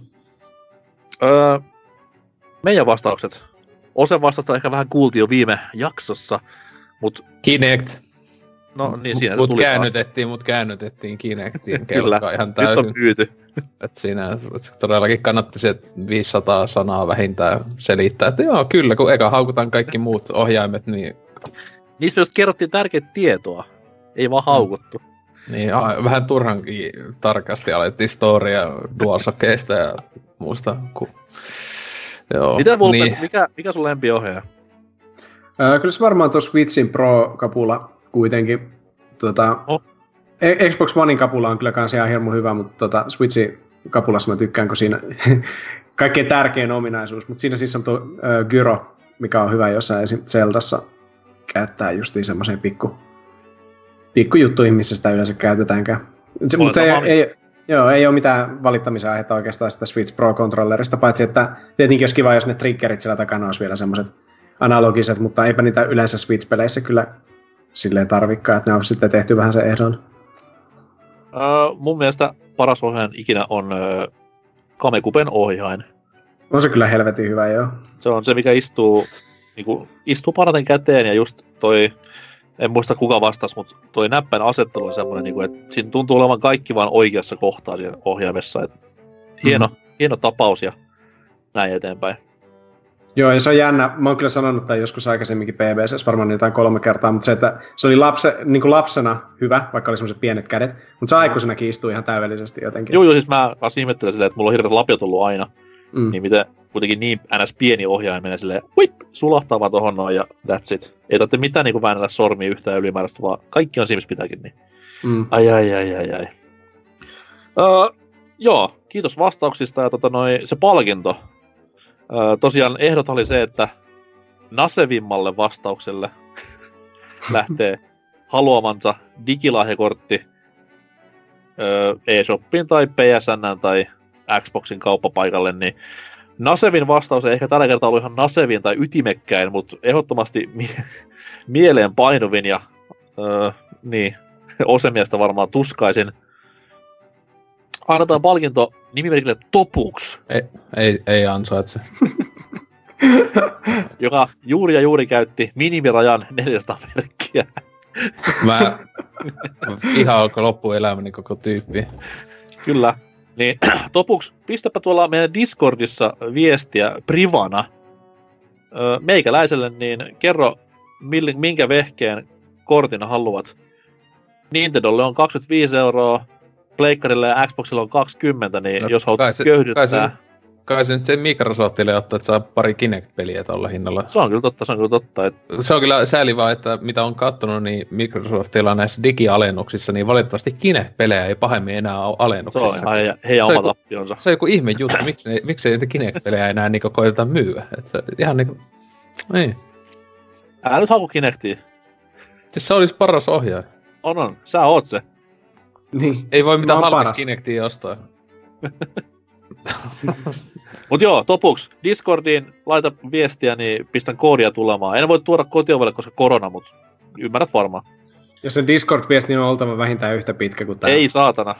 Öö, meidän vastaukset. Osen vastausta ehkä vähän kuultiin jo viime jaksossa, mut... Kinect. No niin, siinä mut tuli käännytettiin, mut käännytettiin Kinectiin kelkkaa ihan täysin. Nyt on myyty. Et siinä et todellakin kannatti se viisisataa sanaa vähintään selittää, että joo, kyllä, kun eka haukutaan kaikki muut ohjaimet, niin... Niistä myös kerrottiin tärkeää tietoa, ei vaan haukuttu. Niin, a, vähän turhankin tarkasti alettiin storia DualShockeista ja muusta. Ku... Joo, Mitä Vulpes, niin. mikä, mikä sun lempiohjaaja? Öö, kyllä se varmaan tuossa Switchin Pro-kapula kuitenkin. Tota, oh. Xbox Onein kapula on kyllä kans ihan hirmu hyvä, mutta tota, Switchin kapulassa mä tykkään, kun siinä kaikkein tärkein ominaisuus. Mutta siinä siis on tuo ö, gyro, mikä on hyvä jossain esim. Zeldassa käyttää justiin semmoiseen pikku, pikku juttuihin, missä sitä yleensä käytetäänkään. Se, mutta se ei, ei, joo, ei ole mitään valittamisen aihetta oikeastaan sitä Switch Pro-kontrollerista, paitsi että tietenkin olisi kiva, jos ne triggerit siellä takana olisi vielä semmoiset analogiset, mutta eipä niitä yleensä Switch-peleissä kyllä silleen tarvikkaan, että ne on sitten tehty vähän se ehdon. Uh, mun mielestä paras ohjaajan ikinä on uh, Kamekupen ohjain. On se kyllä helvetin hyvä, joo. Se on se, mikä istuu, niinku, istuu parhaiten käteen ja just toi, en muista kuka vastasi, mutta toi näppäin asettelu on semmoinen, niinku, että siinä tuntuu olevan kaikki vaan oikeassa kohtaa siinä ohjaimessa. Et hieno, mm. hieno tapaus ja näin eteenpäin. Joo, ja se on jännä. Mä oon kyllä sanonut tai joskus aikaisemminkin P B C:ssä varmaan jotain kolme kertaa, mutta se, että se oli lapse, niin kuin lapsena hyvä, vaikka oli semmoiset pienet kädet, mutta se aikuisenakin istuu ihan täydellisesti jotenkin. Joo, joo, siis mä kanssa ihmettelen silleen, että mulla on hirveät lapiot ollut aina, mm. niin miten kuitenkin niin ns. Pieni ohjaaja menee silleen, huip, sulahtaa vaan tohon noin ja that's it. Ei tarvitse mitään niin kuin väännellä sormia yhtään ylimääräistä, vaan kaikki on siinä, missä pitääkin. Niin. Mm. Ai, ai, ai, ai, ai. Uh, joo, kiitos vastauksista ja tota noi, se palkinto. Öö, tosiaan ehdot oli se, että nasevimmalle vastaukselle lähtee haluamansa digilahjakortti öö, eShopiin tai P S N tai Xboxin kauppapaikalle, niin Nasevin vastaus ei ehkä tällä kertaa ollut ihan Nasevin tai ytimekkäin, mutta ehdottomasti mie- mieleen painuvin ja öö, niin, Osemiasta varmaan tuskaisin. annetaan palkinto nimimerkille Topuks, Ei, ei, ei ansaitse. joka juuri ja juuri käytti minimirajan neljäsataa merkkiä. Mä ihan alkoi loppuelämäni koko tyyppi. Kyllä. Niin Topuks, pistäpä tuolla meidän Discordissa viestiä privana öö, meikäläiselle, niin kerro mill, minkä vehkeen kortin haluat. Nintendolle on kaksikymmentäviisi euroa, Pleikkarille ja Xboxille on kaksikymmentä, niin no, jos haluat se, köyhdyttää... Kai se, kai se nyt sen Microsoftille ottaa, että saa pari Kinect-peliä tuolla hinnalla. Se on kyllä totta, se on kyllä totta. Että... Se on kyllä sääli vaan, että mitä on kattonut, niin Microsoftilla näissä digialennuksissa, niin valitettavasti Kinect-pelejä ei pahemmin enää ole alennuksissa. Se on ihan heidän oma tappionsa. Se on joku ihme juttu, miksi, ne, miksi ei niitä Kinect-pelejä enää niinku koeteta myyä. Et se, ihan niinku... Niin. Älä nyt haku Kinectia. Siis se olisi paras ohjaaja. On, on. Sä oot se. Niin. Ei voi mitään halviksi Kinectia ostaa. Mut joo, Topuks, Discordiin laita viestiä, niin pistän koodia tulemaan. En voi tuoda kotiovelle, koska korona, mut ymmärrät varmaan. Jos se Discord-viesti on oltava vähintään yhtä pitkä kuin tää. Ei saatana.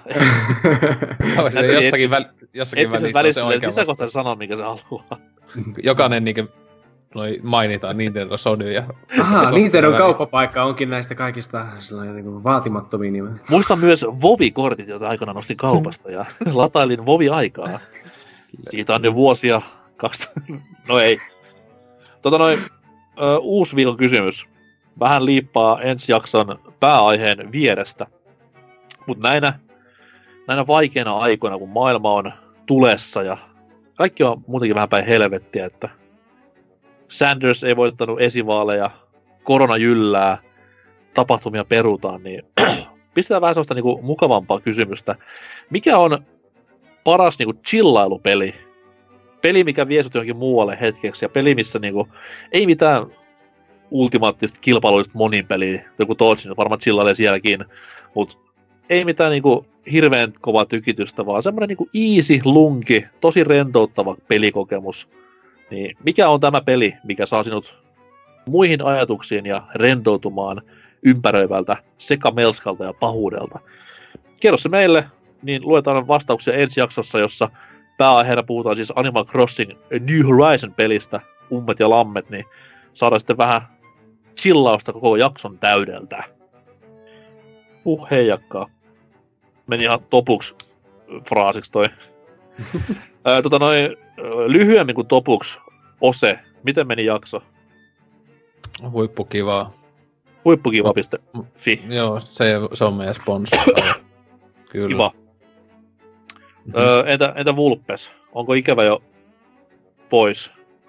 jossakin väl, jossakin välissä, välissä on se oikea missä kohtaa se sanoo, minkä se haluaa. Jokainen niinkö noi mainitaan Nintendo, Sony ja... Aha, Nintendon kauppapaikka onkin näistä kaikista niin vaatimattomia nimeä. Muistan myös Vovi-kortit, joita aikanaan nostin kaupasta ja latailin Vovi-aikaa. Siitä on jo vuosia kaksi. No ei. Tota noin, ö, uusi viikon kysymys. Vähän liippaa ensi jakson pääaiheen vierestä. Mut näinä, näinä vaikeina aikoina, kun maailma on tulessa ja kaikki on muutenkin vähän päin helvettiä, että Sanders ei voittanut esivaaleja, korona jyllää, tapahtumia perutaan, niin pistetään vähän sellaista niinku mukavampaa kysymystä. Mikä on paras niinku chillailupeli? Peli, mikä vie sut johonkin muualle hetkeksi, ja peli, missä niinku ei mitään ultimaattista kilpailullista monin peliä, joku Tootsin varmaan chillailee sielläkin, mut ei mitään niinku hirveän kovaa tykitystä, vaan semmoinen niinku easy, lunki, tosi rentouttava pelikokemus. Niin mikä on tämä peli, mikä saa sinut muihin ajatuksiin ja rentoutumaan ympäröivältä sekamelskalta ja pahuudelta? Kerro se meille, niin luetaan vastauksia ensi jaksossa, jossa pääaiheena puhutaan siis Animal Crossing New Horizon-pelistä, ummet ja lammet, niin saadaan sitten vähän chillausta koko jakson täydeltä. Uh, heijakkaa. Meni ihan Topuks fraasiksi toi. Ää, tota noin, lyhyemmin kuin Topuks, Ose, miten meni jakso? Huippukivaa. Huippukiva piste fi. Joo, se, se on meidän sponssi. Kyllä. Kiva. Mm-hmm. Öö, entä, entä Vulpes? Onko ikävä jo pois?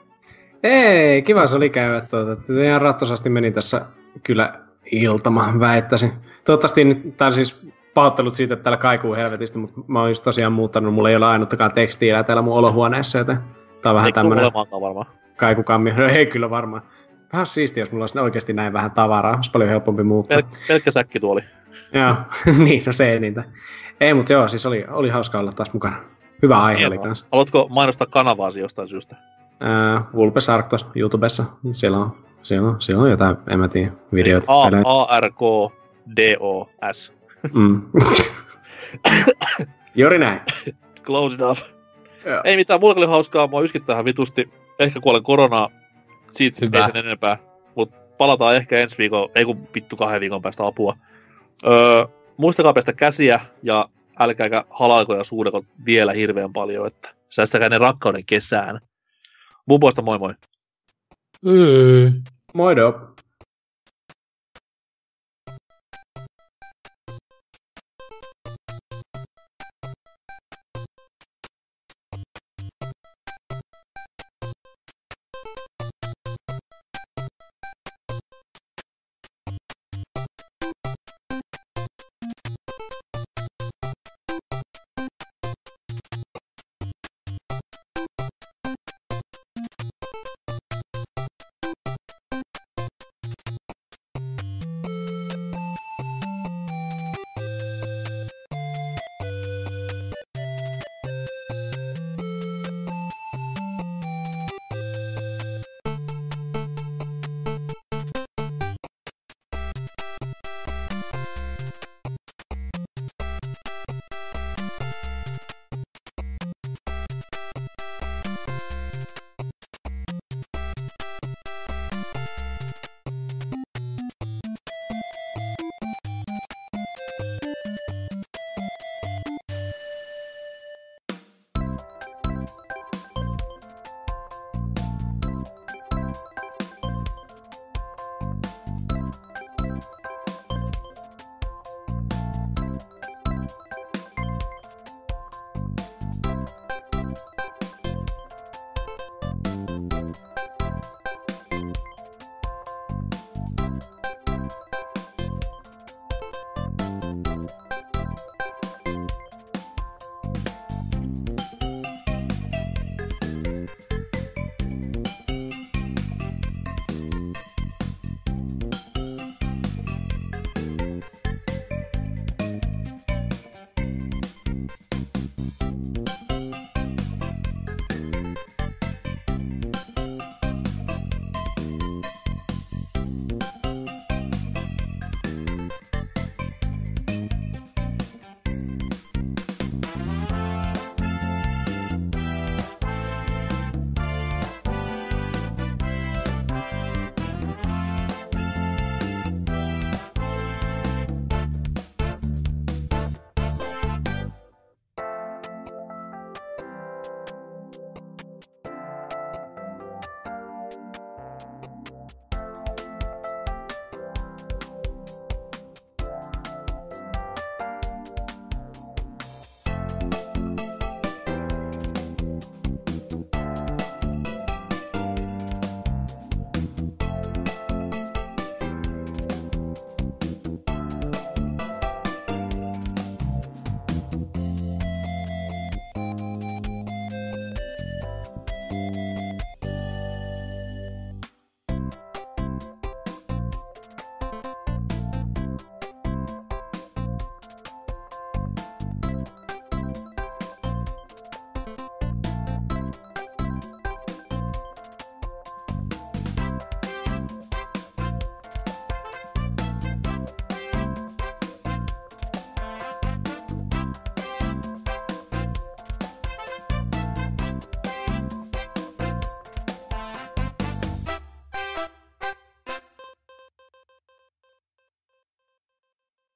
Ei, kiva se oli käydä tuota. Ihan rattosasti meni tässä kyllä iltama, väittäisin. Toivottavasti nyt, tai siis pahoittelut siitä, että täällä kaikuu helvetistä, mutta mä oon just tosiaan muuttanut, mulla ei ole ainuttakaan tekstiä täällä mun olohuoneessa, joten tää on vähän ei tämmönen varmaan. Kaikukammio. No ei kyllä varmaan. Vähän siistiä, jos mulla olisi oikeasti näin vähän tavaraa, olisi paljon helpompi muuttaa. Pel- pelkkä säkkituoli. Joo, niin, no se ei niitä. Ei, mutta joo, siis oli, oli hauska olla taas mukana. Hyvä aihe oli kanssa. Haluatko mainostaa kanavaasi jostain syystä? Äh, Vulpes Arctos YouTubessa. Siellä on, siellä on, siellä on jotain, en mä tiedä, videoita. A R K D O S. Mm. Juuri näin. Close enough. Joo. Ei mitään, mulla oli hauskaa, mua yskittää ihan vitusti. Ehkä kuolen koronaa, siitä Hyvä. ei sen enempää. Mut palataan ehkä ensi viikon, ei kun vittu kahden viikon päästä apua. Öö, muistakaa pestä käsiä ja älkääkä halaiko ja suudeko vielä hirveän paljon, että säästäkää ne rakkauden kesään. Mun puolesta moi moi. Mm. Moi do.